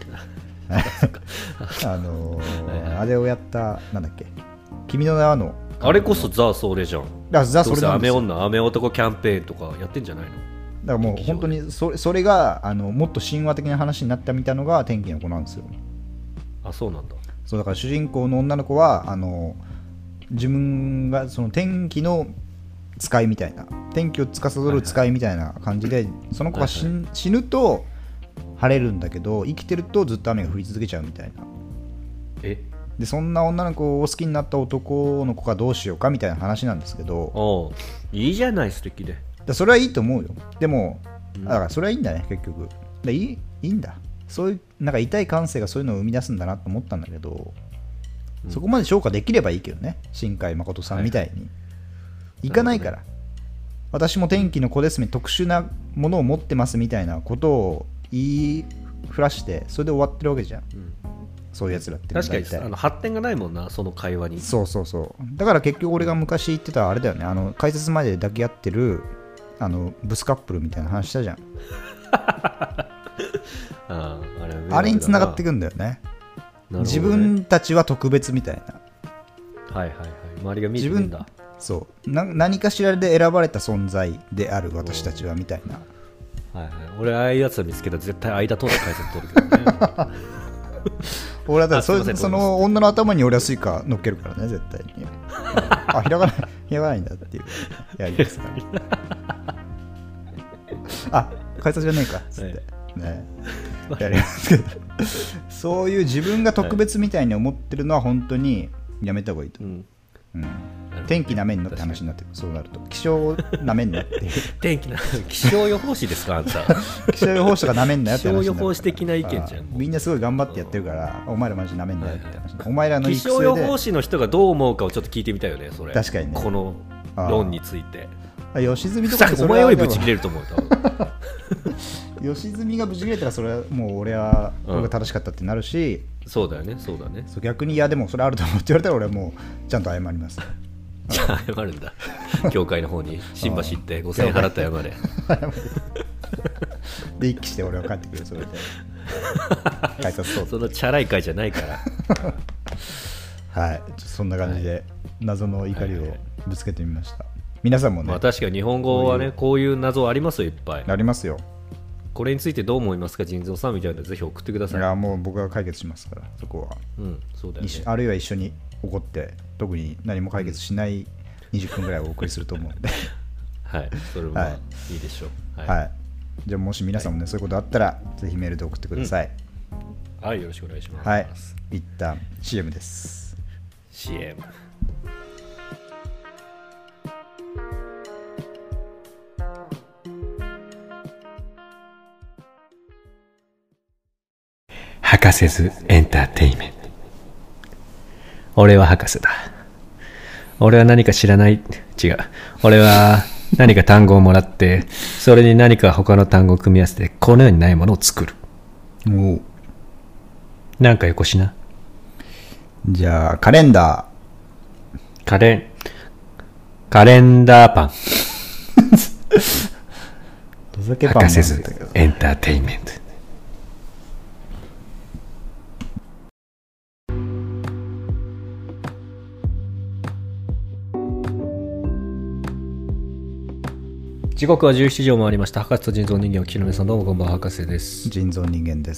Speaker 2: あのー、あれをやったなんだっけ君の名はの
Speaker 1: あれこそザ・それじゃん。
Speaker 2: だザ・それなんですよ。
Speaker 1: 雨女雨男キャンペーンとかやってんじゃないの。だ
Speaker 2: からもう本当にそれ、それがあのもっと神話的な話になったみたいなのが天気の子なんですよ。
Speaker 1: あそうなんだ。
Speaker 2: そうだから主人公の女の子はあの自分がその天気の使いみたいな天気を司る使いみたいな感じで、はいはい、その子が 死,、はいはい、死ぬと晴れるんだけど生きてるとずっと雨が降り続けちゃうみたいな。
Speaker 1: え
Speaker 2: でそんな女の子を好きになった男の子がどうしようかみたいな話なんですけど。
Speaker 1: おいいじゃない素敵で。
Speaker 2: だそれはいいと思うよ。でも、うん、だからそれはいいんだね結局。だいい、いいんだそういうなんか痛い感性がそういうのを生み出すんだなと思ったんだけど、うん、そこまで消化できればいいけどね新海誠さんみたいに、はい、いかないから、ね、私も天気の子ですね特殊なものを持ってますみたいなことを言いふらしてそれで終わってるわけじゃん、うんそういうやつらって。
Speaker 1: 確かにあの発展がないもんな、その会話に。
Speaker 2: そうそうそう。だから結局俺が昔言ってたあれだよね、あの解説まで抱き合ってるあのブスカップルみたいな話したじゃん。
Speaker 1: あ, あ, れ
Speaker 2: あれに繋がっていくんだよ ね, ね自分たちは特別みたいな。
Speaker 1: はいはいはい。周りが見えてるんだ。
Speaker 2: そうな、何かしらで選ばれた存在である私たちはみたいな。
Speaker 1: はいはい、俺ああいうやつを見つけたら絶対間通って解説取るけどね。
Speaker 2: 俺はだそ, その女の頭に俺はスイカ乗っけるからね、絶対に。あ、開かない、開かないんだっていうやりですから。あ、解説じゃねえかっつって、はい、ね、やりますけど、そういう自分が特別みたいに思ってるのは本当にやめた方がいいと。うんうん、天気なめんのって話になってる。そうなると気象なめんなっていう。
Speaker 1: 天気な気象予報士ですかあんた。
Speaker 2: 気象予報士とかなめんなよって話になる。
Speaker 1: 気象予報士的な意見じゃん。
Speaker 2: みんなすごい頑張ってやってるからお前らマジなめんなよって話。お前らの
Speaker 1: 気象予報士の人がどう思うかをちょっと聞いてみたいよね、それ。
Speaker 2: 確かにね、こ
Speaker 1: の論について。
Speaker 2: 吉住とか
Speaker 1: お前よりブチ切れると思う。
Speaker 2: 吉住がブチ切れたらそれはもう俺は俺が正しかったってなるし、
Speaker 1: うん、そうだよねそうだね。
Speaker 2: そう逆にいやでもそれあると思うって言われたら俺はもうちゃんと謝ります。
Speaker 1: じゃあ謝るんだ。教会の方に新橋行ってごせんえん払って謝れ。
Speaker 2: で一気して俺は帰ってくる。それで改札通って。
Speaker 1: そのチャラい会じゃないから。
Speaker 2: はい、そんな感じで謎の怒りをぶつけてみました。皆さんもね、
Speaker 1: まあ、確かに日本語はねこういう謎ありますよ、いっぱい
Speaker 2: ありますよ。
Speaker 1: これについてどう思いますか腎臓さんみたいなのでぜひ送ってください。
Speaker 2: いやもう僕が解決しますからそこは、
Speaker 1: うん、そうだよね。
Speaker 2: あるいは一緒に怒って特に何も解決しないにじゅっぷんぐらいお送りすると思うんで
Speaker 1: はいそれもいいでしょう。
Speaker 2: はい、はい、じゃあもし皆さんもね、はい、そういうことあったらぜひメールで送ってください、
Speaker 1: うん、はいよろしくお願いします。
Speaker 2: はい、一旦 シーエム です。
Speaker 1: シーエム。博士ズエンターテイメント。俺は博士だ。俺は何か知らない。違う。俺は何か単語をもらって、それに何か他の単語を組み合わせて、この世にないものを作る。
Speaker 2: おう。
Speaker 1: なんかよこしな。
Speaker 2: じゃあ、カレンダ
Speaker 1: ー。カレン、カレンダーパン。博士ズエンターテイメント。時刻はじゅうしちじを回りました。博士と人造人間を聞きの皆さん、どうもこんばんは。博士です。
Speaker 2: 人造人間です。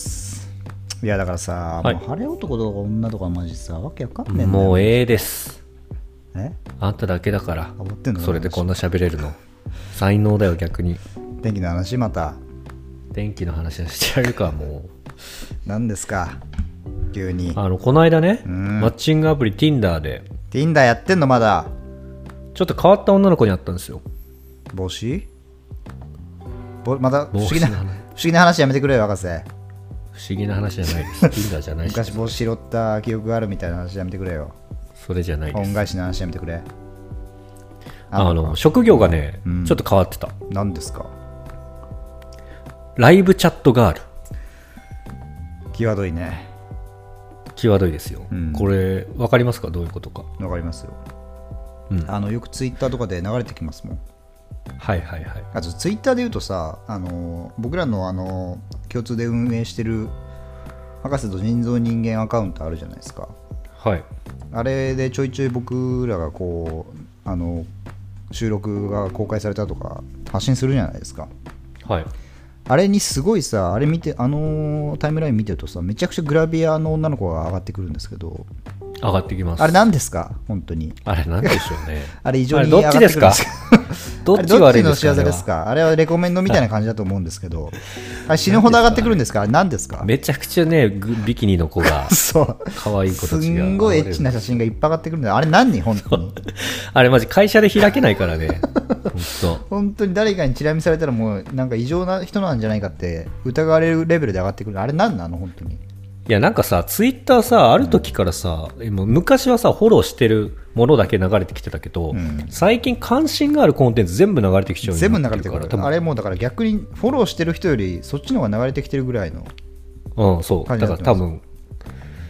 Speaker 2: いやだからさ、はい、もう晴れ男とか女とかマジさわけわかんねえんだよ。
Speaker 1: もうええです。
Speaker 2: え
Speaker 1: あんただけだから
Speaker 2: 思ってんの。
Speaker 1: それでこんな喋れるの才能だよ。逆に
Speaker 2: 天気の話。また
Speaker 1: 天気の話してやるか。もう
Speaker 2: 何ですか急に。
Speaker 1: あのこの間ね、マッチングアプリ Tinder で
Speaker 2: Tinder やってんのまだ。
Speaker 1: ちょっと変わった女の子に会ったんですよ。
Speaker 2: 帽子ぼまた不思議な不思議な話やめてくれよ博士。
Speaker 1: 不思議な話じゃないです。Tinder じゃないし。
Speaker 2: 昔帽子拾った記憶があるみたいな話やめてくれよ。
Speaker 1: それじゃないです。
Speaker 2: 恩返しの話やめてくれ。
Speaker 1: あの職業がね、うん、ちょっと変わってた。
Speaker 2: 何ですか。
Speaker 1: ライブチャットガール。
Speaker 2: 際どいね。
Speaker 1: 際どいですよ、うん、これ分かりますか。どういうことか。
Speaker 2: 分かりますよ、
Speaker 1: うん、
Speaker 2: あのよくツイッターとかで流れてきますもん。
Speaker 1: はいはいはい。
Speaker 2: あとツイッターで言うとさ、あの僕らのあの共通で運営してる博士と人造人間アカウントあるじゃないですか。
Speaker 1: はい。
Speaker 2: あれでちょいちょい僕らがこうあの収録が公開されたとか発信するじゃないですか。
Speaker 1: はい。
Speaker 2: あれにすごいさ、あれ見て、あのタイムライン見てるとさ、めちゃくちゃグラビアの女の子が上がってくるんですけど。
Speaker 1: 上がってきます。
Speaker 2: あれ何ですか本当に。
Speaker 1: あれ何でしょうね。
Speaker 2: あれ異常に上がってくるんですか。
Speaker 1: どっち悪いんですか。
Speaker 2: どっちの仕業ですか。あれはレコメンドみたいな感じだと思うんですけど、あれ死ぬほど上がってくるんですか。あれ何ですか。
Speaker 1: めちゃくちゃねビキニの子がそう可愛い子たちがす
Speaker 2: んごいエッチな写真がいっぱい上がってくるんだよ。あれ何本当に。
Speaker 1: あれマジ会社で開けないからね。
Speaker 2: 本当本当に誰かにチラ見されたらもうなんか異常な人なんじゃないかって疑われるレベルで上がってくる。あれ何なの本当に。
Speaker 1: いやなんかさツイッターさある時からさ、うん、昔はさフォローしてるものだけ流れてきてたけど、うん、最近関心があるコンテンツ全部流れてきちゃう。
Speaker 2: 全部流れてくる。あれもうだから逆にフォローしてる人よりそっちの方が流れてきてるぐらいの。
Speaker 1: うんそうだから多分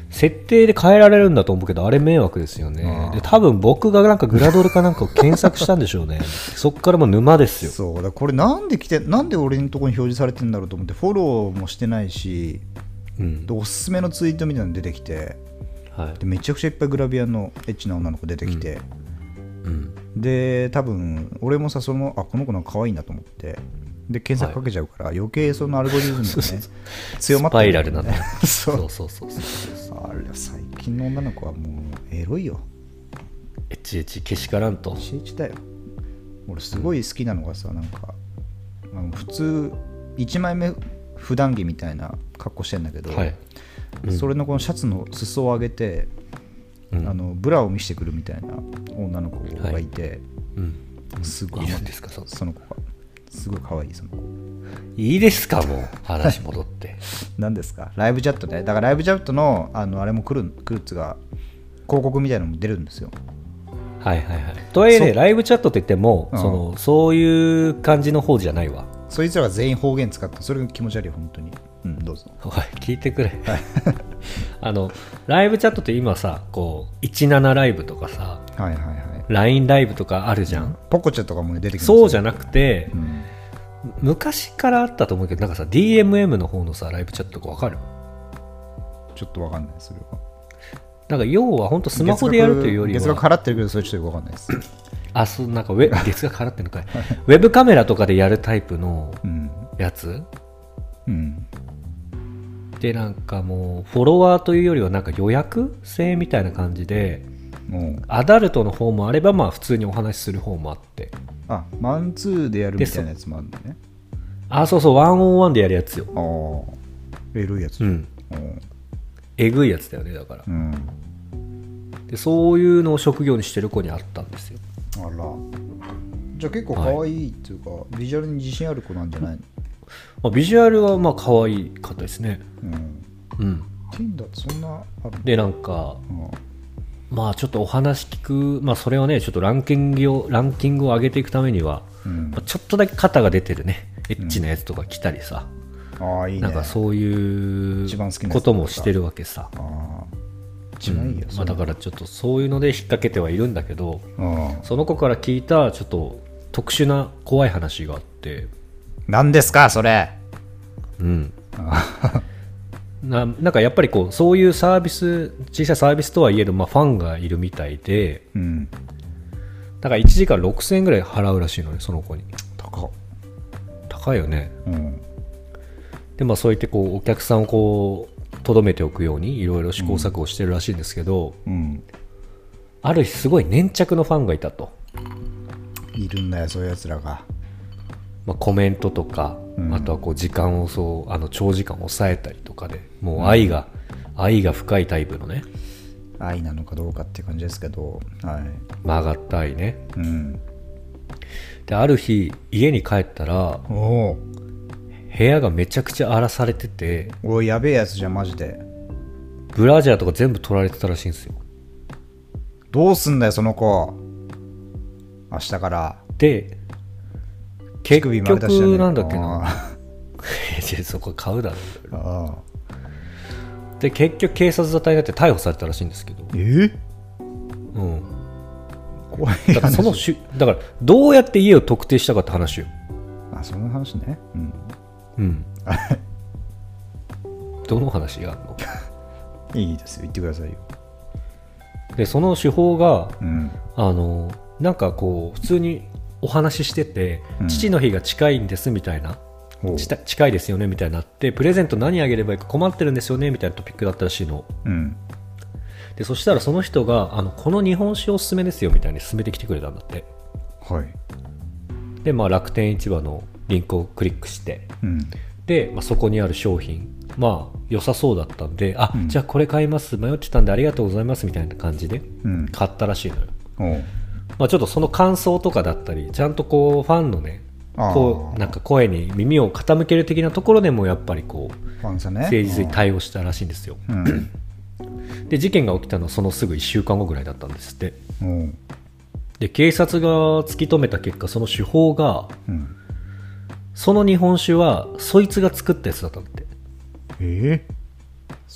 Speaker 1: 設定で変えられるんだと思うけど、あれ迷惑ですよね。で多分僕がなんかグラドルかなんかを検索したんでしょうね。そっからもう沼ですよ。
Speaker 2: そうだ、これなんで来て、なんで俺のところに表示されてるんだろうと思って、フォローもしてないし、うん、でおすすめのツイートみたいなの出てきて、はい、でめちゃくちゃいっぱいグラビアのエッチな女の子出てきて、うんうん、で多分俺もさ、そのあこの子なんか可愛いなと思ってで検索かけちゃうから、はい、余計そのアルゴリズムがね強まってる、ね、スパイラルなんだよ。そうそうそうそうあれ最近の女の子はもうエロいよ。
Speaker 1: エッチエッチけしからんと。
Speaker 2: エッチエッチだよ。俺すごい好きなのがさ、なんかあの普通いちまいめ普段着みたいな格好してんだけど、はいうん、それのこのシャツの裾を上げて、うん、あのブラを見せてくるみたいな女の子がいて、はいうん、すごい
Speaker 1: いるんですか、そ
Speaker 2: その子がすごい可愛い。その子
Speaker 1: いいですか、もう話戻って
Speaker 2: 何ですか、ライブチャットね。だからライブチャットのあのあれも来る来るっつが広告みたいなのも出るんですよ。
Speaker 1: はいはいはい。とはいえね、ライブチャットって言っても、うん、そのそういう感じの方じゃないわ。
Speaker 2: そいつらが全員方言使って、それが気持ち悪い本当に。うん、どうぞ。
Speaker 1: おい聞いてくれ。あのライブチャットって今さ、こうじゅうななライブとかさ、はいはいはい、ライン ライブとかあるじゃん。うん、
Speaker 2: ポコチャとかも出てくるんです
Speaker 1: よ。そうじゃなくて、うん、昔からあったと思うけど、なんかさ ディーエムエム の方のさライブチャットとかわかる？
Speaker 2: ちょっとわかんないそれは。
Speaker 1: なんか要は本当スマホでやるというよりは
Speaker 2: 月額払ってるけど、それちょっとわかんないです。
Speaker 1: あ、そうなんかウェ月額払ってるのかい。ウェブカメラとかでやるタイプのやつ、うん、でなんかもうフォロワーというよりはなんか予約制みたいな感じで、うん、アダルトの方もあれば、まあ普通にお話しする方もあって、
Speaker 2: あマンツーでやるみたいなやつもあるんだね。
Speaker 1: あ、そうそう、ワンオンワンでやるやつよ。
Speaker 2: ああ、エロいやつ、うん、
Speaker 1: えぐいやつだよね。だから、うん、でそういうのを職業にしてる子にあったんですよ。
Speaker 2: あら、じゃあ結構可愛いっていうか、はい、ビジュアルに自信ある子なんじゃないの？
Speaker 1: まあ、ビジュアルはまあ可愛かったですね。うん。うん。
Speaker 2: Tinder ってそんなある？
Speaker 1: でなんか、うん、まあちょっとお話聞く、まあそれはねちょっとランキングをランキングを上げていくためには、うんまあ、ちょっとだけ肩が出てるねエッチなやつとか来たりさ、うん、あいいね、なんかそういうこともしてるわけさ。あ一番いいよ、うんまあ、だからちょっとそういうので引っ掛けてはいるんだけど、その子から聞いたちょっと特殊な怖い話があって。
Speaker 2: 何ですかそれ。
Speaker 1: うんな, なんかやっぱりこうそういうサービス、小さいサービスとはいえど、まあ、ファンがいるみたいで、うん、だからいちじかんろくせんえんぐらい払うらしいのね、その子に。
Speaker 2: 高
Speaker 1: 高いよね、うん、でまあそう言ってこうお客さんをこう留めておくようにいろいろ試行錯誤してるらしいんですけど、うんうん、ある日すごい粘着のファンがいたと。
Speaker 2: いるんだよそういうやつらが。
Speaker 1: まあ、コメントとか、うん、あとはこう時間をそうあの長時間抑えたりとかでもう愛が、うん、愛が深いタイプのね。
Speaker 2: 愛なのかどうかっていう感じですけど、はい、
Speaker 1: 曲がった愛ね、うん、である日家に帰ったらお部屋がめちゃくちゃ荒らされてて、
Speaker 2: おいやべえやつじゃんマジで。
Speaker 1: ブラジャーとか全部取られてたらしいんですよ。
Speaker 2: どうすんだよその子明日から。
Speaker 1: で結局なんだっけなそこ買うだろう。あで結局警察沙汰になって逮捕されたらしいんですけど。
Speaker 2: え
Speaker 1: うん怖い。だからそのしだからどうやって家を特定したかって話よ。
Speaker 2: あその話ね。うん
Speaker 1: うんどの話がある
Speaker 2: のいいですよ言ってくださいよ。
Speaker 1: でその手法が、うん、あのなんかこう普通にお話ししてて、うん、父の日が近いんですみたいな、近いですよねみたいになって、プレゼント何あげればいいか困ってるんですよねみたいなトピックだったらしいの、うん、でそしたらその人があのこの日本酒おすすめですよみたいに勧めてきてくれたんだって。はい。で、まあ、楽天市場のリンクをクリックして、うん、で、まあ、そこにある商品まあ良さそうだったんで、あ、うん、じゃあこれ買います迷ってたんでありがとうございますみたいな感じで買ったらしいのよ、うんまあ、ちょっとその感想とかだったりちゃんとこうファンのねこうなんか声に耳を傾ける的なところでもやっぱりこう誠実に対応したらしいんですよ、うん、で事件が起きたのはそのすぐいっしゅうかんごぐらいだったんですって、うん、で警察が突き止めた結果その手法が、うん、その日本酒はそいつが作ったやつだったんだって。
Speaker 2: えー、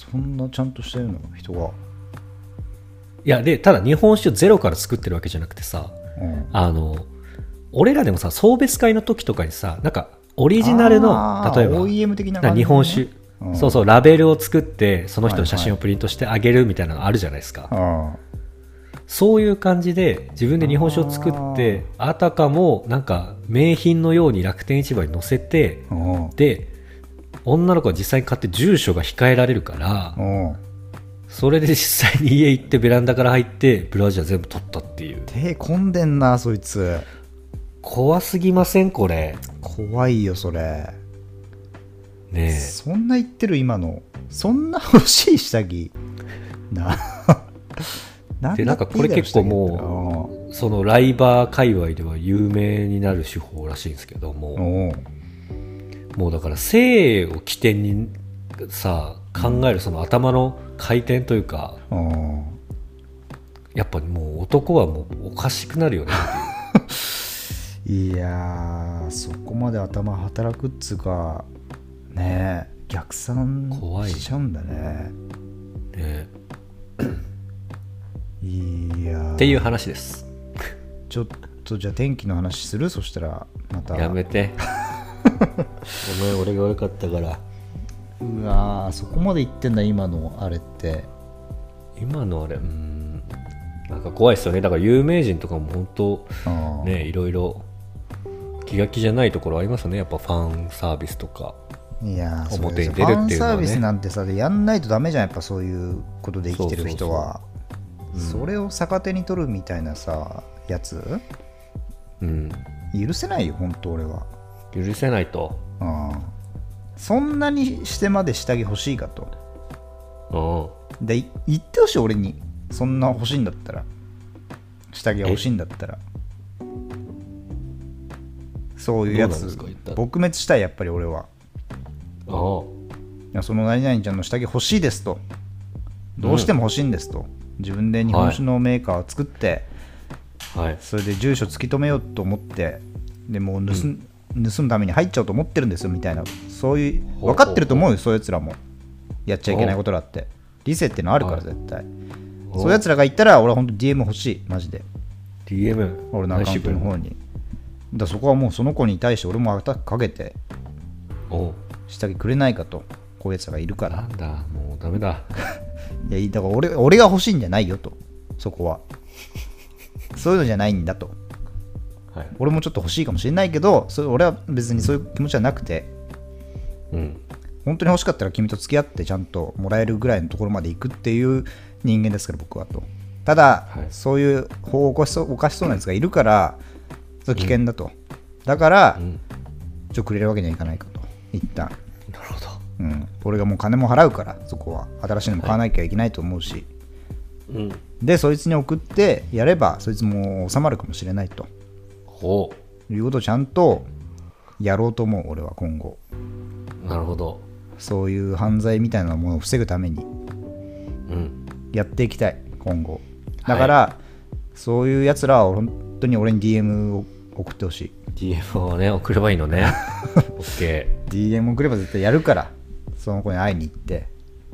Speaker 2: そんなちゃんとしてるの人が。
Speaker 1: いやでただ日本酒をゼロから作ってるわけじゃなくてさ、うん、あの俺らでもさ送別会の時とかにさなんかオリジナルの例えば
Speaker 2: オーイーエム 的な感じ、ね、
Speaker 1: 日本酒、うん、そうそうラベルを作ってその人の写真をプリントしてあげるみたいなのあるじゃないですか、はいはい、そういう感じで自分で日本酒を作ってあたかもなんか名品のように楽天市場に載せてで女の子が実際に買って住所が控えられるからそれで実際に家行ってベランダから入ってブラジャー全部取ったっていう。
Speaker 2: 手込んでんなそいつ。
Speaker 1: 怖すぎませんこれ。
Speaker 2: 怖いよそれ
Speaker 1: ねえ。
Speaker 2: そんな言ってる今のそんな欲しい下着な
Speaker 1: なんでなんかこれ結構もうそのライバー界隈では有名になる手法らしいんですけどももうだから性を起点にさ考えるその頭の回転というかやっぱもう男はもうおかしくなるよね
Speaker 2: いやーそこまで頭働くっつうかねえ逆算しちゃうんだね。
Speaker 1: ね
Speaker 2: いや
Speaker 1: っていう話です。
Speaker 2: ちょっとじゃあ天気の話する？そしたらまた
Speaker 1: やめてごめん俺が悪かったから。
Speaker 2: うわーそこまで言ってんだ今のあれって。
Speaker 1: 今のあれうーんなんか怖いですよね。だから有名人とかも本当ねいろいろ気が気じゃないところありますよね。やっぱファンサービスとか
Speaker 2: いや
Speaker 1: 表に出るっていうのは、ね、ファン
Speaker 2: サービスなんてさやんないとダメじゃん。やっぱそういうことで生きてる人はそうそうそう、うん、それを逆手に取るみたいなさやつ、うん、許せないよ本当俺は。
Speaker 1: 許せないと。
Speaker 2: あそんなにしてまで下着欲しいかと。で言ってほしい俺に。そんな欲しいんだったら下着が欲しいんだったらそういうやつ撲滅したい。やっぱり俺はあいやその何々ちゃんの下着欲しいですとどうしても欲しいんですと、うん、自分で日本酒のメーカーを作って、はい、それで住所突き止めようと思ってでもう盗、うん、盗むために入っちゃおうと思ってるんですよみたいなそういう分かってると思うよ。そういうやつらもやっちゃいけないことだって理性ってのあるから絶対、はい、そういうやつらがいたら俺は本当 ディーエム 欲しいマジで
Speaker 1: ディーエム
Speaker 2: 俺のアカウントの方にだそこはもうその子に対して俺もアタックかけて下着くれないかとこういうやつらがいるから。
Speaker 1: なんだもうダメだ
Speaker 2: いやだから 俺, 俺が欲しいんじゃないよとそこはそういうのじゃないんだと、はい、俺もちょっと欲しいかもしれないけどそれ俺は別にそういう気持ちはなくて、うん、本当に欲しかったら君と付き合ってちゃんともらえるぐらいのところまで行くっていう人間ですから僕はと。ただ、はい、そういう法を犯しそう、犯しそうなやつがいるから危険だと、うん、だから、うん、ちょくれるわけにはいかないかと一旦。
Speaker 1: なるほど、
Speaker 2: うん、俺がもう金も払うからそこは新しいのも買わなきゃいけないと思うし、はいうん、でそいつに送ってやればそいつも収まるかもしれないとほういうことをちゃんとやろうと思う俺は今後。
Speaker 1: なるほど。
Speaker 2: そういう犯罪みたいなものを防ぐために、うん、やっていきたい今後だから、はい、そういうやつらは本当に俺に ディーエム を送ってほしい。
Speaker 1: ディーエム をね送ればいいのねOK
Speaker 2: ディーエム 送れば絶対やるからその子に会いに行って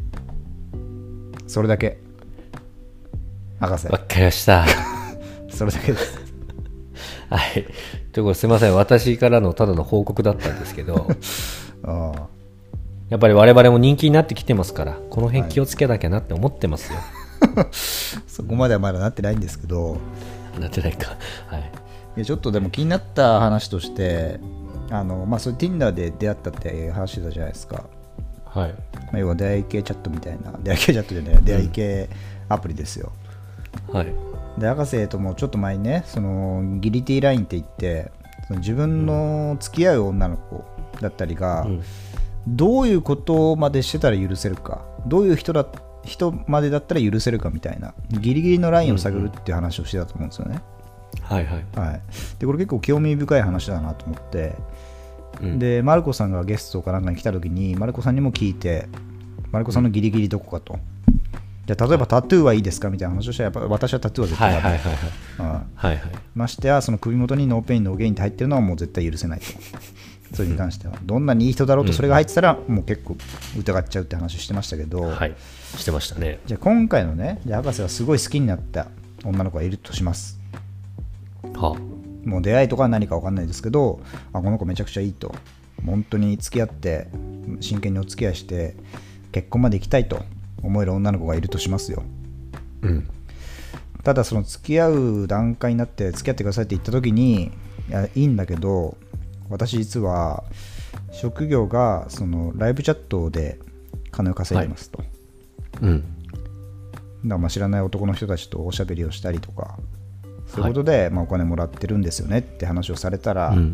Speaker 2: それだけ博士
Speaker 1: わかりました
Speaker 2: それだけです
Speaker 1: はいということですいません私からのただの報告だったんですけどああやっぱり我々も人気になってきてますからこの辺気をつけなきゃなって思ってますよ、
Speaker 2: はい、そこまではまだなってないんですけど
Speaker 1: なってないかはい
Speaker 2: いやちょっとでも気になった話としてあの、まあ、それ Tinder で出会ったって話してたじゃないですか。はい、まあ、要は出会い系チャットみたいな出会い系チャットじゃない、うん、出会い系アプリですよ。はいで博士ともちょっと前にねそのギリティラインって言ってその自分の付き合う女の子だったりが、うん、どういうことまでしてたら許せるかどういう人だ人までだったら許せるかみたいなギリギリのラインを探るっていう話をしてたと思うんですよね。はいはいはい、でこれ結構興味深い話だなと思って、うん、でマルコさんがゲストかなんかに来た時にマルコさんにも聞いてマルコさんのギリギリどこかと、うん、じゃあ例えばタトゥーはいいですかみたいな話をしたらやっぱ私はタトゥーは絶対ダメ、はいはいはいはい、ましてやその首元にノーペインノーゲインって入ってるのはもう絶対許せないとそれに関しては、うん、どんなにいい人だろうとそれが入ってたら、もう結構疑っちゃうって話してましたけど、
Speaker 1: はい、してましたね。
Speaker 2: じゃあ今回のね、じゃあ博士がすごい好きになった女の子がいるとします。
Speaker 1: はあ、
Speaker 2: もう出会いとかは何か分かんないですけど、あ、この子めちゃくちゃいいと、本当に付き合って真剣にお付き合いして結婚まで行きたいと思える女の子がいるとしますよ。
Speaker 1: うん、
Speaker 2: ただその付き合う段階になって付き合ってくださいって言った時に、いやいいんだけど、私実は職業がそのライブチャットで金を稼いでますと、
Speaker 1: はい、うん、
Speaker 2: だからまあ知らない男の人たちとおしゃべりをしたりとか、そういうことで、はい、まあ、お金もらってるんですよねって話をされたら、
Speaker 1: うんうんうん、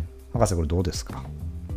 Speaker 2: 博士これどうですか？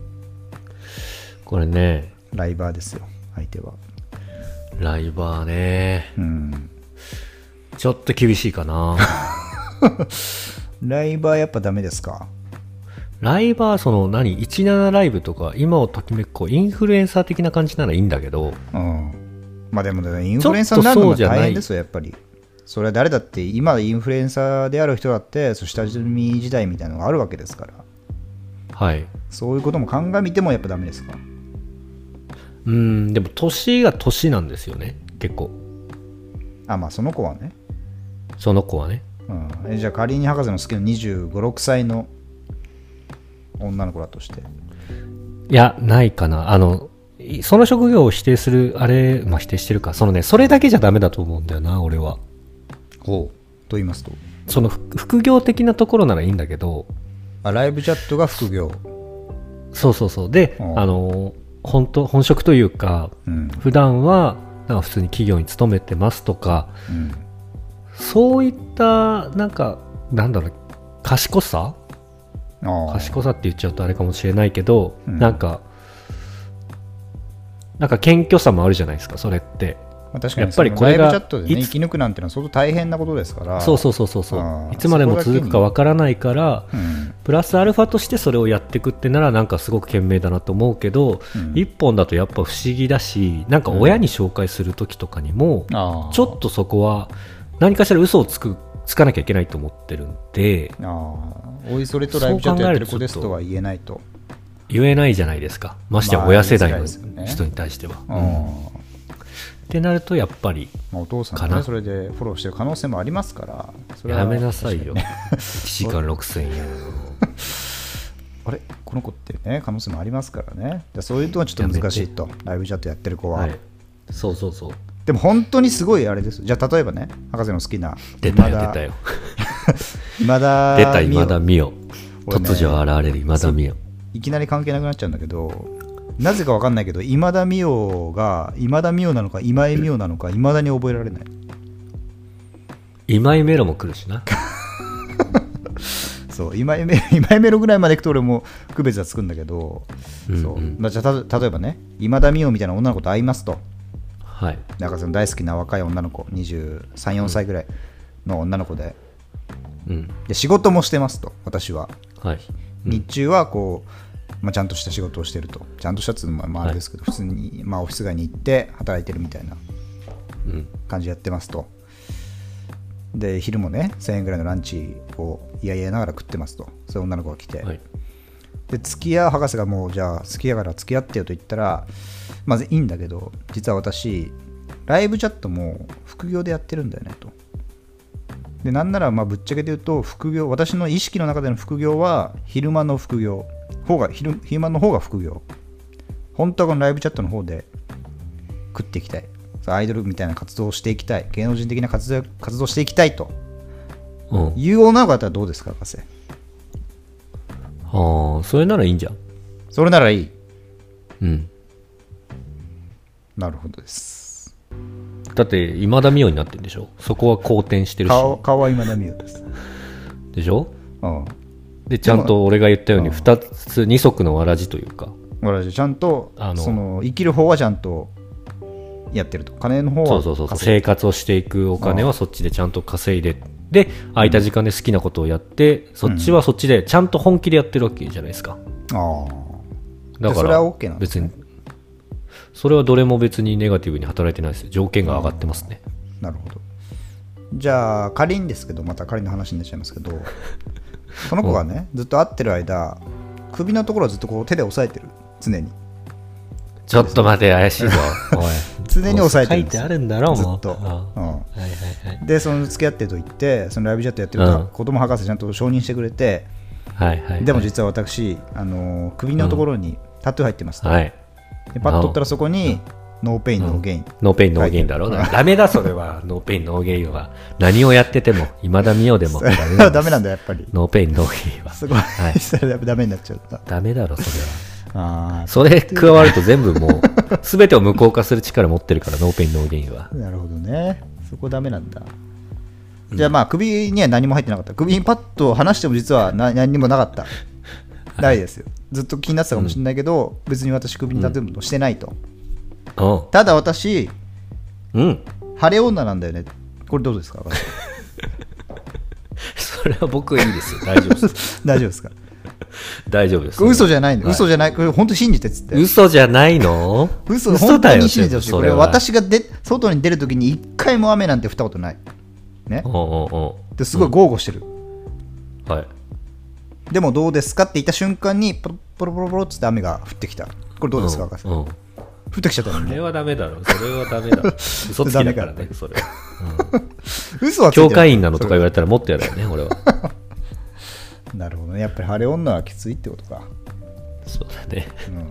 Speaker 1: これね、
Speaker 2: ライバーですよ、相手は。
Speaker 1: ライバーね、
Speaker 2: うん、
Speaker 1: ちょっと厳しいかな。
Speaker 2: ライバーやっぱダメですか？
Speaker 1: ライバー、その何、じゅうななライブとか今をときめくこうインフルエンサー的な感じならいいんだけど、
Speaker 2: うん、まあでもね、インフルエンサーになるのが大変ですよ、やっぱり。それは誰だって、今インフルエンサーである人だって、そう下積み時代みたいなのがあるわけですから、
Speaker 1: はい、
Speaker 2: そういうことも鑑みてもやっぱダメですか？
Speaker 1: うーん、でも年が年なんですよね、結構。
Speaker 2: あ、まあその子はね。
Speaker 1: その子はね。
Speaker 2: うん、えじゃあ仮に博士の好きなにじゅうご、ろくさいの女の子だとして。
Speaker 1: いや、ないかな。あの、その職業を否定する、あれ、まあ否定してるか。そのね、それだけじゃダメだと思うんだよな、俺は。
Speaker 2: ほう。と言いますと？
Speaker 1: その副業的なところならいいんだけど。
Speaker 2: あ、ライブチャットが副業。
Speaker 1: そうそうそう。で、あの、本当、本職というか、うん、普段は、なんか普通に企業に勤めてますとか、うん、そういった、なんか、なんだろう、賢さ賢さって言っちゃうとあれかもしれないけど、うん、なんかなんか謙虚さもあるじゃないですか、それって。
Speaker 2: まあ、確かにやっぱりこれがライブチャットで、ね、生き抜くなんてのは相当大変なことですから。
Speaker 1: そうそうそうそうそう、いつまでも続くかわからないから、うん、プラスアルファとしてそれをやっていくってならなんかすごく賢明だなと思うけど、うん、一本だとやっぱ不思議だし、なんか親に紹介する時とかにも、うん、ちょっとそこは何かしら嘘をつくつかなきゃいけないと思ってるんで、
Speaker 2: あおいそれとライブチャットやってる子ですとは言えないと
Speaker 1: 言えないじゃないですか、ましてや親世代の人に対しては、まあね、うん、ってなるとやっぱり、
Speaker 2: まあ、お父さんが、ね、それでフォローしてる可能性もありますから、それは
Speaker 1: やめなさいよ、ね、いちじかんろくせんえん
Speaker 2: あれこの子ってね可能性もありますからね。そういうのはちょっと難しいと、ライブチャットやってる子は、はい、
Speaker 1: そうそうそう。
Speaker 2: でも本当にすごいあれです。じゃあ例えばね、博士の好きな
Speaker 1: 出たよ出たよ
Speaker 2: 今田
Speaker 1: 出た今田美桜、突如現れる今田美桜、
Speaker 2: いきなり関係なくなっちゃうんだけど、なぜか分かんないけど今田美桜が今田美桜なのか今江美桜なのかいまだに覚えられない。
Speaker 1: 今井メロも来るしな
Speaker 2: そう今井メ今井メロぐらいまでいくと俺も区別はつくんだけど、うんうん、そう、まあ、じゃあた例えばね、今田美桜みたいな女の子と会いますと、
Speaker 1: はい、
Speaker 2: 中瀬の大好きな若い女の子にじゅうさん、よんさいぐらいの女の子で、うん、で仕事もしてますと、私は、はいうん、日中はこう、まあ、ちゃんとした仕事をしてると、ちゃんとしたっていうのもまああれですけど、はい、普通に、まあ、オフィス街に行って働いてるみたいな感じでやってますと、で昼もねせんえんぐらいのランチをいやいやながら食ってますと、そういう女の子が来て、はい、で付き合う博士がもうじゃあ好きやから付き合ってよと言ったらまずいいんだけど、実は私ライブチャットも副業でやってるんだよねと。でなんならまあぶっちゃけて言うと、副業、私の意識の中での副業は昼間の副業方が 昼, 昼間の方が副業、本当はこのライブチャットの方で食っていきたい、アイドルみたいな活動をしていきたい、芸能人的な活動活動していきたいと、うん、いう女の子だったらどうですか博士。
Speaker 1: はあ、それならいいんじゃん。
Speaker 2: それならいい。
Speaker 1: うん。
Speaker 2: なるほどです。
Speaker 1: だって今田美桜になってるんでしょ。そこは好転してるし。
Speaker 2: 顔、顔は今田美桜です。
Speaker 1: でしょ。
Speaker 2: うん。
Speaker 1: でちゃんと俺が言ったようにふたつ二足のわらじというか。
Speaker 2: わらじちゃんとあのその生きる方はちゃんとやってると。金の方は
Speaker 1: そうそうそうそう、生活をしていくお金はそっちでちゃんと稼いで、で空いた時間で好きなことをやって、うん、そっちはそっちでちゃんと本気でやってるわけじゃないですか。
Speaker 2: ああ。
Speaker 1: だから
Speaker 2: それは OK なんですね。
Speaker 1: 別にそれはどれも別にネガティブに働いてないですよ。条件が上がってますね。
Speaker 2: なるほど。じゃあ仮にですけど、また仮の話になっちゃいますけどその子がねずっと会ってる間首のところはずっとこう手で押さえてる、常に。
Speaker 1: ちょっと待て、怪しいぞ。おい
Speaker 2: 常に押さえてるんです
Speaker 1: 書いてあるんだろ、もう。
Speaker 2: ずっと。うん
Speaker 1: はいはいはい。
Speaker 2: で、その付き合ってと言って、そのライブチャットやってると、
Speaker 1: うん
Speaker 2: 子供博士ちゃんと承認してくれて、
Speaker 1: はいはいはい。
Speaker 2: でも実は私、あのー首のところにタトゥー入ってますと、
Speaker 1: はい。
Speaker 2: でパッと取ったらそこに、ノーペイン、ノーゲイン。
Speaker 1: ノーペインノーゲインだろうな。ダメだ、それは。ノーペインノーゲインは。何をやってても、今田美桜でも
Speaker 2: それはダメなんだ、やっぱり。
Speaker 1: ノーペインノーゲインは。
Speaker 2: すごい。
Speaker 1: はい、
Speaker 2: それはダメになっちゃった。
Speaker 1: ダメだろ、それは。
Speaker 2: あ
Speaker 1: それ加わると全部もう、すべてを無効化する力持ってるから、ノーペインノーゲインは。
Speaker 2: なるほどね。そこダメなんだ。じゃあまあ、首には何も入ってなかった。首にパッと離しても実は何何にもなかった。ないですよ。ずっと気になってたかもしれないけど、別に私首にタトゥーもしてないと。
Speaker 1: うん。
Speaker 2: ただ私、
Speaker 1: うん。
Speaker 2: 晴れ女なんだよね。これどうですか？
Speaker 1: それは僕はいいですよ。大丈夫です。
Speaker 2: 大丈夫ですか？
Speaker 1: 大丈夫です。
Speaker 2: 嘘じゃないの、
Speaker 1: はい、
Speaker 2: 嘘じゃない。これ本当に信じてっつって。
Speaker 1: 嘘じゃないの？
Speaker 2: 嘘、
Speaker 1: 嘘
Speaker 2: 本当
Speaker 1: だよ。
Speaker 2: に信じてほしい。これ私がで外に出るときに一回も雨なんて降ったことない。ね。
Speaker 1: おうおうおう。
Speaker 2: ですごい豪語してる。
Speaker 1: うん、はい。
Speaker 2: でもどうですかって言った瞬間にポロポロポロポロって雨が降ってきた。これどうですか、赤瀬さん。降ってきちゃったのね。
Speaker 1: それはダメだろ。それはダメだろ。嘘つきだからね、それは。
Speaker 2: うん、嘘はついてる。
Speaker 1: 教会員なのとか言われたらもっとやだよね、俺は。
Speaker 2: なるほどね。やっぱり晴れ女はきついってことか。
Speaker 1: そうだね。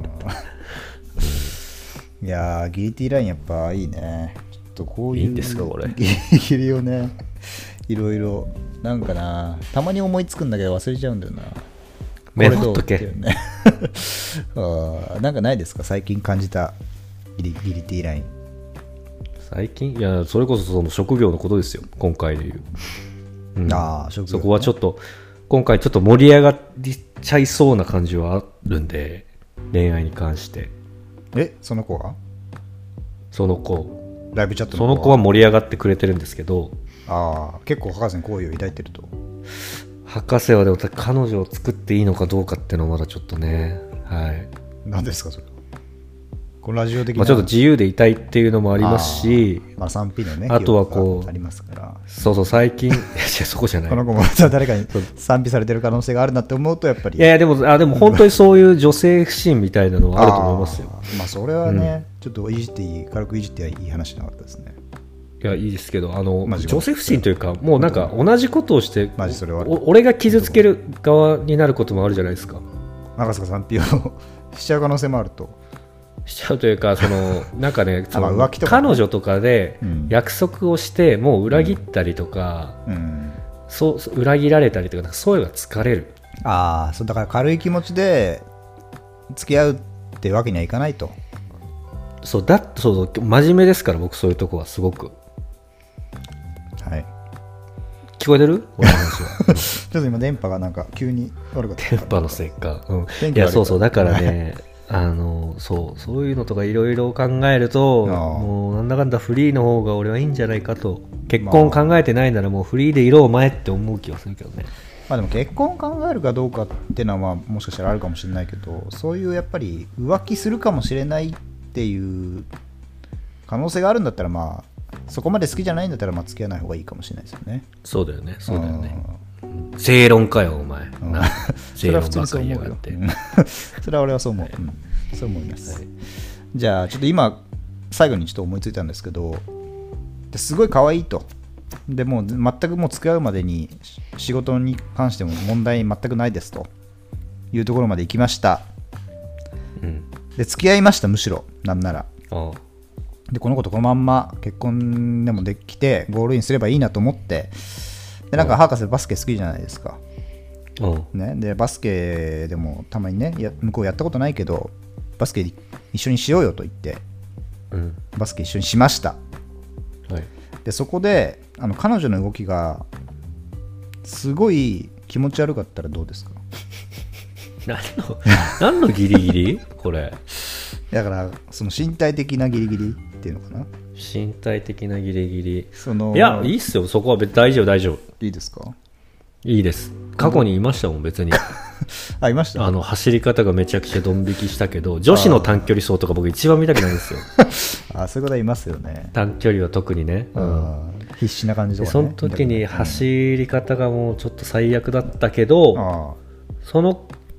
Speaker 2: うん、いやー、ギリティラインやっぱいいね。ちょっとこういう。
Speaker 1: いいんですか、これ。
Speaker 2: ギリギリをね、いろいろ。なんかな、たまに思いつくんだけど忘れちゃうんだよな。
Speaker 1: メモっとけ。
Speaker 2: ね、あなんかないですか、最近感じたギリギリティライン。
Speaker 1: 最近いや、それこそその職業のことですよ、今回でいう。うん、あ職業、ね、そこはちょっと、今回ちょっと盛り上がっちゃいそうな感じはあるんで、恋愛に関して。
Speaker 2: え、その子は
Speaker 1: その子。
Speaker 2: ライブチャット
Speaker 1: の子はその子は盛り上がってくれてるんですけど、
Speaker 2: ああ、結構博士に好意を抱いてると。
Speaker 1: 博士はでも彼女を作っていいのかどうかっていうのはまだちょっとね、はい。
Speaker 2: 何ですかそれ。このラジオ的な、
Speaker 1: まあ、ちょっと自由でいたいっていうのもありますし、
Speaker 2: あ、まあ、賛否のね、
Speaker 1: あとはこう
Speaker 2: ありますから。
Speaker 1: そうそう、最近いやそこじゃない。
Speaker 2: この子も誰かに賛否されてる可能性があるなって思うとやっぱり。
Speaker 1: いやいやでもあでも本当にそういう女性不信みたいなのはあると思いますよ。
Speaker 2: あまあそれはね、うん、ちょっといじっていい軽くいじっていい話じゃなかったですね。
Speaker 1: いやいいですけど、あの女性不信というか、もうなんか同じことをして
Speaker 2: マジそれは
Speaker 1: 俺が傷つける側になることもあるじゃないですか。
Speaker 2: 赤坂さんピをしちゃう可能性もあると。
Speaker 1: しちゃうというか、そのなんかね、その
Speaker 2: 浮気とかね、
Speaker 1: 彼女とかで約束をしてもう裏切ったりとか、
Speaker 2: うんうん、
Speaker 1: そう裏切られたりとか、なんかそういうのが疲れる。
Speaker 2: ああ、そうだから軽い気持ちで付き合うってわけにはいかないと。
Speaker 1: そうだそうそう真面目ですから僕そういうとこはすごく。
Speaker 2: はい。
Speaker 1: 聞こえてる？俺の話は。
Speaker 2: ちょっと今電波がなんか急に悪かった。
Speaker 1: 電波のせいか。うん、いやそうそうだからね。あのそうそういうのとかいろいろ考えると、もうなんだかんだフリーの方が俺はいいんじゃないかと。結婚考えてないならもうフリーでいろお前って思う気がするけどね。
Speaker 2: まあでも結婚を考えるかどうかっていうのはまあもしかしたらあるかもしれないけど、そういうやっぱり浮気するかもしれないっていう可能性があるんだったら、まあそこまで好きじゃないんだったらまあ付き合わない方がいいかもしれないですよね。
Speaker 1: そうだよね、そうだよね。正論かよお前。
Speaker 2: 正論ばっかり言いやがって。それは俺はそう思う。うん、そう思います。はい、じゃあちょっと今最後にちょっと思いついたんですけど、すごい可愛いと。でもう全くもう付き合うまでに仕事に関しても問題全くないですというところまで行きました。うん、で付き合いました、むしろなんなら。ああでこの子とこのまんま結婚でもできてゴールインすればいいなと思って、でなんか博士バスケ好きじゃないですか。ね、でバスケでもたまにねや向こうやったことないけどバスケ一緒にしようよと言って、うん、バスケ一緒にしました。はい、でそこであの彼女の動きがすごい気持ち悪かったらどうですか？
Speaker 1: 何の何のギリギリこれ
Speaker 2: だからその身体的なギリギリっていうのかな。
Speaker 1: 身体的なギリギリ、
Speaker 2: その
Speaker 1: いやいいっすよ、そこは別に大丈夫大丈夫。
Speaker 2: いいですか？
Speaker 1: いいです。過去にいましたもん別に。
Speaker 2: あいました。
Speaker 1: あの走り方がめちゃくちゃドン引きしたけど、女子の短距離走とか僕一番見たくないんですよ。
Speaker 2: あそういう方いますよね。
Speaker 1: 短距離は特にね。うん、
Speaker 2: 必死な感じとかね。
Speaker 1: その時に走り方がもうちょっと最悪だったけど、その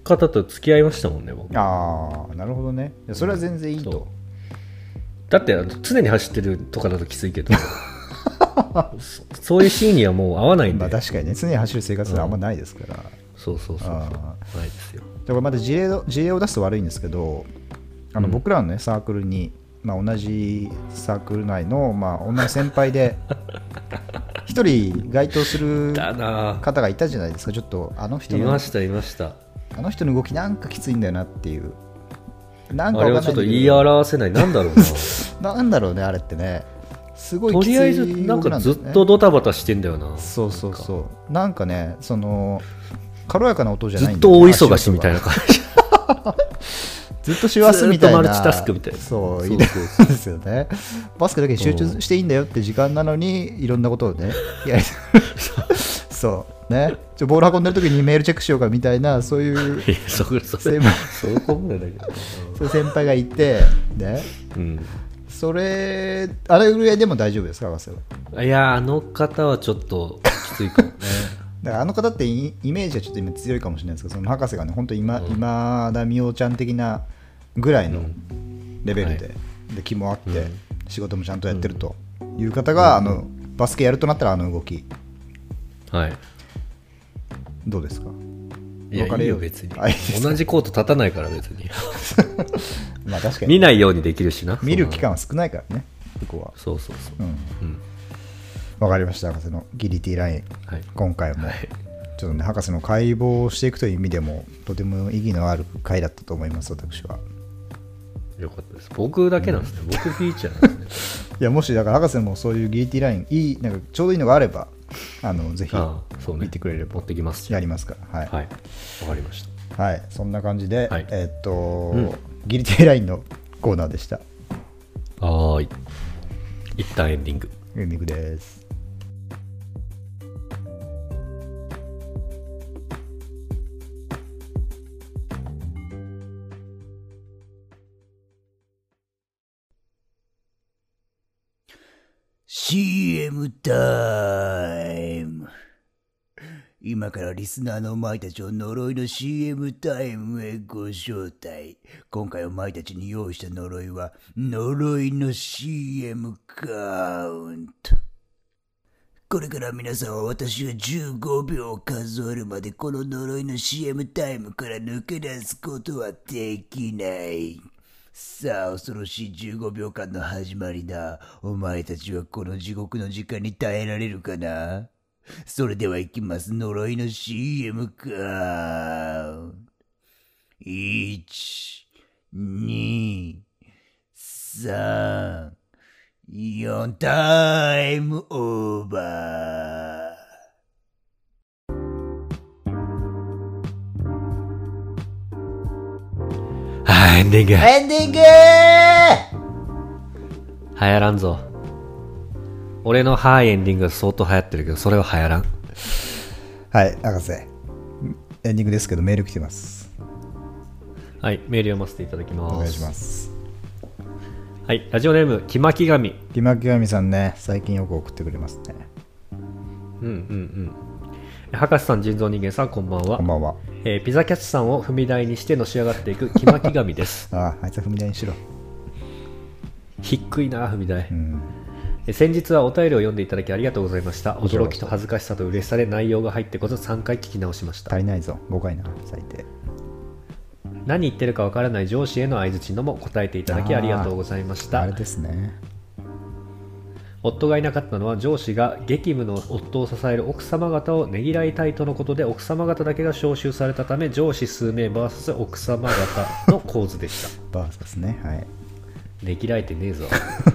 Speaker 1: 方と付き合いましたもんね僕。
Speaker 2: ああなるほどね。それは全然いいと、
Speaker 1: そうだって常に走ってるとかだときついけどそ, そういうシーンにはもう合わないんで、
Speaker 2: まあ、確かにね常に走る生活はあんまないですから、うん、
Speaker 1: そうそうそうそうないですよ。
Speaker 2: だからまた事例を事例を出すと悪いんですけど、あの僕らのねサークルに、まあ、同じサークル内の、まあ、同じ先輩で一人該当する方がいたじゃないですか。ちょっとあの人の
Speaker 1: いましたいました
Speaker 2: あの人の動きなんかきついんだよなっていう、なんか
Speaker 1: あれはちょっと言い表せない。なんだろうな
Speaker 2: なんだろうねあれってね、すごい
Speaker 1: と
Speaker 2: きつい
Speaker 1: りあえずなんかずっとドタバタしてんだよな。
Speaker 2: そうそうそうなんかねその軽やかな音じゃない
Speaker 1: んだよ、ね、ずっと大忙しみたいな感じ
Speaker 2: ずっと師走みたいな、
Speaker 1: ずっとマルチタスクみたいな、
Speaker 2: そうそうそうですよね。バスケだけに集中していいんだよって時間なのにいろんなことをねやりそうね、ちょボール運んでる時にメールチェックしようかみたいな、そういう
Speaker 1: いやそこそれそこまでだけど
Speaker 2: そういう先輩がいてね、うん、それあれぐらいでも大丈夫ですか博士は。
Speaker 1: いやあの方はちょっときついかもね
Speaker 2: だからあの方ってイメージはちょっと今強いかもしれないですけど、その博士がね本当今、うん、今田美桜ちゃん的なぐらいのレベルで、うんはい、で気もあって、うん、仕事もちゃんとやってるという方が、うん、あのバスケやるとなったらあの動き、はい、どうですか。
Speaker 1: いやいいよ別に同じコート立たないから別に
Speaker 2: まあ確かに
Speaker 1: 見ないようにできるしな。
Speaker 2: 見る期間は少ないからねここは。
Speaker 1: そうそうそう、うん
Speaker 2: うんわかりました。博士のギリティライン、はい、今回も、はい、ちょっとね博士の解剖をしていくという意味でもとても意義のある回だったと思います。私は
Speaker 1: よかったです。僕だけなんですね、うん、僕フィーチャーなんですねい
Speaker 2: やもしだから博士もそういうギリティラインいいなんかちょうどいいのがあればあのぜひ見てくれれば、
Speaker 1: ね、持ってきます
Speaker 2: やりますからはいわ、はい、
Speaker 1: かりました。
Speaker 2: はいそんな感じで、はい、えー、っと、うん、ギリティラインのコーナーでした。
Speaker 1: はい、一旦エンディング
Speaker 2: エンディングです。シーエム タイム。今からリスナーのお前たちを呪いの シーエム タイムへご招待。今回お前たちに用意した呪いは呪いの シーエム カウント。これから皆さんは私がじゅうごびょう数えるまでこの呪いの シーエム タイムから抜け出すことはできない。さあ恐ろしいじゅうごびょうかんの始まりだ。お前たちはこの地獄の時間に耐えられるかな。それでは行きます。呪いの シーエム カウント。いち、に、さん、よんタイムオーバー。
Speaker 1: はい、エンディング。
Speaker 2: エンディング
Speaker 1: 流行らんぞ。俺のハイエンディングは相当流行ってるけど、それは流行らん。
Speaker 2: はい、博士。エンディングですけどメール来てます。
Speaker 1: はい、メール読ませていただきます。
Speaker 2: お願いします。
Speaker 1: はい、ラジオネーム、きまきがみ。
Speaker 2: きまきがみさんね、最近よく送ってくれますね。
Speaker 1: うんうんうん。博士さん、人造人間さん、こんばんは。
Speaker 2: こんばんは。
Speaker 1: えー、ピザキャッチさんを踏み台にしてのし上がっていくきまきがみです。
Speaker 2: ああ、あいつは踏み台にしろ。
Speaker 1: 低いな、踏み台。うん先日はお便りを読んでいただきありがとうございました。驚きと恥ずかしさと嬉しさで内容が入ってこそさんかい聞き直しました。
Speaker 2: 足りないぞ、ごかいな、最低。
Speaker 1: 何言ってるかわからない上司への相槌のも答えていただきありがとうございました。
Speaker 2: あれですね。
Speaker 1: 夫がいなかったのは上司が激務の夫を支える奥様方をねぎらいたいとのことで、奥様方だけが招集されたため上司数名 ブイエス 奥様方の構図でした。
Speaker 2: バーサスね、はい。
Speaker 1: ねぎらえてねえぞ。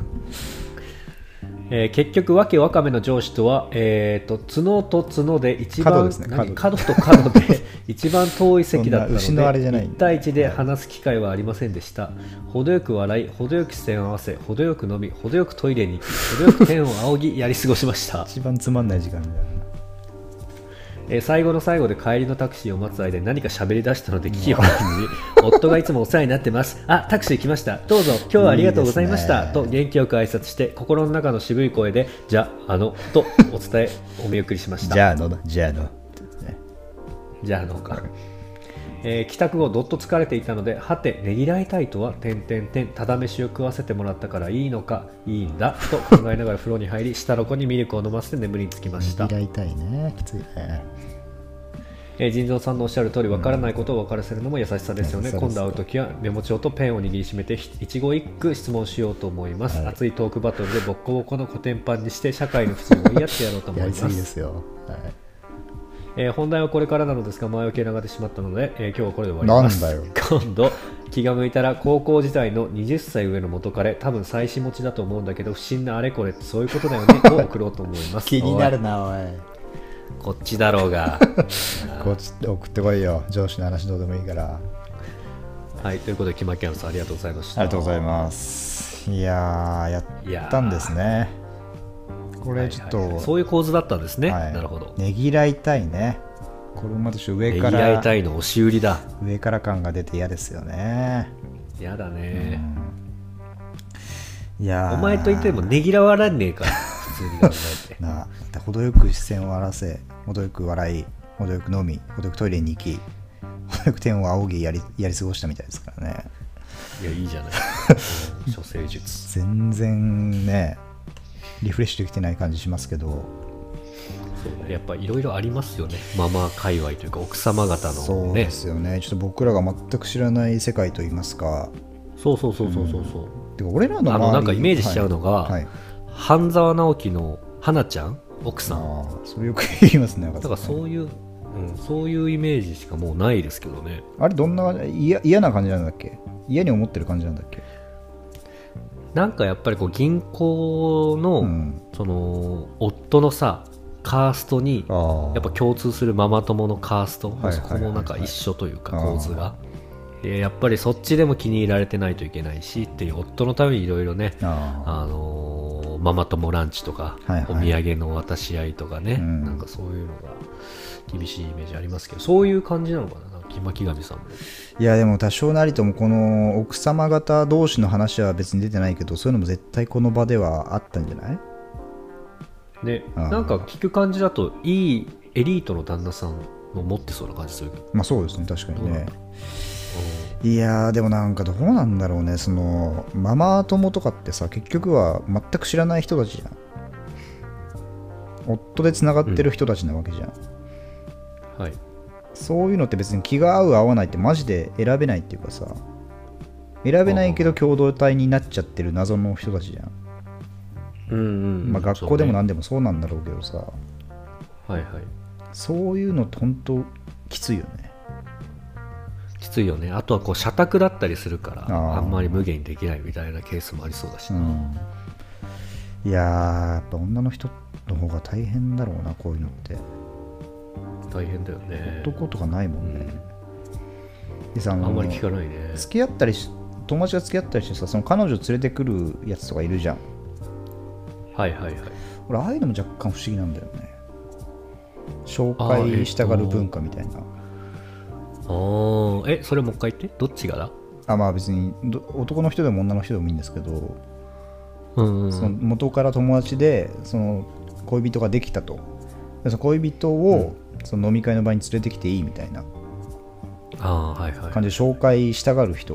Speaker 1: えー、結局わけわかめの上司とは、えー、と角と角で一番
Speaker 2: 角ですね、角
Speaker 1: 角と角で一番遠い席だったので
Speaker 2: のあれじゃない
Speaker 1: いち対いちで話す機会はありませんでした。程よく笑い、程よく視線を合わせ、程よく飲み、程よくトイレに行き、程よく天を仰ぎやり過ごしました。
Speaker 2: 一番つまんない時間だよな。
Speaker 1: えー、最後の最後で帰りのタクシーを待つ間に何か喋り出したので聞きを聞きに夫がいつもお世話になってます。あ、タクシー来ました。どうぞ今日はありがとうございました。いいと元気よく挨拶して心の中の渋い声でじゃあのとお伝えお見送りしました。
Speaker 2: じゃあのだじゃあの
Speaker 1: じゃあのか、 えー帰宅後どっと疲れていたので、はてねぎらいたいとは点々点ただ飯を食わせてもらったからいいのかいいんだと考えながら風呂に入り、下の子にミルクを飲ませて眠りにつきました。
Speaker 2: 嫌いたいね。きついね。
Speaker 1: えー、腎臓さんのおっしゃる通り、分からないことを分からせるのも優しさですよね。
Speaker 2: 優しさです
Speaker 1: 今度会うときはメモ帳とペンを握りしめて一語一句質問しようと思います、
Speaker 2: はい
Speaker 1: 熱いトークバトルでボッコボコのコテンパンにして社会の不正を追いやってやろうと思い
Speaker 2: やり
Speaker 1: ます
Speaker 2: すぎですよ。はい。
Speaker 1: えー本題はこれからなのですが、前置きが長ってしまったので、えー今日はこれで終わります。
Speaker 2: なんだよ
Speaker 1: 今度気が向いたら高校時代のはたち上の元彼、多分妻子持ちだと思うんだけど不審なあれこれってそういうことだよねを送ろうと思います。
Speaker 2: 気になるな、おい。
Speaker 1: こっちだろうが
Speaker 2: こっち送ってこいよ。上司の話どうでもいいから。
Speaker 1: はい、ということでキマキャンさんありがとうございました。
Speaker 2: ありがとうございます。いやー、やったんですね。これちょっと、
Speaker 1: はいはいはい、そういう構図だったんですね、
Speaker 2: はい、
Speaker 1: なるほど。
Speaker 2: ねぎらいたいね。これも私上から
Speaker 1: ねぎらいたいの押し売りだ。
Speaker 2: 上から感が出て嫌ですよね。
Speaker 1: やだね、
Speaker 2: うん、いや
Speaker 1: お前といてもねぎらわらんねえから普通に考えて
Speaker 2: なあ、程よく視線を荒らせ、程よく笑い、程よく飲み、程よくトイレに行き、程よく天を仰ぎやり、やり過ごしたみたいですからね。
Speaker 1: いや、いいじゃない処世術
Speaker 2: 全然ねリフレッシュできてない感じしますけど、
Speaker 1: そうやっぱいろいろありますよね、ママ界隈というか奥様方のね。
Speaker 2: そうですよね。ちょっと僕らが全く知らない世界といいますか。
Speaker 1: そうそうそうそうそうそう、
Speaker 2: うん、てか俺らの周り
Speaker 1: あのなんかイメージしちゃうのが、
Speaker 2: はいはい、
Speaker 1: 半沢直樹の花ちゃん奥さん、
Speaker 2: あそれよく言いますね。
Speaker 1: だからそういう、うん、そういうイメージしかもうないですけどね。
Speaker 2: あれどんな嫌嫌な感じなんだっけ。嫌に思ってる感じなんだっけ。
Speaker 1: なんかやっぱりこう銀行の、うん、その夫のさカーストにやっぱ共通するママ友のカースト、はいはいはいはい、そこもなんか一緒というか構図が、でやっぱりそっちでも気に入られてないといけないしっていう夫のためにいろいろね、あ、あのー、ママ友ランチとか、はいはい、お土産の渡し合いとかね、うん、なんかそういうのが厳しいイメージありますけど、そういう感じなのかな、巻上さんも。い
Speaker 2: やでも多少なりともこの奥様方同士の話は別に出てないけど、そういうのも絶対この場ではあったんじゃない
Speaker 1: ね。なんか聞く感じだといいエリートの旦那さんを持ってそうな感じするけど。
Speaker 2: まあそうですね、確かにね。いやーでもなんかどうなんだろうね、そのママ友とかってさ結局は全く知らない人たちじゃん。夫でつながってる人たちなわけじゃん、
Speaker 1: うん、はい。
Speaker 2: そういうのって別に気が合う合わないってマジで選べないっていうかさ、選べないけど共同体になっちゃってる謎の人たちじゃん。
Speaker 1: うんうん、
Speaker 2: まあ学校でも何でもそうなんだろうけどさ、
Speaker 1: はいはい、
Speaker 2: そういうのって本当きついよね。
Speaker 1: きついよね。あとはこう社宅だったりするからあんまり無限にできないみたいなケースもありそうだし、ね、
Speaker 2: うん、いやーやっぱ女の人の方が大変だろうな、こういうのって。
Speaker 1: 大変だよね。
Speaker 2: 男とかないもんね、
Speaker 1: うん、でさ、あのあんまり聞かないね。
Speaker 2: 付き合ったりし友達が付き合ったりしてさ、その彼女連れてくるやつとかいるじゃん。
Speaker 1: はいはいはい。
Speaker 2: 俺ああいうのも若干不思議なんだよね。紹介したがる文化みたいな。
Speaker 1: あ、えー、えそれもう一回言って、どっちがだ。
Speaker 2: あ、まあ別に男の人でも女の人でもいいんですけど、
Speaker 1: うんうん、
Speaker 2: その元から友達でその恋人ができたと、でその恋人を、うん、その飲み会の場に連れてきていいみたいな感じで紹介したがる人、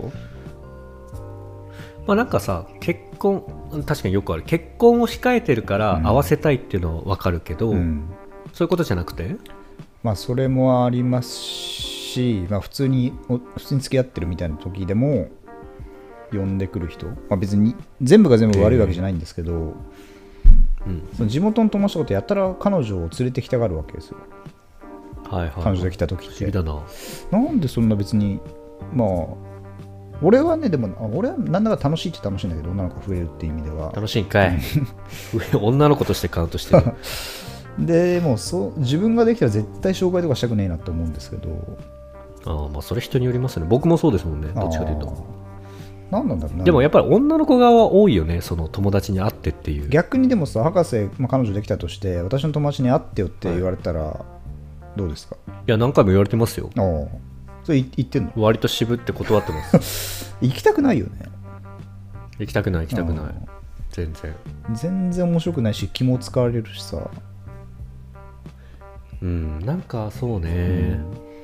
Speaker 1: まあ、なんかさ結婚確かによくある、結婚を控えてるから会わせたいっていうのは分かるけど、うん、そういうことじゃなくて、
Speaker 2: まあそれもありますし、まあ、普通に普通に付き合ってるみたいな時でも呼んでくる人、まあ、別に全部が全部悪いわけじゃないんですけど、えーうん、その地元の友達とかってやったら彼女を連れてきたがるわけですよ。
Speaker 1: はいはいはい、
Speaker 2: 彼女が来た時って
Speaker 1: 不思議だな。
Speaker 2: なんでそんな別に、まあ俺はね、でも俺はなんだか楽しいって楽しいんだけど、女の子が増えるっていう意味では
Speaker 1: 楽しいんかい女の子としてカウントしてる
Speaker 2: でもうそう自分ができたら絶対紹介とかしたくねえなって思うんですけど、
Speaker 1: ああ、まあそれ人によりますね。僕もそうですもんね、どっちかというと。
Speaker 2: なんなんだろうな。
Speaker 1: でもやっぱり女の子側は多いよね、その友達に会ってっていう。
Speaker 2: 逆にでもさ、博士、まあ、彼女できたとして私の友達に会ってよって言われたら、はい、どうですか。
Speaker 1: いや何回も言われてますよ。
Speaker 2: ああ、それ言ってんの。
Speaker 1: 割と渋って断ってます
Speaker 2: 行きたくないよね。
Speaker 1: 行きたくない行きたくない、全然
Speaker 2: 全然面白くないし気も使われるしさ。
Speaker 1: うん、なんかそうね、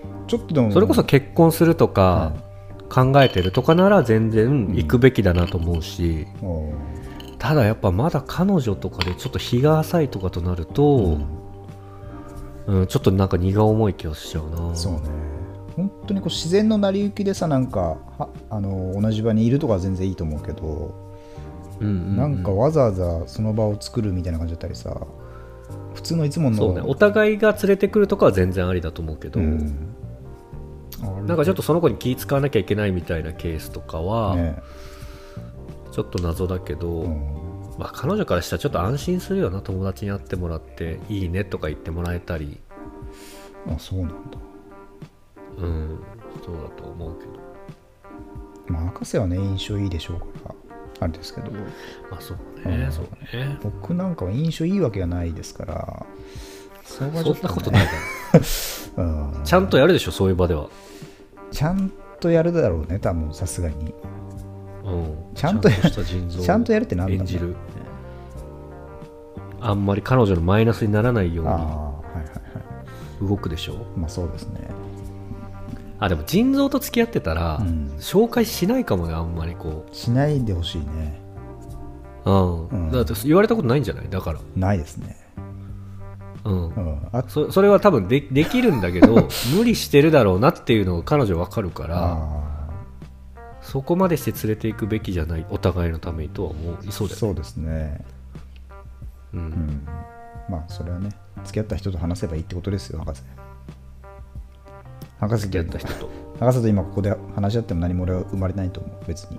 Speaker 2: ちょっとでも
Speaker 1: それこそ結婚するとか考えてるとかなら全然行くべきだなと思うし、うん、ただやっぱまだ彼女とかでちょっと日が浅いとかとなると、うんうん、ちょっとなんか荷が重い気がしちゃうな。
Speaker 2: そうね、本当にこう自然の成り行きでさ、なんかあの同じ場にいるとかは全然いいと思うけど、うんうんうん、なんかわざわざその場を作るみたいな感じだったりさ、普通のいつもの
Speaker 1: そう、ね、お互いが連れてくるとかは全然ありだと思うけど、うん、なんかちょっとその子に気使わなきゃいけないみたいなケースとかは、ね、ちょっと謎だけど、うん、まあ、彼女からしたらちょっと安心するよな、友達に会ってもらっていいねとか言ってもらえたり。
Speaker 2: あ、そうなんだ。
Speaker 1: うん、そうだと思うけど、
Speaker 2: まあ博士はね印象いいでしょうからあれですけど、ま
Speaker 1: あそうね、うん、そうね。
Speaker 2: 僕なんかは印象いいわけがないですから、
Speaker 1: そ, ね、そんなことないから、うん、ちゃんとやるでしょ、そういう場では。
Speaker 2: ちゃんとやるだろうね、多分さすがに、
Speaker 1: うん、
Speaker 2: ちゃんとやるちゃんとやるって何なんだろう、ね、演じる、
Speaker 1: あんまり彼女のマイナスにならないように、
Speaker 2: あ、はいはいはい、
Speaker 1: 動くでしょ。
Speaker 2: まあそうですね。
Speaker 1: あ、でも腎臓と付き合ってたら、うん、紹介しないかもね、あんまりこう
Speaker 2: しないでほしいね。
Speaker 1: うん、うん、だって言われたことないんじゃない？だから
Speaker 2: ないですね。
Speaker 1: うん、うん、あ そ, それは多分 で, できるんだけど無理してるだろうなっていうのが彼女分かるから、そこまでして連れていくべきじゃない、お互いのためにとは思いそうだよね。
Speaker 2: そうですね、うん、うん、まあそれはね、付き合った人と話せばいいってことですよ、博士。博士とやった人と博士と今ここで話し合っても何も俺は生まれないと思う、別に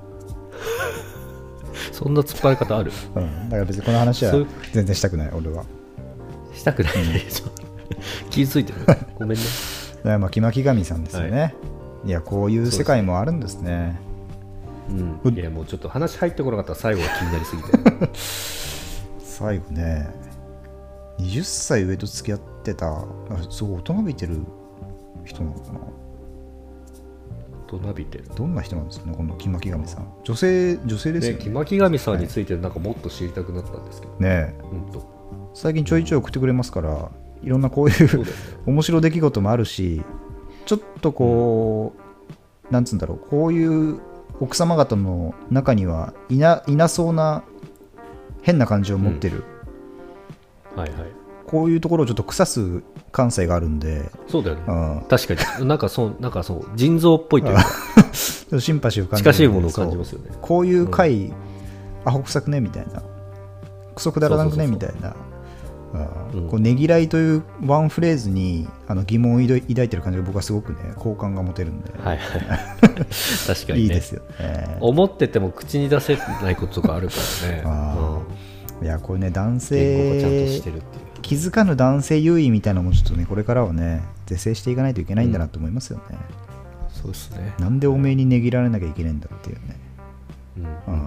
Speaker 1: そんな突っ張り方ある？
Speaker 2: うん、だから別にこの話は全然したくない、俺は
Speaker 1: したくないね、うん、気づいてるごめんね。
Speaker 2: だからまあ気巻き神さんですよね、はい、いやこういう世界もあるんですね。
Speaker 1: うん、いやもうちょっと話入ってこなかったら最後は気になりすぎて
Speaker 2: 最後ね、はたち上と付き合ってた、すごい大人びてる人なのかな。
Speaker 1: 大人びてる、
Speaker 2: どんな人なんですかね、この気巻き神さん。女性女性ですよね。
Speaker 1: 気巻き神さんについてなんかもっと知りたくなったんですけど
Speaker 2: ね。うんと最近ちょいちょい送ってくれますから、いろんなこういう面白い出来事もあるし、ちょっとこう、うん、なんつうんだろう、こういう奥様方の中にはいな、いなそうな変な感じを持ってる、
Speaker 1: うん、はいはい、
Speaker 2: こういうところをちょっと腐す感性があるんで。
Speaker 1: そうだよね、うん、確かになんかそう、なんかそう腎臓っぽいというか
Speaker 2: シンパシーを感じる、
Speaker 1: 近しいものを感じますよね。
Speaker 2: こういう回、うん、アホくさくねみたいな、クソくだらなくねみたいな、うん、こうねぎらいというワンフレーズにあの疑問を抱いてる感じが僕はすごくね、好感が持てるんで、はいはい、
Speaker 1: 確かにね、
Speaker 2: いいですよね。
Speaker 1: 思ってても口に出せないこととかあるからね
Speaker 2: あ、うん、いやこれね、男性
Speaker 1: 言語がちゃんとしてるっていう、
Speaker 2: 気づかぬ男性優位みたいなのもちょっとね、これからはね是正していかないといけないんだなと思いますよね、
Speaker 1: うん、そうですね。
Speaker 2: なんでおめえにねぎられなきゃいけないんだっていうね、うん、うん、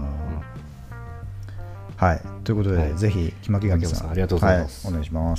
Speaker 2: はい、ということで、はい、ぜひ気巻き神さん
Speaker 1: ありがとうございます、
Speaker 2: はい、お願いします。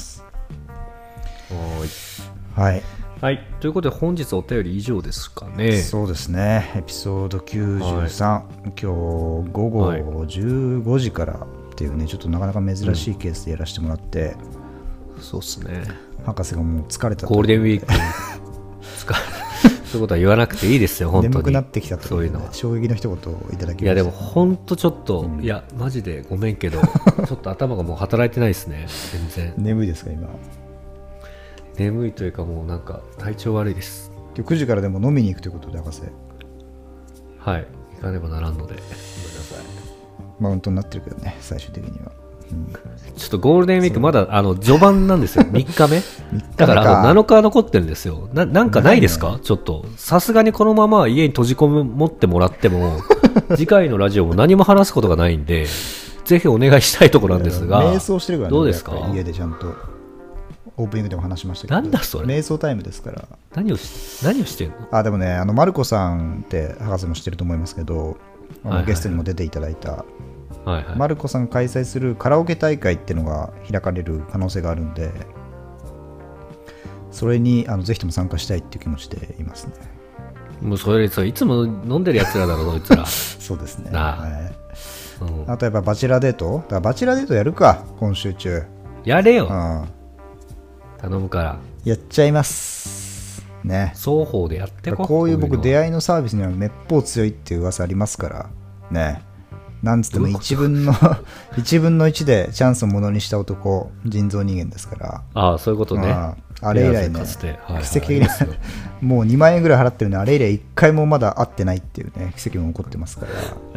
Speaker 1: はい、はい、ということで本日お便り以上ですかね。
Speaker 2: そうですね、エピソードきゅうじゅうさん、はい、今日午後じゅうごじからっていうね、ちょっとなかなか珍しいケースでやらせてもらって、
Speaker 1: うん、そうですね、
Speaker 2: 博士がもう疲れたと、
Speaker 1: ゴールデンウィークに疲れそういうことは言わなくていいですよ、本当に。
Speaker 2: 眠くなってきたと、ね、
Speaker 1: そういうのは
Speaker 2: 衝撃の一言をいただきました。
Speaker 1: いやでも本当ちょっと、うん、いやマジでごめんけどちょっと頭がもう働いてないですね、全然。
Speaker 2: 眠いですか今？
Speaker 1: 眠いというかもうなんか体調悪いです。
Speaker 2: 今日くじからでも飲みに行くということで博士。
Speaker 1: はい、行かねばならんのでごめんなさい。
Speaker 2: マウントになってるけどね、最終的には、うん、
Speaker 1: ちょっとゴールデンウィークまだあの序盤なんですよみっかめだからあとなのか残ってるんですよ。 な, なんかないですか、ね、ちょっとさすがにこのまま家に閉じ込め持ってもらっても次回のラジオも何も話すことがないんでぜひお願いしたいところなんですが、
Speaker 2: 瞑想してるからね、
Speaker 1: どうですか？
Speaker 2: 家でちゃんとオープニングでも話しましたけど、
Speaker 1: なんだそれ、
Speaker 2: 瞑想タイムですから。
Speaker 1: 何をし何をしてんの？
Speaker 2: あでもね、あのマルコさんって博士も知ってると思いますけど、あの、はいはい、ゲストにも出ていただいた、はいはい、マルコさんが開催するカラオケ大会っていうのが開かれる可能性があるんで、それにあのぜひとも参加したいっていう気持ちでいますね。
Speaker 1: もうそれいつも飲んでるやつらだろそいつら
Speaker 2: そうですね、
Speaker 1: はい、
Speaker 2: うん、あとやっぱバチェラデートだからバチェラデートやるか今週中。
Speaker 1: やれよ、
Speaker 2: うん、
Speaker 1: 頼むから
Speaker 2: やっちゃいます。 ね、
Speaker 1: 双方でやってこ
Speaker 2: こういう僕出
Speaker 1: 会い
Speaker 2: 会いのサービスにはめっぽう強いっていう噂ありますからね。なんつってもいちぶんのいちぶんのいちでチャンスをものにした男、人造人間ですから。
Speaker 1: ああそういうことね。
Speaker 2: あ, あれ以来ね、奇跡的にもうにまんえんぐらい払ってるのに、あれ以来いっかいもまだ会ってないっていうね、奇跡も起こってますから、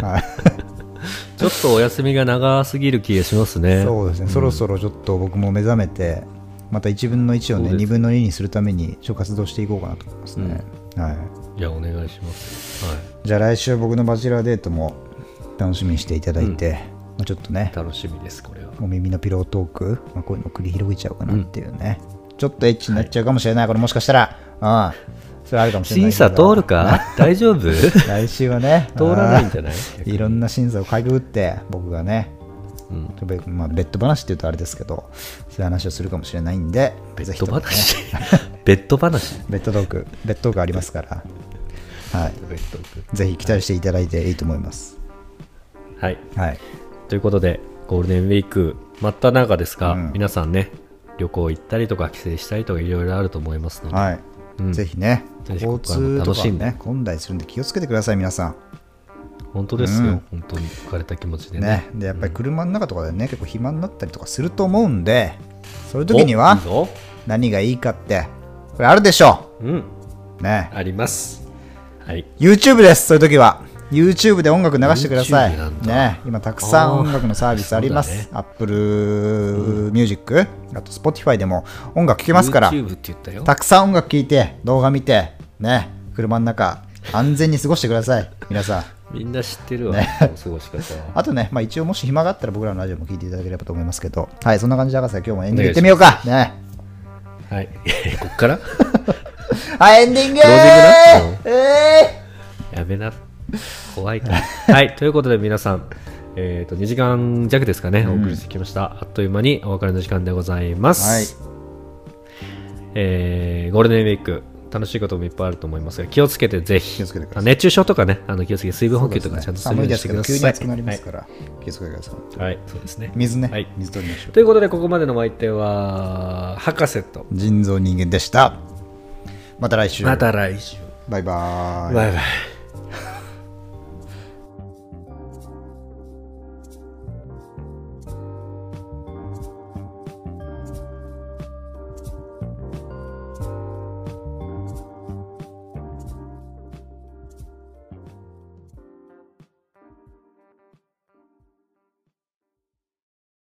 Speaker 2: はい、
Speaker 1: ちょっとお休みが長すぎる気がしますね。
Speaker 2: そうですね、うん、そろそろちょっと僕も目覚めて、またいちぶんのいちをねにぶんのににするためにちょっと活動していこうかなと思いますね、うんはい、
Speaker 1: いやお願いします、はい、
Speaker 2: じゃあ来週僕のバチェラーデートも楽しみにしていただいて、うんまあ、ちょっとね
Speaker 1: 楽しみです。これは
Speaker 2: お耳のピロートーク、まあ、こういうの繰り広げちゃおうかなっていうね、うん、ちょっとエッチになっちゃうかもしれない、はい、これもしかしたらああそれあるかもしれない。
Speaker 1: 審査通るか大丈夫
Speaker 2: 来週はね
Speaker 1: 通らないんじゃない。
Speaker 2: いろんな審査をかいくぐって僕がね、うんまあ、ベッド話っていうとあれですけど、そういう話をするかもしれないんで、
Speaker 1: ベッド話、ね、ベッド話
Speaker 2: ベッドトークベッドトークありますから、はい、ベッドトークぜひ期待していただいていいと思います。
Speaker 1: はい、
Speaker 2: はい、
Speaker 1: ということでゴールデンウィーク真っただ中ですが、
Speaker 2: うん、
Speaker 1: 皆さんね旅行行ったりとか帰省したりとかいろいろあると思いますので、
Speaker 2: はいうん、ぜひね
Speaker 1: ぜひ
Speaker 2: 交通とかね混んだりするんで気をつけてください皆さん。
Speaker 1: 本当ですよ、うん、本当に浮かれた気持ちで ね,
Speaker 2: ねでやっぱり車の中とかでね、うん、結構暇になったりとかすると思うんで、そういう時にはい
Speaker 1: いぞ
Speaker 2: 何がいいかってこれあるでしょう、
Speaker 1: うん
Speaker 2: ね、
Speaker 1: あります、はい、
Speaker 2: YouTube です。そういう時は YouTube で音楽流してください、ね、今たくさん音楽のサービスあります、ね、Apple Music、うん、あと Spotify でも音楽聴けますから、
Speaker 1: YouTube って言ったよ。
Speaker 2: たくさん音楽聴いて動画見て、ね、車の中安全に過ごしてください皆さん
Speaker 1: みんな知ってるわ、
Speaker 2: ね、
Speaker 1: 過ごし方は
Speaker 2: あとね、まあ、一応もし暇があったら僕らのラジオも聞いていただければと思いますけど、はい、そんな感じで博士今日もエンディングいってみようかね。
Speaker 1: はいこっから
Speaker 2: はいエンディングー
Speaker 1: ローディングな、
Speaker 2: え
Speaker 1: ー、やべな怖いからはいということで皆さん、えー、とにじかん弱ですかね、お送りしてきました、うん、あっという間にお別れの時間でございます、はいえー、ゴールデンウィーク楽しいこともいっぱいあると思いますが気をつけてぜひ熱中症とかねあの気をつけて水分補給とかちゃんとするようにしてください。
Speaker 2: 寒いですけど急に暑くなりますから、はい、気をつけてください。
Speaker 1: はいそうですね
Speaker 2: 水ね、
Speaker 1: はい、
Speaker 2: 水取りましょう。
Speaker 1: ということでここまでのお相手は博士と
Speaker 2: 人造人間でした。また来週。
Speaker 1: また来週。
Speaker 2: バイバーイ。
Speaker 1: バイバイ。